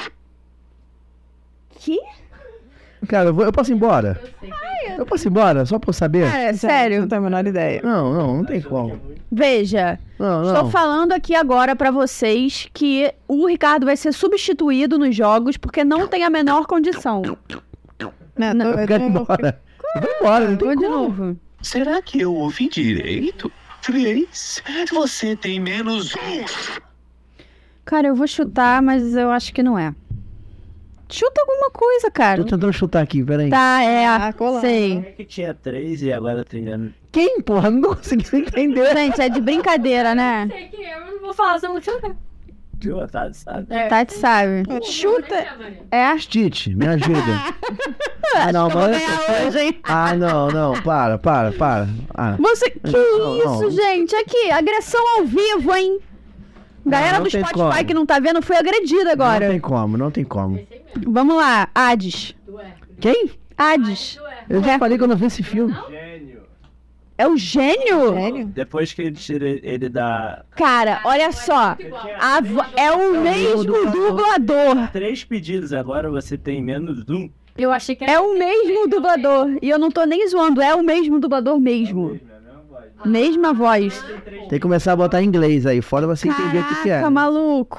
Que? Cara, eu posso ir embora? Eu posso ir embora, só pra eu saber? Cara, Não sério. tenho a menor ideia. Não tem como. Veja, Não. estou falando aqui agora pra vocês que o Ricardo vai ser substituído nos jogos porque não tem a menor condição. Não, Eu quero ir embora. Eu vou embora, não tem Vou de como. novo. Será que eu ouvi direito? 3. Você tem menos 1. Cara, eu vou chutar, mas eu acho que não é. Chuta alguma coisa, cara. Tô tentando chutar aqui, peraí. Tá, é. colando. Sei. É que tinha 3 e agora tem... Quem, porra? Não consegui entender. Gente, é de brincadeira, né? Sei que eu não vou falar sobre o seu. sabe? Tati sabe. Chuta. É. Stitch, me ajuda. Ah, não, mas... Ah, não, para. Ah, Você. Que Não, isso, não. gente? Aqui, agressão ao vivo, hein? Galera não do tem Spotify como. que não tá vendo foi agredida agora. não tem como. Vamos lá, Hades. Quem? Hades. Eu já falei que eu não vi esse filme. É o gênio? Sério? Depois que ele tira ele da... Cara, olha só. É o mesmo dublador. 3 pedidos, agora você tem menos 1. Eu achei que É o mesmo dublador. E eu não tô nem zoando, é o mesmo dublador mesmo. Mesma voz. Tem que começar a botar em inglês aí, fora você entender o que é. Caraca, maluco.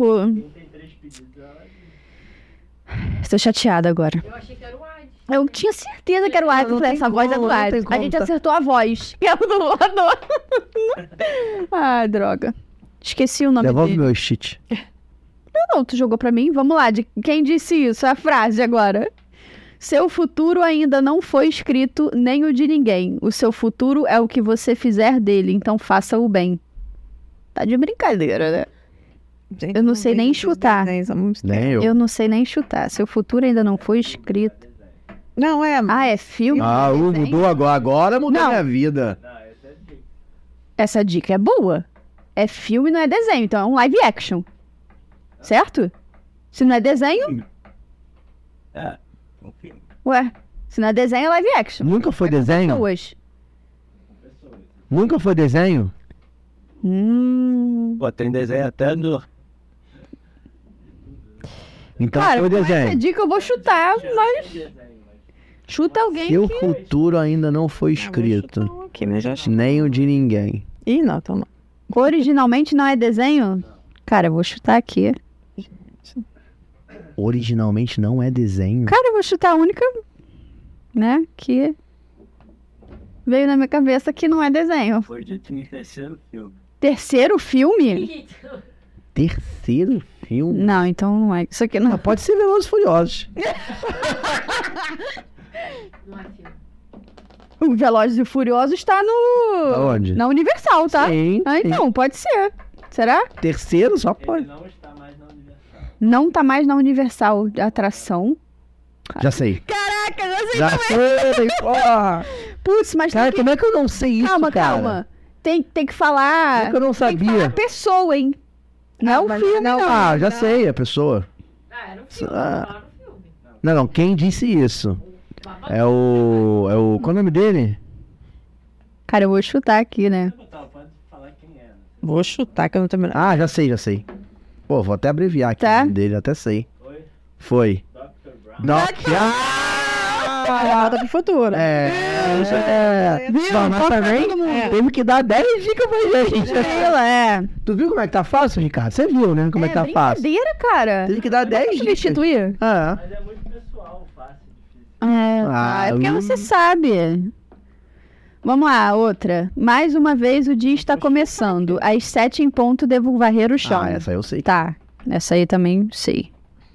Estou chateada agora. Eu achei que era o Hades. Eu tinha certeza que era o Hades. Não tem Essa voz é como, do não tem Hades. A como, gente tá. acertou a voz. Que é o dublador. Ah, droga. Esqueci o nome Devolve dele. meu Stitch. Não, tu jogou pra mim? Vamos lá. Quem disse isso? A frase agora. Seu futuro ainda não foi escrito, nem o de ninguém. O seu futuro é o que você fizer dele, então faça o bem. Tá de brincadeira, né? Gente, Eu não sei nem vejo chutar. desenhos há muito tempo. Nem eu. Eu não sei nem chutar. Seu futuro ainda não foi escrito. Não, é. Ah, é filme? Ah, mudou agora. Agora mudou Não. minha vida. Essa dica é boa. É filme, não é desenho. Então é um live action. Certo? Se não é desenho, É, um filme. ué. Se não é desenho, é live action. Nunca foi desenho? Pessoas. Nunca foi desenho? Pô, tem desenho até no... Então Cara, foi com essa desenho. dica eu vou chutar, mas... Chuta alguém Seu que... futuro ainda não foi escrito. Aqui, né? Já achei. Nem o de ninguém. Ih, não, então não. Originalmente não é desenho? Cara, eu vou chutar aqui. Originalmente não é desenho. Cara, eu vou chutar a única, né, que veio na minha cabeça que não é desenho. Foi dito no 3º filme. Terceiro filme? Terceiro filme? Não, então não é. Isso aqui não Ah, pode ser Velozes e Furiosos. Não é filme. O Velozes e Furiosos está no... Aonde? Na Universal, tá? Sim, Ah, sim. então, pode ser. Será? Terceiro só pode. Ele não está mais na Universal. Não tá mais na Universal de atração. Já sei. Caraca, eu sei. Já sei, porra. Putz, mas Cara, tem que... como é que eu não sei isso, Calma, cara? calma. Tem que falar... Como é que eu não Tem que falar sabia? a pessoa, hein? Não é o mas filme, não- não. Ah, já sei, a pessoa. Ah, era um filme. Ah. Falaram no filme. Não, quem disse isso? É o... Qual é o nome dele? Cara, eu vou chutar aqui, né? Pode falar quem é. Vou chutar, que eu não tô lembrando. Ah, já sei. Pô, vou até abreviar aqui Tá. o nome dele, até sei. Foi. Dr. Brown. Volta pro futuro. Viu? Não, mas Conta pra também todo mundo. temos que dar 10 dicas pra gente. É. Tu viu como é que tá fácil, Ricardo? Você viu, né? Como é que tá fácil. Brincadeira, cara. Tem que dar 10 dicas. Substituir? Ah, Mas é muito pessoal, fácil, difícil. É porque você sabe. Vamos lá, outra. Mais uma vez o dia está começando. Às 7 em ponto devo varrer o chão. Ah, essa eu sei. Tá. Essa aí também sei.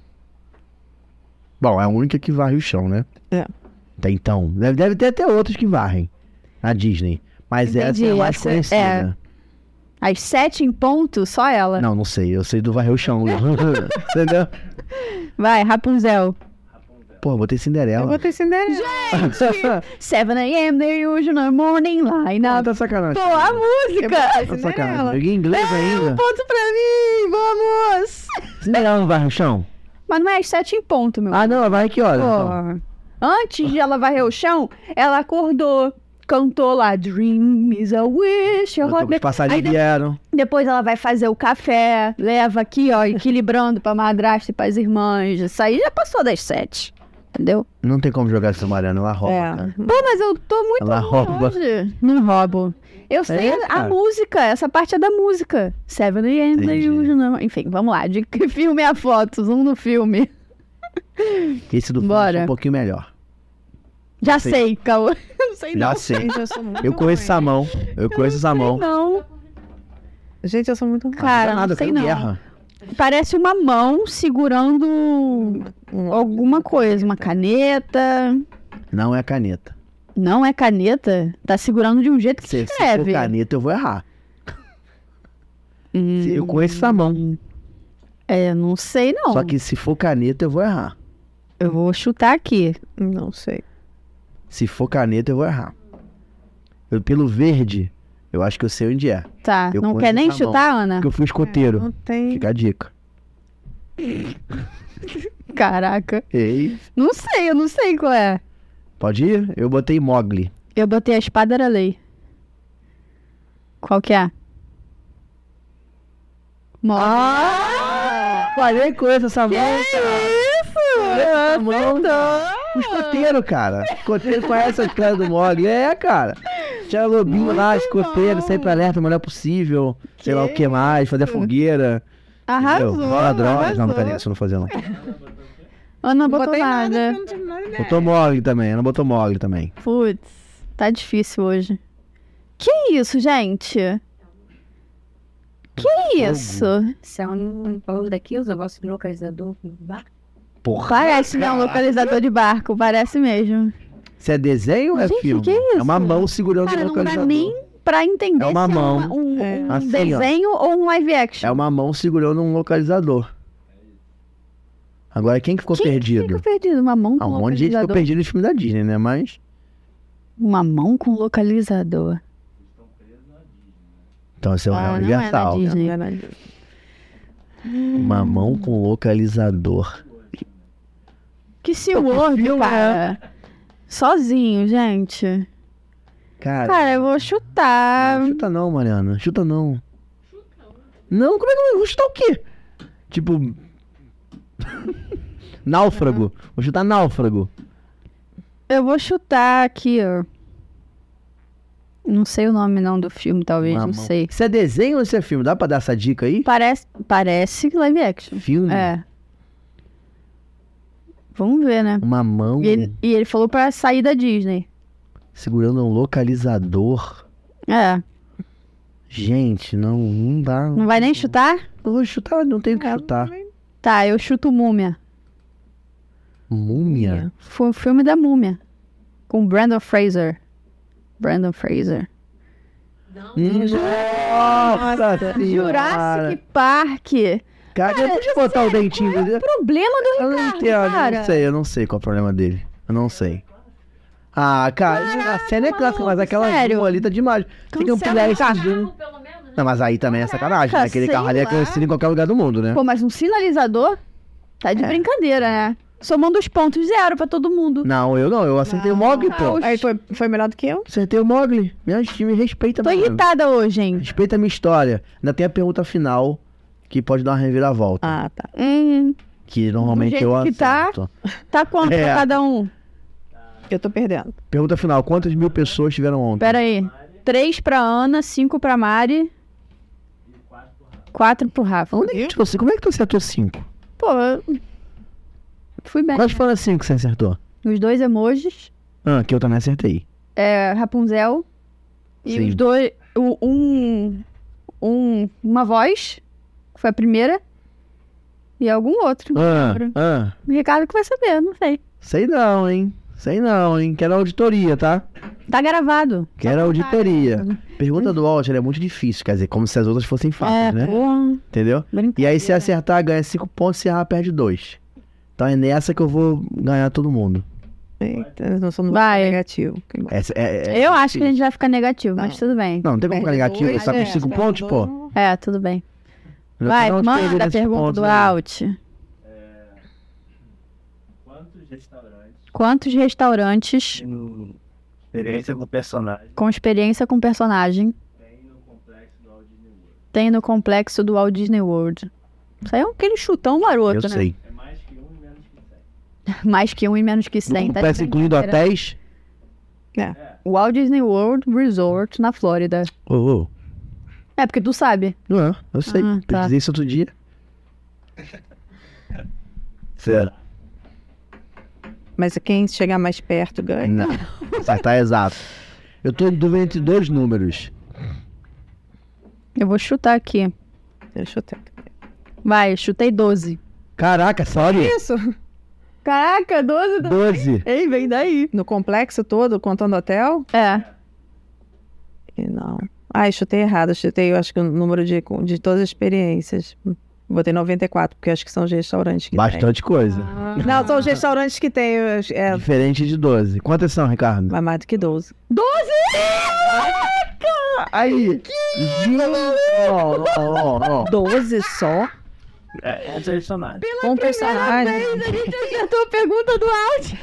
Bom, é a única que varre o chão, né? É. Tem, então. Deve ter até outras que varrem. Na Disney. Mas Entendi, essa é a mais essa conhecida. é. Às 7 em ponto, só ela. Não sei. Eu sei do varrer o chão. Entendeu? Vai, Rapunzel. Pô, botei Eu Cinderela. vou ter Cinderela. 7 a.m. the usual morning line Ah, up. tá sacanagem. Pô, a música. Tá sacanagem. Peguei inglês ainda. Ponto pra mim, vamos. Cinderela não varre o chão? Mas não é às 7 em ponto, meu. Ah, não, vai que hora? Pô, antes de ela varrer o chão, ela acordou, cantou lá Dream is a wish. Então, os passarinhos vieram. Depois ela vai fazer o café, leva aqui, ó, equilibrando pra madrasta e pras irmãs. Isso aí já passou das 7, entendeu? Não tem como jogar essa Mariana, ela rouba, É. cara. Pô, mas eu tô muito Ela ruim rouba. hoje. Não roubo. Eu sei a cara. música, essa parte é da música. 7 a.m. the Entendi. usual. Enfim, vamos lá. De que filme é a foto? Zoom no filme. Esse do filme Bora. é um pouquinho melhor. Já Sei. sei, Cauã. Não sei Já não. sei. Gente, eu sou muito Eu conheço ruim. essa mão. Eu conheço essa mão. Não, Gente, eu sou muito ruim. cara, Não é nada, não sei eu quero não. guerra. Parece uma mão segurando alguma coisa. Uma caneta. Não é caneta. Não é caneta? Tá segurando de um jeito que Se for escreve. caneta, eu vou errar. Eu conheço essa mão. É, não sei não. Só que se for caneta, eu vou errar. Eu vou chutar aqui. Não sei. Se for caneta, eu vou errar. Pelo verde, eu acho que eu sei onde é. Tá, Eu não conheço quer nem essa mão. chutar, Ana? Porque eu fui escoteiro. Não tem. Fica a dica. Caraca. Ei, Eu não sei qual é. pode ir? Eu botei Mogli. Eu botei a espada era lei. Qual que é? Falei com essa mão, cara. Isso! O escoteiro, cara. Escoteiro conhece a história do Mogli. É, cara. Tinha lobinho lá, escoteiro, sempre alerta o melhor possível. Sei lá o que mais, fazer fogueira. Arrasou. Entendeu? Fora drogas. Não, arrasou. peraí, isso eu não fazia não. Eu não botou Botei nada. não tive nada. Botou Mogli também, ela botou Mogli também. Putz, tá difícil hoje. Que isso, gente? Que isso? Isso é um povo daqui, os negócios de localizador. Porra. Parece, né? Um localizador de barco, parece mesmo. Se é desenho ou é Gente, filme? que isso? É uma mão segurando Cara, o não dá localizador. nem pra entender É uma se mão. é um Assim, ó. desenho ou um live action. É uma mão segurando um localizador. Agora, quem que ficou perdido? Ficou perdido, uma mão com Ah, um monte de gente ficou localizador. perdido em filme da Disney, né? Mas... Uma mão com localizador. Então, esse é o Ah, real não é da universal. Disney. Não é nada. Uma mão com localizador. Que SeaWorld, filme, cara. Sozinho, gente. Cara, eu vou chutar. Não chuta não, Mariana. Chuta não. Não, como é que eu vou chutar o quê? Tipo... Náufrago. Vou chutar náufrago. Eu vou chutar aqui, ó. Não sei o nome não do filme, talvez, Uma não mão. sei. Isso é desenho ou isso é filme? Dá pra dar essa dica aí? Parece live action. Filme? É. Vamos ver, né? Uma mão E ele falou pra sair da Disney. segurando um localizador. É. Gente, não dá. Não vai nem chutar? Eu vou chutar, não tenho o que chutar. Tá, eu chuto Múmia. Múmia? Foi o filme da Múmia. Com Brandon Fraser. Brandon Fraser. Nossa senhora. Jurassic Park. Cara, eu podia botar o dentinho dele. Problema do Eu não Ricardo, entendo, cara. eu não sei qual é o problema dele. Eu não sei. Ah, cara, a cena é clássica, mas aquela sério. zoom ali tá demais. Tem que Cancela ampliar o esse carro. zoom. Pelo menos, né? Não, mas aí também é sacanagem, né? Aquele sei carro ali é lá. conhecido em qualquer lugar do mundo, né? Pô, mas um sinalizador? Tá de brincadeira, né? Somando os pontos 0 pra todo mundo. Não, eu acertei o Mogli, pô. Aí foi melhor do que eu? Acertei o Mogli. Minha time respeita, Tô mano. irritada hoje, hein? Respeita a minha história. Ainda tem a pergunta final, que pode dar uma reviravolta. Ah, tá. Que normalmente Do jeito eu que tá. acerto. Tá quanto É. pra cada um? Eu tô perdendo. Pergunta final, quantas mil pessoas tiveram ontem? Pera aí. 3 pra Ana, 5 pra Mari. 4 pro Rafa. Onde é que você, como é que tu acertou 5? Pô, eu fui bem. Quais foram as 5 que você acertou? Os 2 emojis. Ah, que eu também acertei. Rapunzel. E Sim. os 2... Uma voz. Foi a primeira. E algum outro. O Ricardo que vai saber, não sei. Sei não, hein? Quero auditoria, tá? Tá gravado. Quero auditoria. Pergunta do Walter é muito difícil, quer dizer, como se as outras fossem fáceis, né? Porra. Entendeu? E aí, se acertar, ganha 5 pontos, se errar, perde 2. Então é nessa que eu vou ganhar todo mundo. Eita, nós somos Vai. negativo. Essa Eu acho que a gente vai ficar negativo, mas tudo bem. Não tem como ficar negativo, Dois, só com 5 pontos, pô. Tudo bem. Eu Vai, não te perdi manda a nesses pergunta pontos do aí. Alt. Quantos restaurantes Quantos restaurantes experiência com personagem com experiência com personagem tem no complexo do Walt Disney World? tem no complexo do Walt Disney World? Isso aí é aquele chutão maroto, Eu né? sei. É mais que um e menos que 100. Mais que um e menos que No 100. complexo, incluindo hotéis. Walt Disney World Resort na Flórida. Ô. É porque tu sabe. Não é, eu sei. Ah, tá. Pesquisei isso outro dia. Será? Mas quem chegar mais perto ganha. Não. Tá exato. Eu tô em dúvida entre 2 números. Eu vou chutar aqui. Deixa eu ter. Vai, chutei 12. Caraca, sorry. Isso. Caraca, 12? 12. Ei, vem daí. No complexo todo, contando hotel? É. E não. Ai, chutei errado. Chutei, eu acho que o número de todas as experiências. Botei 94, porque acho que são os restaurantes que Bastante coisa. tem. Não, são os restaurantes que tem. É, Diferente de 12. Quantas são, Ricardo? vai mais do que 12. Aí. Ó. 12 só? É personagem. Um personagem. A gente acertou a pergunta do áudio.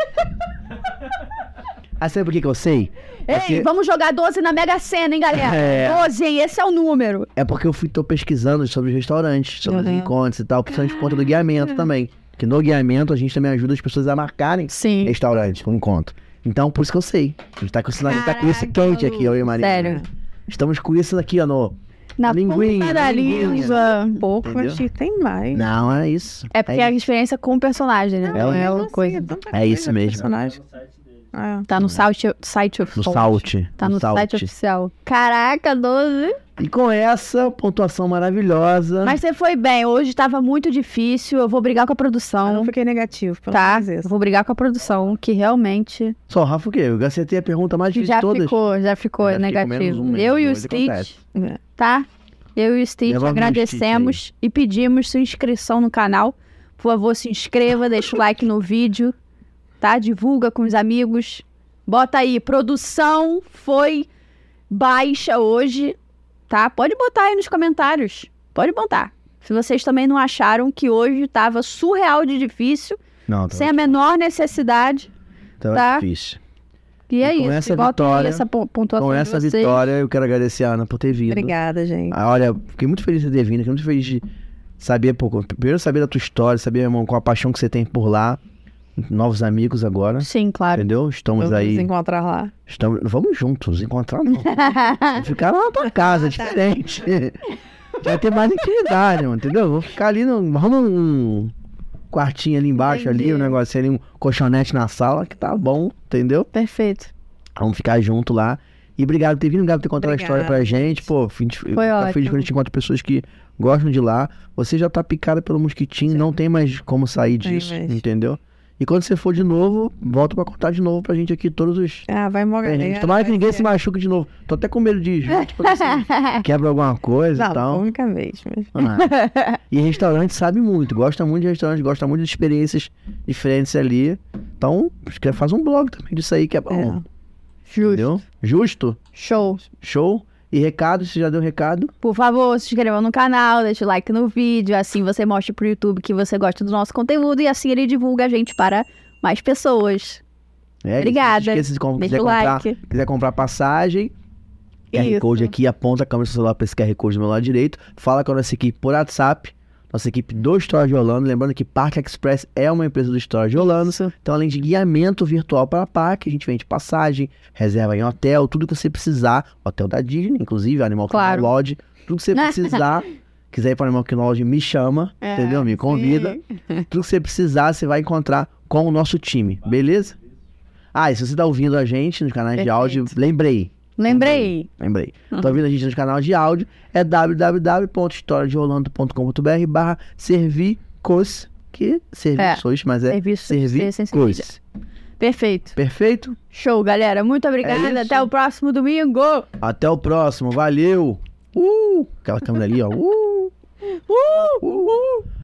Ah, sabe por que eu sei? Ei, vamos jogar 12 na Mega Sena, hein, galera? É. 12, hein? Esse é o número. É porque eu tô pesquisando sobre os restaurantes, sobre os encontros e tal, principalmente por conta do guiamento também. Que no guiamento a gente também ajuda as pessoas a marcarem Sim. restaurantes com encontro. Então, por isso que eu sei. A gente tá com isso quente aqui, eu e Maria. Sério. Estamos com isso aqui, ó, Na linguinha, ponta da linguinha. língua. Pouco, Entendeu? achei que tem mais. Não, é isso. É porque é a experiência com o personagem, né? É Não é Mesmo uma assim, coisa. tanta É isso coisa, mesmo. personagem. É. Tá no site No oficial. Salt. Tá no site oficial. Caraca, 12. E com essa pontuação maravilhosa. Mas você foi bem. Hoje tava muito difícil. Eu vou brigar com a Eu produção. não fiquei negativo, pelo Tá? menos Eu isso. vou brigar com a produção, que realmente Só, Rafa, o quê? Eu acertei a pergunta mais difícil já de todas. ficou Já fiquei com menos negativo. um mesmo, Eu e o hoje Stitch, acontece. tá? Eu e o Stitch Levamos o agradecemos e pedimos sua inscrição no canal. Por favor, se inscreva, deixa o like no vídeo, tá? Divulga com os amigos. Bota aí, produção foi baixa hoje, tá? Pode botar aí nos comentários. Pode botar. Se vocês também não acharam que hoje tava surreal de difícil, Não, tá, sem a menor necessidade. tá tá? difícil. E é E com isso. essa Bota aí vitória- essa pontuação Com de essa vocês. vitória, eu quero agradecer a Ana por ter vindo. Obrigada, gente. Ah, olha, fiquei muito feliz de ter vindo, fiquei muito feliz de saber, pô, primeiro saber da tua história, saber, irmão, com a paixão que você tem por lá. Novos amigos agora, Sim, claro. entendeu? Estamos Vamos aí, nos encontrar lá. vamos juntos, encontrar não. Vou ficar lá na tua casa, diferente. Vai ter mais intimidade, mano, entendeu? Vou ficar ali, arruma um quartinho ali embaixo, ali, um negocinho ali, um colchonete na sala, que tá bom, entendeu? Perfeito. Vamos ficar junto lá. E obrigado por ter vindo, obrigado por ter contado a história pra Obrigada, gente. Pô, fico feliz ótimo. quando a gente encontra pessoas que gostam de lá. Você já tá picada pelo mosquitinho, não tem mais como sair Tem disso, mais. entendeu? E quando você for de novo, volta pra contar de novo pra gente aqui todos os... Ah, vai morrer. perrengues. Tomara que ninguém se machuque de novo. Tô até com medo de tipo assim, quebra alguma coisa Não, e tal. única vez. Mas... Ah. E restaurante sabe muito, gosta muito de restaurante, gosta muito de experiências diferentes ali. Então, acho que faz um blog também disso aí que é bom. Justo. Entendeu? Justo? Show. Show? E recado, você já deu recado? Por favor, se inscreva no canal, deixa o like no vídeo, assim você mostra pro YouTube que você gosta do nosso conteúdo e assim ele divulga a gente para mais pessoas. É, Obrigada. Não esqueça de Deixa o like. quiser comprar passagem, QR Isso. Code aqui, aponta a câmera do celular para esse QR Code do meu lado direito, fala com a nossa equipe por WhatsApp, nossa equipe do História de Orlando, lembrando que Parque Express é uma empresa do História de Orlando, Isso. então além de guiamento virtual para parque, a gente vende passagem, reserva em hotel, tudo que você precisar, hotel da Disney, inclusive, Animal Claro. Kingdom Lodge, tudo que você precisar, quiser ir para Animal Kingdom Lodge, me chama, entendeu? Me convida, tudo que você precisar, você vai encontrar com o nosso time, beleza? Ah, e se você tá ouvindo a gente nos canais de Perfeito. áudio, lembrei. Lembrei. Tá ouvindo a gente nos canais de áudio, é www.historiadeorlando.com.br/servicos, que serviços, mas é Serviços de servicos. Perfeito. Perfeito? Show, galera. Muito obrigada. isso. Até o próximo domingo. Até o próximo, valeu! Aquela câmera ali, ó.